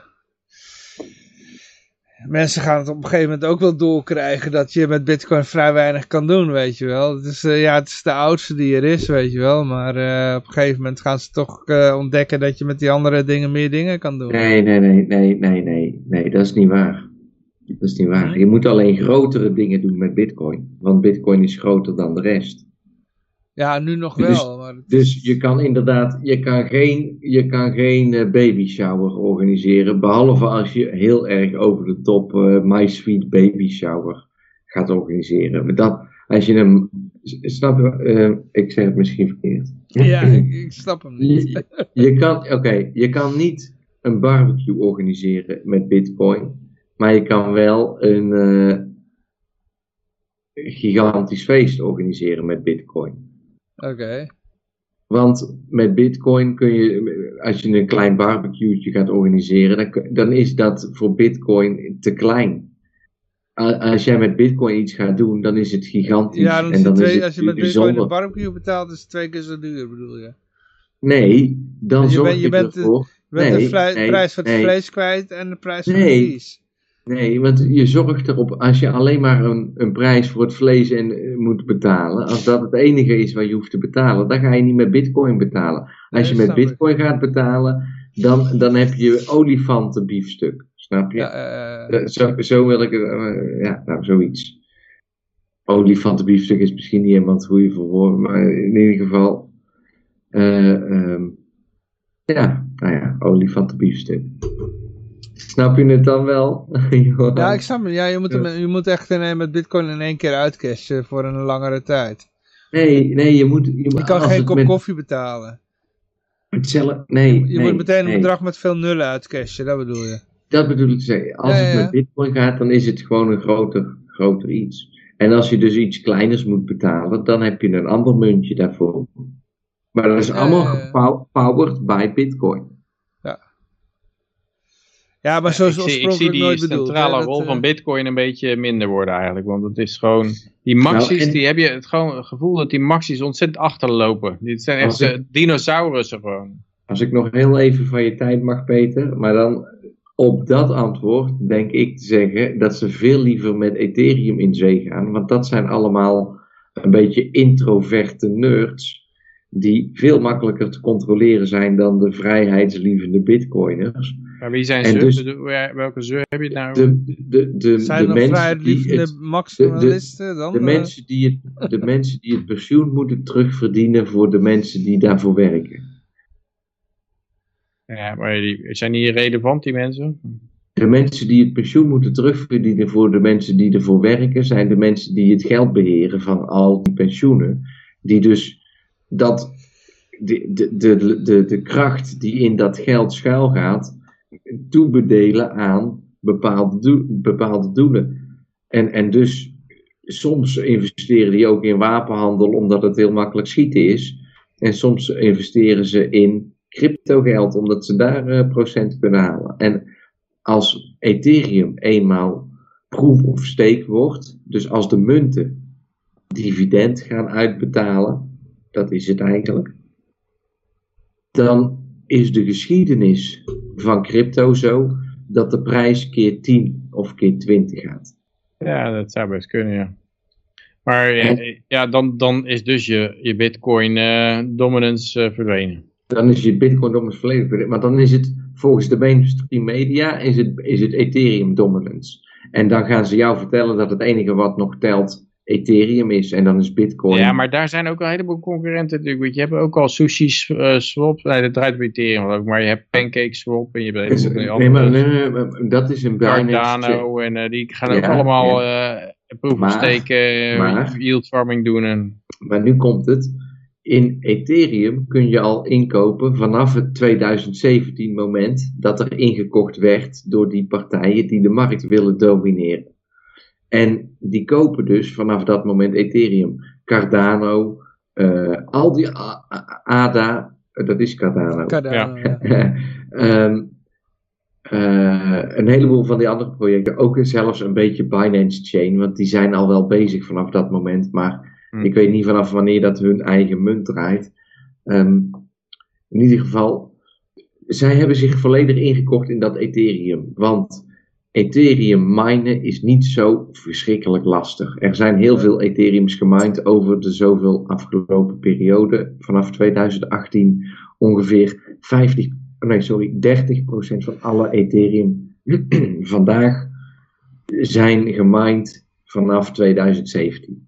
mensen gaan het op een gegeven moment ook wel doorkrijgen dat je met Bitcoin vrij weinig kan doen, weet je wel. Het is, uh, ja, het is de oudste die er is, weet je wel, maar uh, op een gegeven moment gaan ze toch uh, ontdekken dat je met die andere dingen meer dingen kan doen. Nee, nee, nee, nee, nee, nee, nee, dat is niet waar. Dat is niet waar. Je moet alleen grotere dingen doen met Bitcoin, want Bitcoin is groter dan de rest. Ja, nu nog wel. Dus, maar het dus is... je kan inderdaad, je kan geen, je kan geen uh, baby shower organiseren, behalve als je heel erg over de top uh, My Sweet Baby Shower gaat organiseren. Maar dat, als je hem, snap je, uh, ik zeg het misschien verkeerd. Ja, ik, ik snap hem niet. Je, je kan, oké, okay, je kan niet een barbecue organiseren met Bitcoin, maar je kan wel een uh, gigantisch feest organiseren met Bitcoin. Oké. Okay. Want met Bitcoin kun je, als je een klein barbecue'tje gaat organiseren, dan, dan is dat voor Bitcoin te klein. Als jij met Bitcoin iets gaat doen, dan is het gigantisch. Ja, dan en dan twee, is het als je met Bitcoin bijzonder. Een barbecue betaalt, is het twee keer zo duur, bedoel je? Nee, dan je zorg ben, je, je bent ervoor. Je bent nee, de vla- nee, prijs van het nee. vlees kwijt en de prijs van nee. het vlees. Nee, want je zorgt erop, als je alleen maar een, een prijs voor het vlees en, uh, moet betalen, als dat het enige is wat je hoeft te betalen, dan ga je niet met Bitcoin betalen. Als nee, je met Bitcoin ik. gaat betalen, dan, dan heb je olifantenbiefstuk, snap je? Ja, uh, uh, zo, zo wil ik, uh, ja, nou, zoiets. Olifantenbiefstuk is misschien niet helemaal het goede voor woorden, maar in ieder geval, uh, um, ja, nou ja, olifantenbiefstuk. Snap je het dan wel? Ja, ik snap het. Ja, je moet, hem, je moet echt in, met Bitcoin in één keer uitcashen voor een langere tijd. Nee, nee, je moet... Je, je kan geen kop met... koffie betalen. Hetzelfde, nee. Je, je nee, moet meteen nee. een bedrag met veel nullen uitcashen, dat bedoel je. Dat bedoel ik te zeggen. Als ja, ja, ja. het met Bitcoin gaat, dan is het gewoon een groter, groter iets. En als je dus iets kleiners moet betalen, dan heb je een ander muntje daarvoor. Maar dat is ja, allemaal ja, ja. gepowered bij Bitcoin. Ja, maar zoals oorspronkelijk ik zie die nooit bedoeld. centrale hè, rol dat, van uh... Bitcoin een beetje minder worden eigenlijk. Want het is gewoon, die maxies, nou, en... die heb je het gewoon het gevoel dat die maxies ontzettend achterlopen. Dit zijn echt ik... dinosaurussen gewoon. Als ik nog heel even van je tijd mag, Peter, maar dan op dat antwoord denk ik te zeggen dat ze veel liever met Ethereum in zee gaan. Want dat zijn allemaal een beetje introverte nerds die veel makkelijker te controleren zijn dan de vrijheidslievende bitcoiners. Maar wie zijn ze? Dus, welke ze heb je nou? De, de, de, zijn de er vrijheidslievende maximalisten de, de, dan? De, mensen die het, de mensen die het pensioen moeten terugverdienen voor de mensen die daarvoor werken. Ja, maar die, zijn die relevant, die mensen? De mensen die het pensioen moeten terugverdienen voor de mensen die ervoor werken, zijn de mensen die het geld beheren van al die pensioenen. Die dus dat de, de, de, de, de kracht die in dat geld schuilgaat, toebedelen aan bepaalde, do, bepaalde doelen. En, en dus soms investeren die ook in wapenhandel omdat het heel makkelijk schieten is. En soms investeren ze in cryptogeld omdat ze daar uh, procent kunnen halen. En als Ethereum eenmaal proof of stake wordt, dus als de munten dividend gaan uitbetalen, dat is het eigenlijk, dan is de geschiedenis van crypto zo dat de prijs keer tien of keer twintig gaat. Ja, dat zou best kunnen, ja. Maar ja, ja dan, dan is dus je, je bitcoin uh, dominance uh, verdwenen. Dan is je bitcoin dominance volledig verdwenen. Maar dan is het volgens de mainstream media is het, is het Ethereum dominance. En dan gaan ze jou vertellen dat het enige wat nog telt Ethereum is. En dan is bitcoin. Ja, maar daar zijn ook al een heleboel concurrenten natuurlijk. Want je hebt ook al sushi uh, swap. Nee, dat draait op Ethereum ook. Maar je hebt pancake swap. En je hebt nee, nee, maar, nee, nee, maar dat is een Cardano. En uh, die gaan ook ja, allemaal ja. uh, proof of stake uh, yield farming doen. En... Maar nu komt het. In Ethereum kun je al inkopen vanaf het twintig zeventien moment dat er ingekocht werd door die partijen die de markt willen domineren. En die kopen dus vanaf dat moment Ethereum. Cardano, uh, al die A D A, uh, dat is Cardano. Cardano, ja. um, uh, een heleboel van die andere projecten, ook zelfs een beetje Binance Chain, want die zijn al wel bezig vanaf dat moment, maar hmm. ik weet niet vanaf wanneer dat hun eigen munt draait. Um, in ieder geval, zij hebben zich volledig ingekocht in dat Ethereum, want Ethereum minen is niet zo verschrikkelijk lastig. Er zijn heel veel Ethereums gemined over de zoveel afgelopen periode. Vanaf twintig achttien ongeveer vijftig, nee, sorry, dertig procent van alle Ethereum vandaag zijn gemined vanaf twintig zeventien.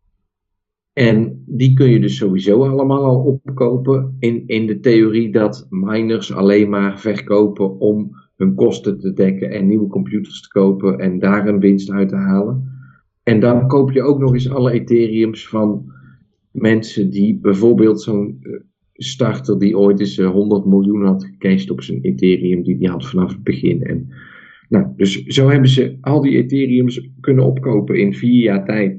En die kun je dus sowieso allemaal al opkopen in, in de theorie dat miners alleen maar verkopen om hun kosten te dekken en nieuwe computers te kopen en daar een winst uit te halen. En dan koop je ook nog eens alle Ethereums van mensen die bijvoorbeeld zo'n starter die ooit eens honderd miljoen had gecashed op zijn Ethereum die die had vanaf het begin. En, nou, dus zo hebben ze al die Ethereums kunnen opkopen in vier jaar tijd.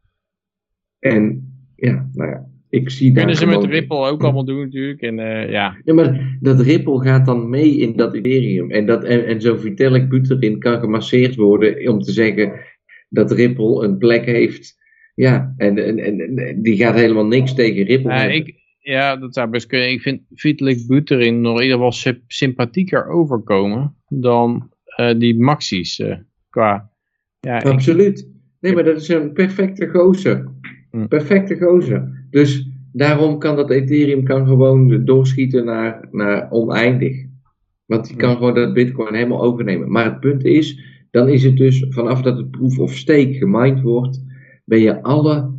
En ja, nou ja. Ik zie Kunnen ze gewoon... met Ripple ook allemaal doen natuurlijk. En, uh, ja. ja, maar dat Ripple gaat dan mee in dat Ethereum. En, dat, en, en zo'n Vitalik Buterin kan gemasseerd worden om te zeggen dat Ripple een plek heeft. Ja, en, en, en, en die gaat helemaal niks tegen Ripple uh, ik, Ja, dat zou best kunnen. Ik vind Vitalik Buterin nog in ieder geval sympathieker overkomen dan uh, die Maxis. Uh, qua, ja, Absoluut. Ik... Nee, maar dat is een perfecte gozer. Hm. Perfecte gozer. Dus daarom kan dat Ethereum kan gewoon doorschieten naar, naar oneindig. Want die kan gewoon dat Bitcoin helemaal overnemen. Maar het punt is, dan is het dus vanaf dat het proof of stake gemined wordt, ben je alle...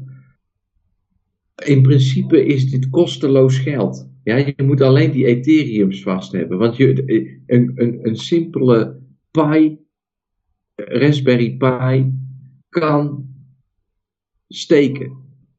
In principe is dit kosteloos geld. Ja, je moet alleen die Ethereums vast hebben. Want je, een, een, een simpele Pi, Raspberry Pi, kan steken.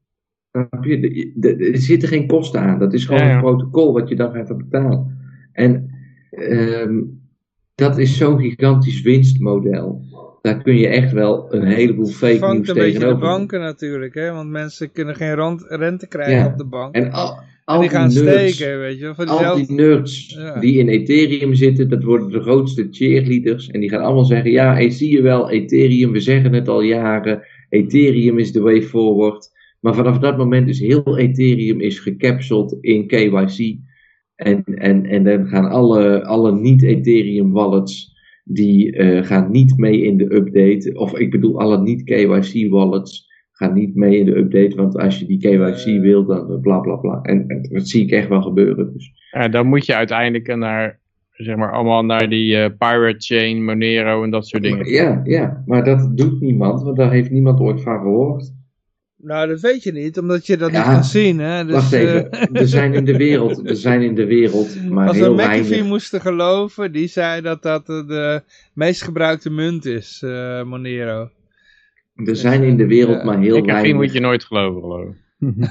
Er zitten geen kosten aan. Dat is gewoon ja, ja. een protocol wat je dan gaat betalen. En um, dat is zo'n gigantisch winstmodel. Daar kun je echt wel een heleboel fake news tegenover. Het vangt een beetje de banken natuurlijk. Hè? Want mensen kunnen geen rand, rente krijgen ja. op de bank. En, al, al en die, die gaan nerds, steken. Weet je, voor al die nerds ja. die in Ethereum zitten. Dat worden de grootste cheerleaders. En die gaan allemaal zeggen. Ja, hey, zie je wel Ethereum. We zeggen het al jaren. Ethereum is the way forward. Maar vanaf dat moment is heel Ethereum is gecapseld in K Y C. En, en, en dan gaan alle, alle niet-Ethereum wallets, die uh, gaan niet mee in de update. Of ik bedoel, alle niet-K Y C wallets gaan niet mee in de update. Want als je die K Y C uh, wil, dan bla bla bla. En, en dat zie ik echt wel gebeuren. Dus. Ja, dan moet je uiteindelijk naar, zeg maar, allemaal naar die uh, Pirate Chain, Monero en dat soort dingen. Ja, ja, maar dat doet niemand, want daar heeft niemand ooit van gehoord. Nou, dat weet je niet, omdat je dat ja, niet kan zien. Hè? Dus, wacht even, uh... er zijn in de wereld, er zijn in de wereld maar Als heel we McAfee weinig... moesten geloven, die zei dat dat de meest gebruikte munt is, uh, Monero. Er zijn in de wereld uh, maar heel McAfee weinig... moet je nooit geloven, geloof ik.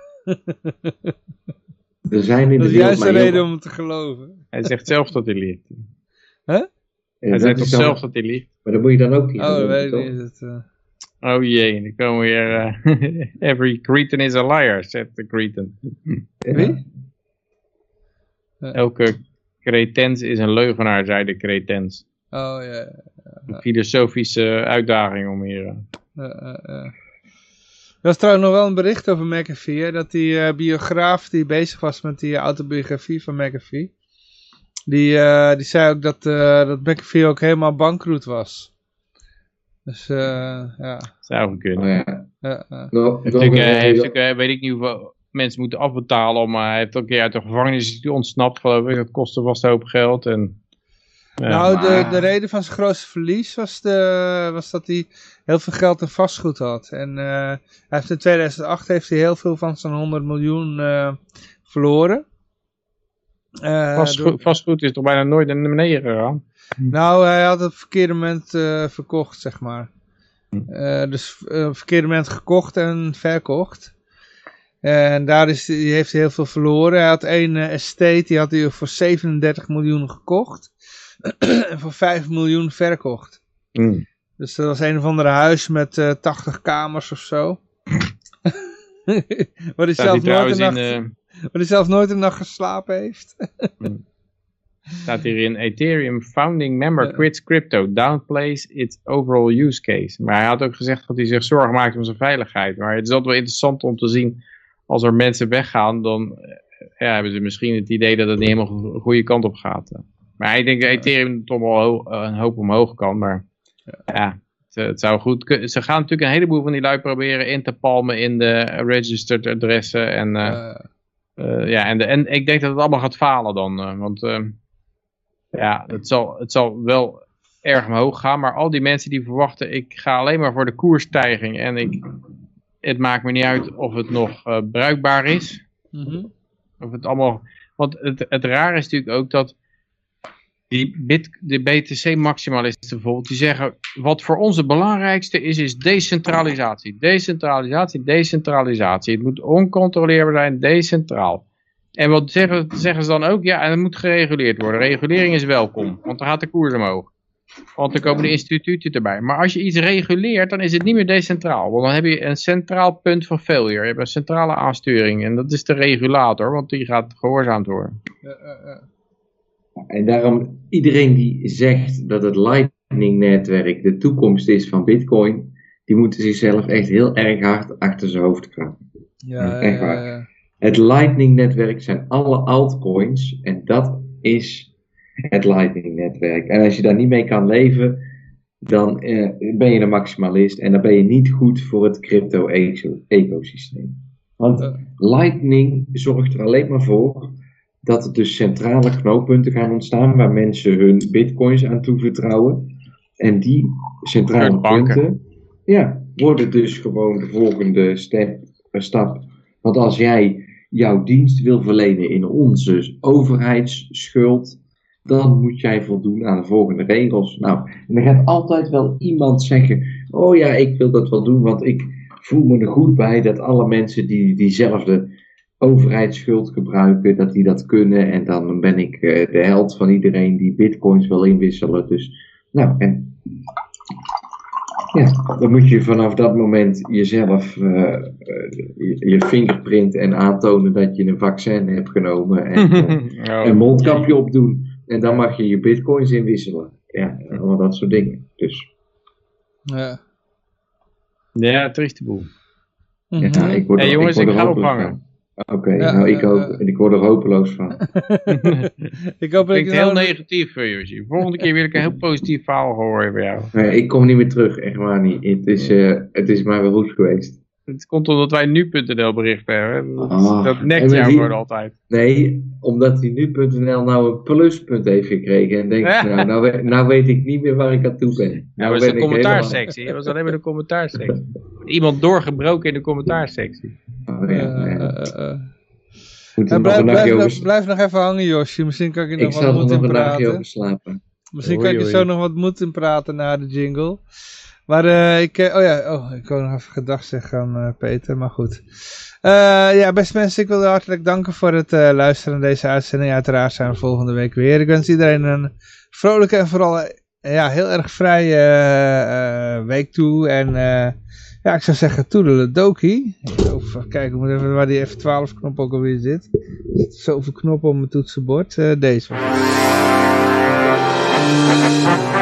er zijn in dat de is juist de reden heel... om te geloven. Hij zegt zelf dat hij liegt. Huh? Ja, hij zegt toch zelf dat hij liegt. Maar dan moet je dan ook niet oh, geloven, weet toch? Niet, het, uh... Oh jee, dan komen we weer... Uh, every cretin is a liar, zegt de cretin. Wie? Elke cretens is een leugenaar, zei de cretens. Oh ja. ja, ja. Een filosofische uitdaging om hier... Uh... Ja, ja, ja. Er was trouwens nog wel een bericht over McAfee, hè, dat die uh, biograaf die bezig was met die autobiografie van McAfee, Die, uh, die zei ook dat, uh, dat McAfee ook helemaal bankroet was. Dus uh, ja. Zou kunnen. Oh, ja. Ja, uh. no, heeft ook, uh, heeft ook, uh, weet ik niet hoeveel mensen moeten afbetalen, maar hij heeft ook een keer uit de gevangenis ontsnapt, geloof ik. Dat kostte vast een hoop geld. En, uh, nou, maar... de, de reden van zijn grootste verlies was, de, was dat hij heel veel geld in vastgoed had. En uh, hij heeft in tweeduizend acht heeft hij heel veel van zijn honderd miljoen uh, verloren. Uh, vastgoed, door... vastgoed is toch bijna nooit naar beneden gegaan? Nou, hij had het op het verkeerde moment uh, verkocht, zeg maar. Uh, dus uh, op het verkeerde moment gekocht en verkocht. En daar is, die heeft hij heel veel verloren. Hij had één uh, estate, die had hij voor zevenendertig miljoen gekocht. En voor vijf miljoen verkocht. Mm. Dus dat was een of andere huis met uh, tachtig kamers of zo. Waar hij zelf nooit een nacht... In, uh... Waar hij zelf nooit een nacht geslapen heeft. Staat hierin, Ethereum founding member quits crypto, downplays its overall use case. Maar hij had ook gezegd dat hij zich zorgen maakt om zijn veiligheid. Maar het is altijd wel interessant om te zien, als er mensen weggaan, dan ja, hebben ze misschien het idee dat het niet helemaal de goede kant op gaat. Maar ik denk dat Ethereum toch wel een hoop omhoog kan, maar ja, het, het zou goed kunnen. Ze gaan natuurlijk een heleboel van die lui proberen in te palmen in de registered adressen en... Uh, Uh, ja, en, de, en ik denk dat het allemaal gaat falen dan. Uh, want uh, ja, het zal, het zal wel erg omhoog gaan. Maar al die mensen die verwachten, ik ga alleen maar voor de koersstijging. En ik, het maakt me niet uit of het nog uh, bruikbaar is. Mm-hmm. Of het allemaal... Want het, het rare is natuurlijk ook dat die bit, de B T C-maximalisten bijvoorbeeld, die zeggen, wat voor ons het belangrijkste is, is decentralisatie. Decentralisatie, decentralisatie. Het moet oncontroleerbaar zijn, decentraal. En wat zeggen, zeggen ze dan ook? Ja, en het moet gereguleerd worden. Regulering is welkom, want dan gaat de koers omhoog. Want dan komen de instituten erbij. Maar als je iets reguleert, dan is het niet meer decentraal. Want dan heb je een centraal punt van failure. Je hebt een centrale aansturing. En dat is de regulator, want die gaat gehoorzaamd worden. Ja, uh, uh. En daarom, iedereen die zegt dat het Lightning-netwerk de toekomst is van Bitcoin, die moeten zichzelf echt heel erg hard achter zijn hoofd krabben. Ja, echt waar. Ja, ja. Het Lightning-netwerk zijn alle altcoins en dat is het Lightning-netwerk. En als je daar niet mee kan leven, dan eh, ben je een maximalist en dan ben je niet goed voor het crypto-ecosysteem. Want uh. Lightning zorgt er alleen maar voor dat er dus centrale knooppunten gaan ontstaan waar mensen hun bitcoins aan toevertrouwen. En die centrale punten ja, worden dus gewoon de volgende step, stap. Want als jij jouw dienst wil verlenen in onze overheidsschuld, dan moet jij voldoen aan de volgende regels. Nou, en er gaat altijd wel iemand zeggen, oh ja, ik wil dat wel doen, want ik voel me er goed bij dat alle mensen die diezelfde overheidsschuld gebruiken, dat die dat kunnen en dan ben ik uh, de held van iedereen die bitcoins wil inwisselen. Dus, nou, en ja, dan moet je vanaf dat moment jezelf uh, uh, je, je fingerprint en aantonen dat je een vaccin hebt genomen en uh, oh. een mondkapje opdoen en dan mag je je bitcoins inwisselen. Ja, allemaal dat soort dingen. Dus. Ja. Ja, trieste boel. Ja, ik word hey, er, jongens, ik, ik word ga ophangen. Oké, okay, ja, nou ik ook. En ik word er hopeloos van. ik hoop dat ik heel nou... negatief, Josje. Volgende keer wil ik een heel positief verhaal horen bij jou. Nee, ik kom niet meer terug, echt waar niet. Het is, uh, het is maar weer goed geweest. Het komt omdat wij nu punt n l bericht hebben. Dat, oh, dat nekt jou die... gewoon altijd. Nee, omdat die nu punt n l nou een pluspunt heeft gekregen. En denk ik, nou, nou, nou weet ik niet meer waar ik aan toe ben. Nou, nou dat was de commentaarsectie. Dat was alleen maar de commentaarsectie. Iemand doorgebroken in de commentaarsectie. Oh, ja, nee. uh, uh, uh. Ja, blijf, blijf, over... blijf nog even hangen, Josje. Misschien kan ik je nog ik wat moed in praten. Ik zal nog een over slapen. Misschien oei, kan ik je oei. zo nog wat moed in praten na de jingle. Maar uh, ik... Uh, oh ja, oh, ik wil nog even gedag zeggen aan uh, Peter, maar goed. Uh, ja, beste mensen, ik wil u hartelijk danken voor het uh, luisteren naar deze uitzending. Uiteraard zijn we volgende week weer. Ik wens iedereen een vrolijke en vooral uh, ja, heel erg vrije uh, uh, week toe. En... Uh, Ja, ik zou zeggen toedeledokie. Even kijken, ik moet even waar die F twaalf knop ook alweer zit. Er zitten zoveel knoppen op mijn toetsenbord. Uh, deze.